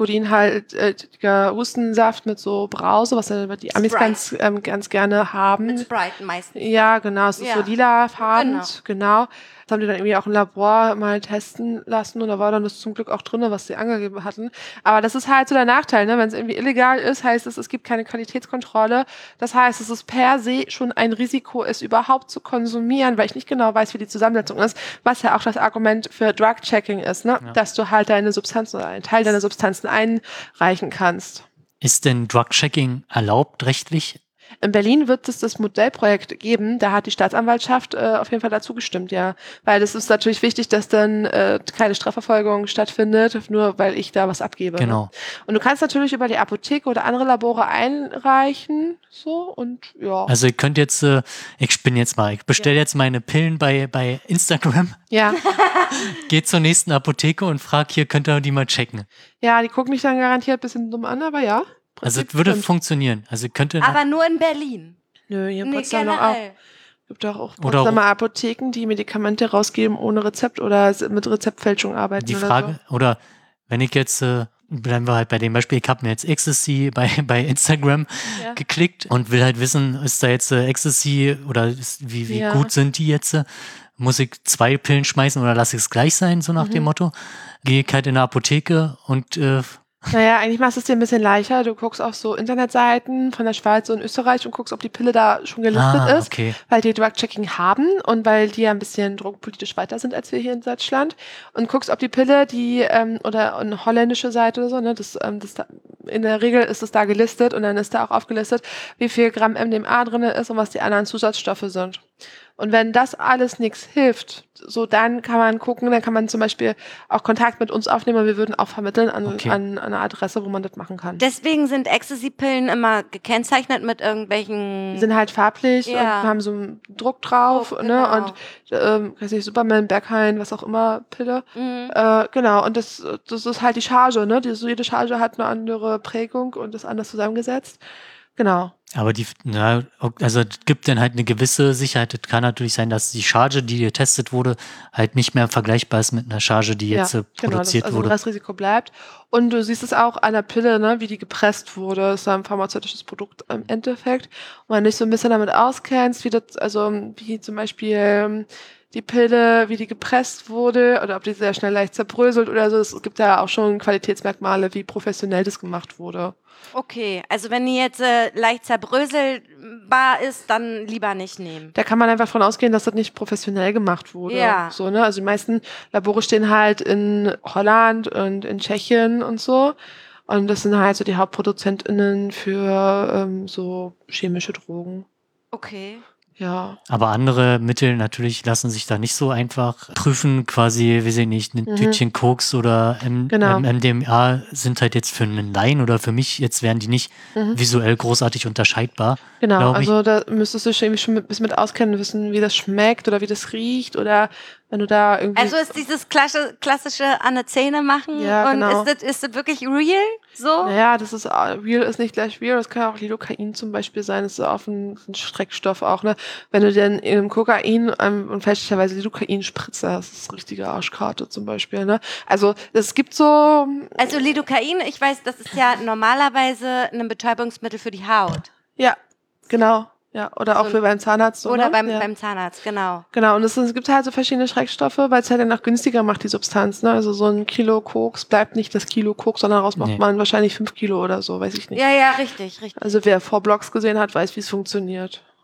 Codein-haltiger Hustensaft mit so Brause, was ja die Amis Sprite. ganz, ähm, ganz gerne haben. Mit Sprite meistens. Ja, genau, es ist Ja. so lilafarben, genau. Das haben die dann irgendwie auch im Labor mal testen lassen und da war dann das zum Glück auch drin, was sie angegeben hatten. Aber das ist halt so der Nachteil, ne? Wenn es irgendwie illegal ist, heißt es, es gibt keine Qualitätskontrolle. Das heißt, es ist per se schon ein Risiko, es überhaupt zu konsumieren, weil ich nicht genau weiß, wie die Zusammensetzung ist, was ja auch das Argument für Drug-Checking ist, ne? Ja. Dass du halt deine Substanzen oder einen Teil deiner Substanzen einreichen kannst. Ist denn Drug-Checking erlaubt rechtlich? In Berlin wird es das Modellprojekt geben, da hat die Staatsanwaltschaft äh, auf jeden Fall dazu gestimmt, ja. Weil es ist natürlich wichtig, dass dann äh, keine Strafverfolgung stattfindet, nur weil ich da was abgebe. Genau. Ne? Und du kannst natürlich über die Apotheke oder andere Labore einreichen, so, und ja. Also ihr könnt jetzt, äh, ich spinne jetzt mal, ich bestelle jetzt meine Pillen bei, bei Instagram, Ja, gehe zur nächsten Apotheke und frage, hier könnt ihr die mal checken. ja, die gucken mich dann garantiert ein bisschen dumm an, aber ja. Also es Prinzip würde stimmt. funktionieren. Also ihr könnt Aber nur in Berlin. Nö, hier in Nee, Potsdam auch. generell. Gibt auch, auch Oder Potsdamer Apotheken, die Medikamente rausgeben ohne Rezept oder mit Rezeptfälschung arbeiten. die oder Frage, oder wenn ich jetzt, äh, bleiben wir halt bei dem Beispiel, ich habe mir jetzt Ecstasy bei, bei Instagram Ja. geklickt und will halt wissen, ist da jetzt äh, Ecstasy oder ist, wie, wie Ja. gut sind die jetzt? äh, Muss ich zwei Pillen schmeißen oder lasse ich es gleich sein, so nach Mhm. dem Motto? Gehe ich halt in eine Apotheke und äh, Naja, eigentlich machst du es dir ein bisschen leichter. Du guckst auf so Internetseiten von der Schweiz und Österreich und guckst, ob die Pille da schon gelistet ah, ist, okay. weil die Drug-Checking haben und weil die ja ein bisschen drogenpolitisch weiter sind als wir hier in Deutschland. Und guckst, ob die Pille, die, ähm, oder eine holländische Seite oder so, ne, das, ähm, das da, in der Regel ist es da gelistet und dann ist da auch aufgelistet, wie viel Gramm M D M A drin ist und was die anderen Zusatzstoffe sind. Und wenn das alles nichts hilft, so dann kann man gucken, dann kann man zum Beispiel auch Kontakt mit uns aufnehmen und wir würden auch vermitteln an, Okay. an, an eine Adresse, wo man das machen kann. Deswegen sind Ecstasy-Pillen immer gekennzeichnet mit irgendwelchen. Die sind halt farblich Ja. und haben so einen Druck drauf, Druck, ne? genau. Und ähm, weiß nicht, Superman, Berghain, was auch immer, Pille. Mhm. Äh, genau, und das, das ist halt die Charge, ne? Die, so jede Charge hat eine andere Prägung und ist anders zusammengesetzt. Genau. Aber die, na, also es gibt dann halt eine gewisse Sicherheit. Es kann natürlich sein, dass die Charge, die getestet wurde, halt nicht mehr vergleichbar ist mit einer Charge, die jetzt äh, genau, produziert das, also wurde. ein Restrisiko bleibt. Und du siehst es auch an der Pille, ne, wie die gepresst wurde. Das ist ja ein pharmazeutisches Produkt im Endeffekt. Und wenn du dich so ein bisschen damit auskennst, wie das, also wie zum Beispiel ähm, die Pille, wie die gepresst wurde oder ob die sehr schnell leicht zerbröselt oder so. Es gibt ja auch schon Qualitätsmerkmale, wie professionell das gemacht wurde. Okay, also wenn die jetzt äh, leicht zerbröselbar ist, dann lieber nicht nehmen. Da kann man einfach davon ausgehen, dass das nicht professionell gemacht wurde. Ja. So, ne? Also die meisten Labore stehen halt in Holland und in Tschechien und so. Und das sind halt so die HauptproduzentInnen für ähm, so chemische Drogen. Okay. Ja. Aber andere Mittel natürlich lassen sich da nicht so einfach prüfen. Quasi, weiß ich nicht, ein Mhm. Tütchen Koks oder M Genau. M D M A sind halt jetzt für einen Laien oder für mich, jetzt wären die nicht Mhm. visuell großartig unterscheidbar. Genau, glaub ich. also da müsstest du schon irgendwie schon ein bisschen mit auskennen, wissen, wie das schmeckt oder wie das riecht oder wenn du da irgendwie... Also ist dieses klassische, klassische an der Zähne machen Ja, und genau. ist das, ist das wirklich real? So? Naja, das ist, äh, real ist nicht gleich real, das kann auch Lidocain zum Beispiel sein, das ist auch ein, ein Streckstoff auch, ne. Wenn du denn im Kokain ähm, und fälschlicherweise Lidocain spritzt, das ist richtige Arschkarte zum Beispiel, ne. Also, es gibt so... Also Lidocain, ich weiß, das ist ja normalerweise ein Betäubungsmittel für die Haut. Ja, genau. Ja, oder auch So- für beim Zahnarzt. Oder ne? beim, ja. beim Zahnarzt, genau. Genau, und es, es gibt halt so verschiedene Schreckstoffe, weil es halt dann auch günstiger macht, die Substanz. Ne? Also so ein Kilo Koks bleibt nicht das Kilo Koks, sondern daraus macht Nee. man wahrscheinlich fünf Kilo oder so, weiß ich nicht. Ja, ja, richtig, richtig. Also wer vor Blogs gesehen hat, weiß, wie es funktioniert.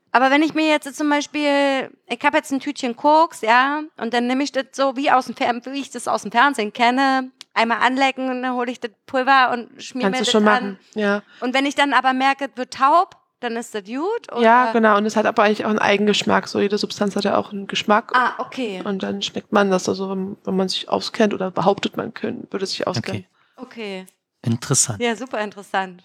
Aber wenn ich mir jetzt zum Beispiel, ich habe jetzt ein Tütchen Koks, ja, und dann nehme ich das so, wie, aus dem Fer- wie ich das aus dem Fernsehen kenne, einmal anlecken und dann hole ich das Pulver und schmier mir Kannst du das schon an. machen, ja. Und wenn ich dann aber merke, es wird taub, dann ist das gut? Oder? Ja, genau. Und es hat aber eigentlich auch einen Eigengeschmack. So jede Substanz hat ja auch einen Geschmack. Ah, okay. Und dann schmeckt man das. Also wenn, wenn man sich auskennt oder behauptet, man können, würde sich auskennen. Okay. Okay. Interessant. Ja, super interessant.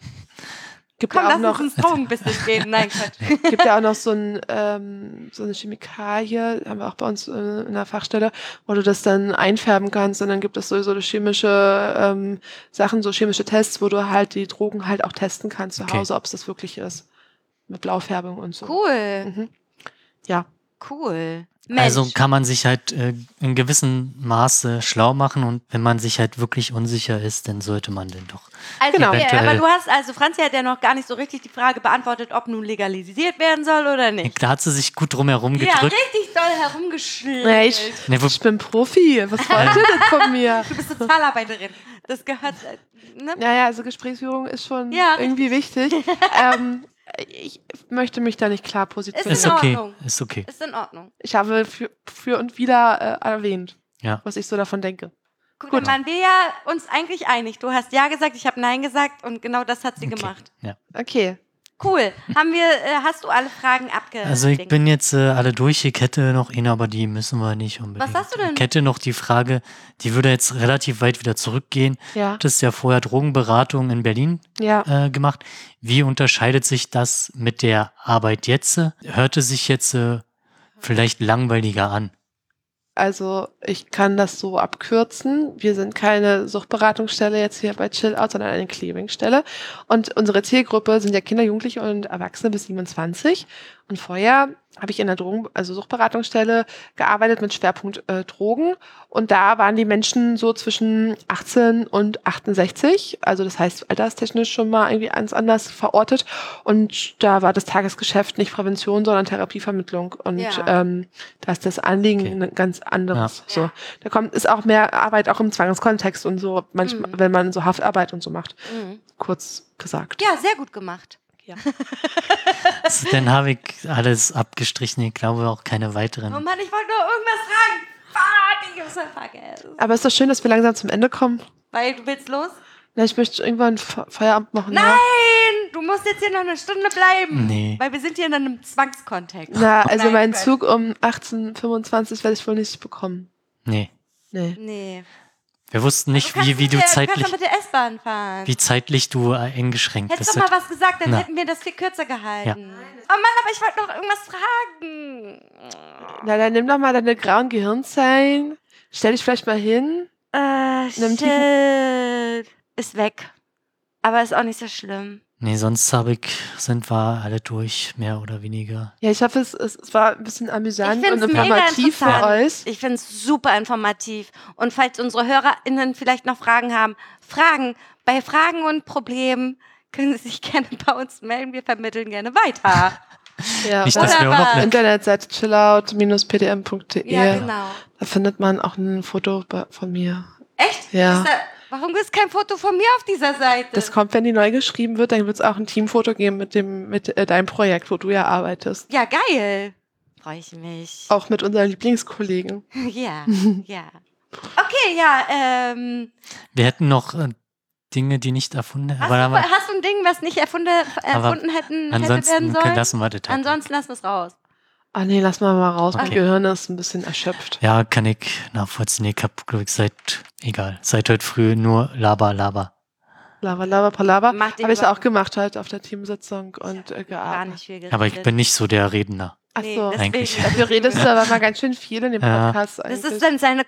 Gibt Komm, ja auch lass noch, uns ins Drogenbusiness gehen. Nein, Quatsch. gibt ja auch noch so, ein, ähm, so eine Chemikalie, haben wir auch bei uns äh, in der Fachstelle, wo du das dann einfärben kannst und dann gibt es sowieso chemische ähm, Sachen, so chemische Tests, wo du halt die Drogen halt auch testen kannst zu Okay. Hause, ob es das wirklich ist. Mit Blaufärbung und so. Cool. Mhm. Ja. Cool. Mensch. Also kann man sich halt äh, in gewissem Maße schlau machen und wenn man sich halt wirklich unsicher ist, dann sollte man denn doch. Also, Genau. ja, Eventuell. aber du hast, also Franzi hat ja noch gar nicht so richtig die Frage beantwortet, ob nun legalisiert werden soll oder nicht. Da hat sie sich gut drum herum Ja, gedrückt. richtig doll herumgeschlüttelt. Nee, ich, Ne, wo, ich bin Profi. Was wollt ihr denn von mir? Du bist Sozialarbeiterin. Das gehört, äh, ne? Naja, also Gesprächsführung ist schon Ja, irgendwie wichtig. ähm, ich möchte mich da nicht klar positionieren. ist in okay. Ordnung. Ist okay. Ist in Ordnung. Ich habe für, für und wieder äh, erwähnt, Ja. was ich so davon denke. Gut, Gut. dann waren wir ja uns eigentlich einig. Du hast Ja gesagt, ich habe Nein gesagt und genau das hat sie Okay. gemacht. Ja. Okay. Cool. Haben wir, äh, hast du alle Fragen abge... Also ich bin jetzt äh, alle durch. Ich hätte noch eine, aber die müssen wir nicht unbedingt. Was hast du denn? Ich hätte noch die Frage, die würde jetzt relativ weit wieder zurückgehen. Ja. Du hast ja vorher Drogenberatung in Berlin Ja. äh, gemacht. Wie unterscheidet sich das mit der Arbeit jetzt? Hörte sich jetzt äh, vielleicht langweiliger an? Also ich kann das so abkürzen. Wir sind keine Suchtberatungsstelle jetzt hier bei Chill Out, sondern eine Clearingstelle. Und unsere Zielgruppe sind ja Kinder, Jugendliche und Erwachsene bis siebenundzwanzig. Und vorher habe ich in der Drogen, also Suchtberatungsstelle gearbeitet mit Schwerpunkt äh, Drogen. Und da waren die Menschen so zwischen achtzehn und achtundsechzig. Also das heißt alterstechnisch schon mal irgendwie ganz anders verortet. Und da war das Tagesgeschäft nicht Prävention, sondern Therapievermittlung. Und Ja. ähm, da ist das Anliegen Okay. ein ganz anderes. Ja. So, Ja. da kommt ist auch mehr Arbeit auch im Zwangskontext und so, manchmal, Mhm. wenn man so Haftarbeit und so macht. Mhm. Kurz gesagt. Ja, sehr gut gemacht. Also, dann habe ich alles abgestrichen. Ich glaube auch keine weiteren. Oh Mann, ich wollte nur irgendwas fragen. Fuck, ich hab's ja vergessen. Aber ist doch schön, dass wir langsam zum Ende kommen. Weil du willst los? Na, ich möchte irgendwann Fe- Feierabend machen. Nein, Ja. du musst jetzt hier noch eine Stunde bleiben. Nee. Weil wir sind hier in einem Zwangskontext. Na, also Nein, meinen Quatsch. Zug um achtzehn Uhr fünfundzwanzig werde ich wohl nicht bekommen. Nee. Nee. Nee. Wir wussten nicht, kannst wie, wie mit du der, zeitlich, Du kannst doch mit der S-Bahn fahren. wie zeitlich du äh, eingeschränkt Hättest bist. doch mal was gesagt, dann Na. hätten wir das viel kürzer gehalten. Oh Mann, aber ich wollte noch irgendwas fragen. Na, dann nimm doch mal deine grauen Gehirnzellen. Stell dich vielleicht mal hin. Äh, Nimm shit. Ist weg. Aber ist auch nicht so schlimm. Nee, sonst habe ich, sind wir alle durch, mehr oder weniger. Ja, ich hoffe, es, es, es war ein bisschen amüsant Ich find's und mega informativ für interessant. euch. Ich finde es super informativ. Und falls unsere HörerInnen vielleicht noch Fragen haben, Fragen, bei Fragen und Problemen können Sie sich gerne bei uns melden. Wir vermitteln gerne weiter. Ja, Nicht, auf dass der wir auch noch Wunderbar. eine, Internetseite chillout P D M punkt de. Ja, genau. Da findet man auch ein Foto be- von mir. Echt? Ja. Ist da, warum ist kein Foto von mir auf dieser Seite? Das kommt, wenn die neu geschrieben wird, dann wird es auch ein Teamfoto geben mit dem mit äh, deinem Projekt, wo du ja arbeitest. ja, geil. Freue ich mich. Auch mit unseren Lieblingskollegen. Ja, ja. Okay, ja, ähm, wir hätten noch äh, Dinge, die nicht erfunden hast, aber, du, aber hast du ein Ding, was nicht erfunde, erfunden hätten, hätte ansonsten werden können- sollen? lassen wir das halt. Ansonsten lassen wir es raus. Ah nee, lass mal mal raus. Mein Okay. Gehirn ist ein bisschen erschöpft. Ja, kann ich nachvollziehen. Ich habe, glaube ich, seit, egal, seit heute früh nur Laber, Laber. Lava, Lava, Palava. Mach dich Habe ich über- auch gemacht heute auf der Teamsitzung und äh, Gar gearbeitet. nicht viel geredet. Aber ich bin nicht so der Redner. Ach Nee, so. deswegen. eigentlich. Dafür redest du aber mal ganz schön viel in dem Ja. Podcast Das eigentlich. ist dann seine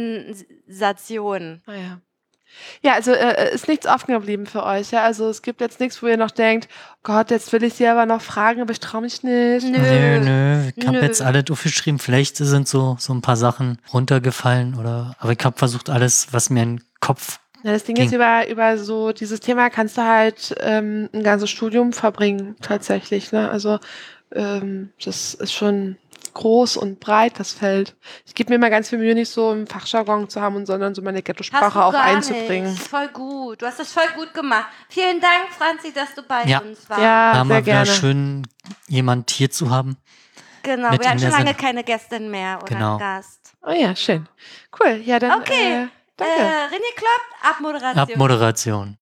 Kompensation. Ah, ja. Ja, also äh, ist nichts offen geblieben für euch. Ja? Also es gibt jetzt nichts, wo ihr noch denkt, Gott, jetzt will ich sie aber noch fragen, aber ich traue mich nicht. Nö. Nö, nö. Ich habe Nö. jetzt alles aufgeschrieben. Vielleicht sind so, so ein paar Sachen runtergefallen oder, aber ich habe versucht, alles, was mir in den Kopf. Ja, das Ding Ging. ist, über, über so dieses Thema kannst du halt ähm, ein ganzes Studium verbringen, tatsächlich. Ne? Also ähm, das ist schon groß und breit, das Feld. Ich gebe mir mal ganz viel Mühe, nicht so einen Fachjargon zu haben, und sondern so meine Hast du Ghetto-Sprache auch gar einzubringen. nicht. Voll gut. Du hast das voll gut gemacht. Vielen Dank, Franzi, dass du bei Ja. uns warst. Ja, haben sehr wir wieder gerne. schön jemand hier zu haben. Genau, Mit wir hatten in schon der lange Sendung. keine Gästin mehr oder Genau. Gast. Oh ja, schön. Cool. Ja, dann. Okay. Äh, danke. Äh, René Klopp, Abmoderation. Abmoderation.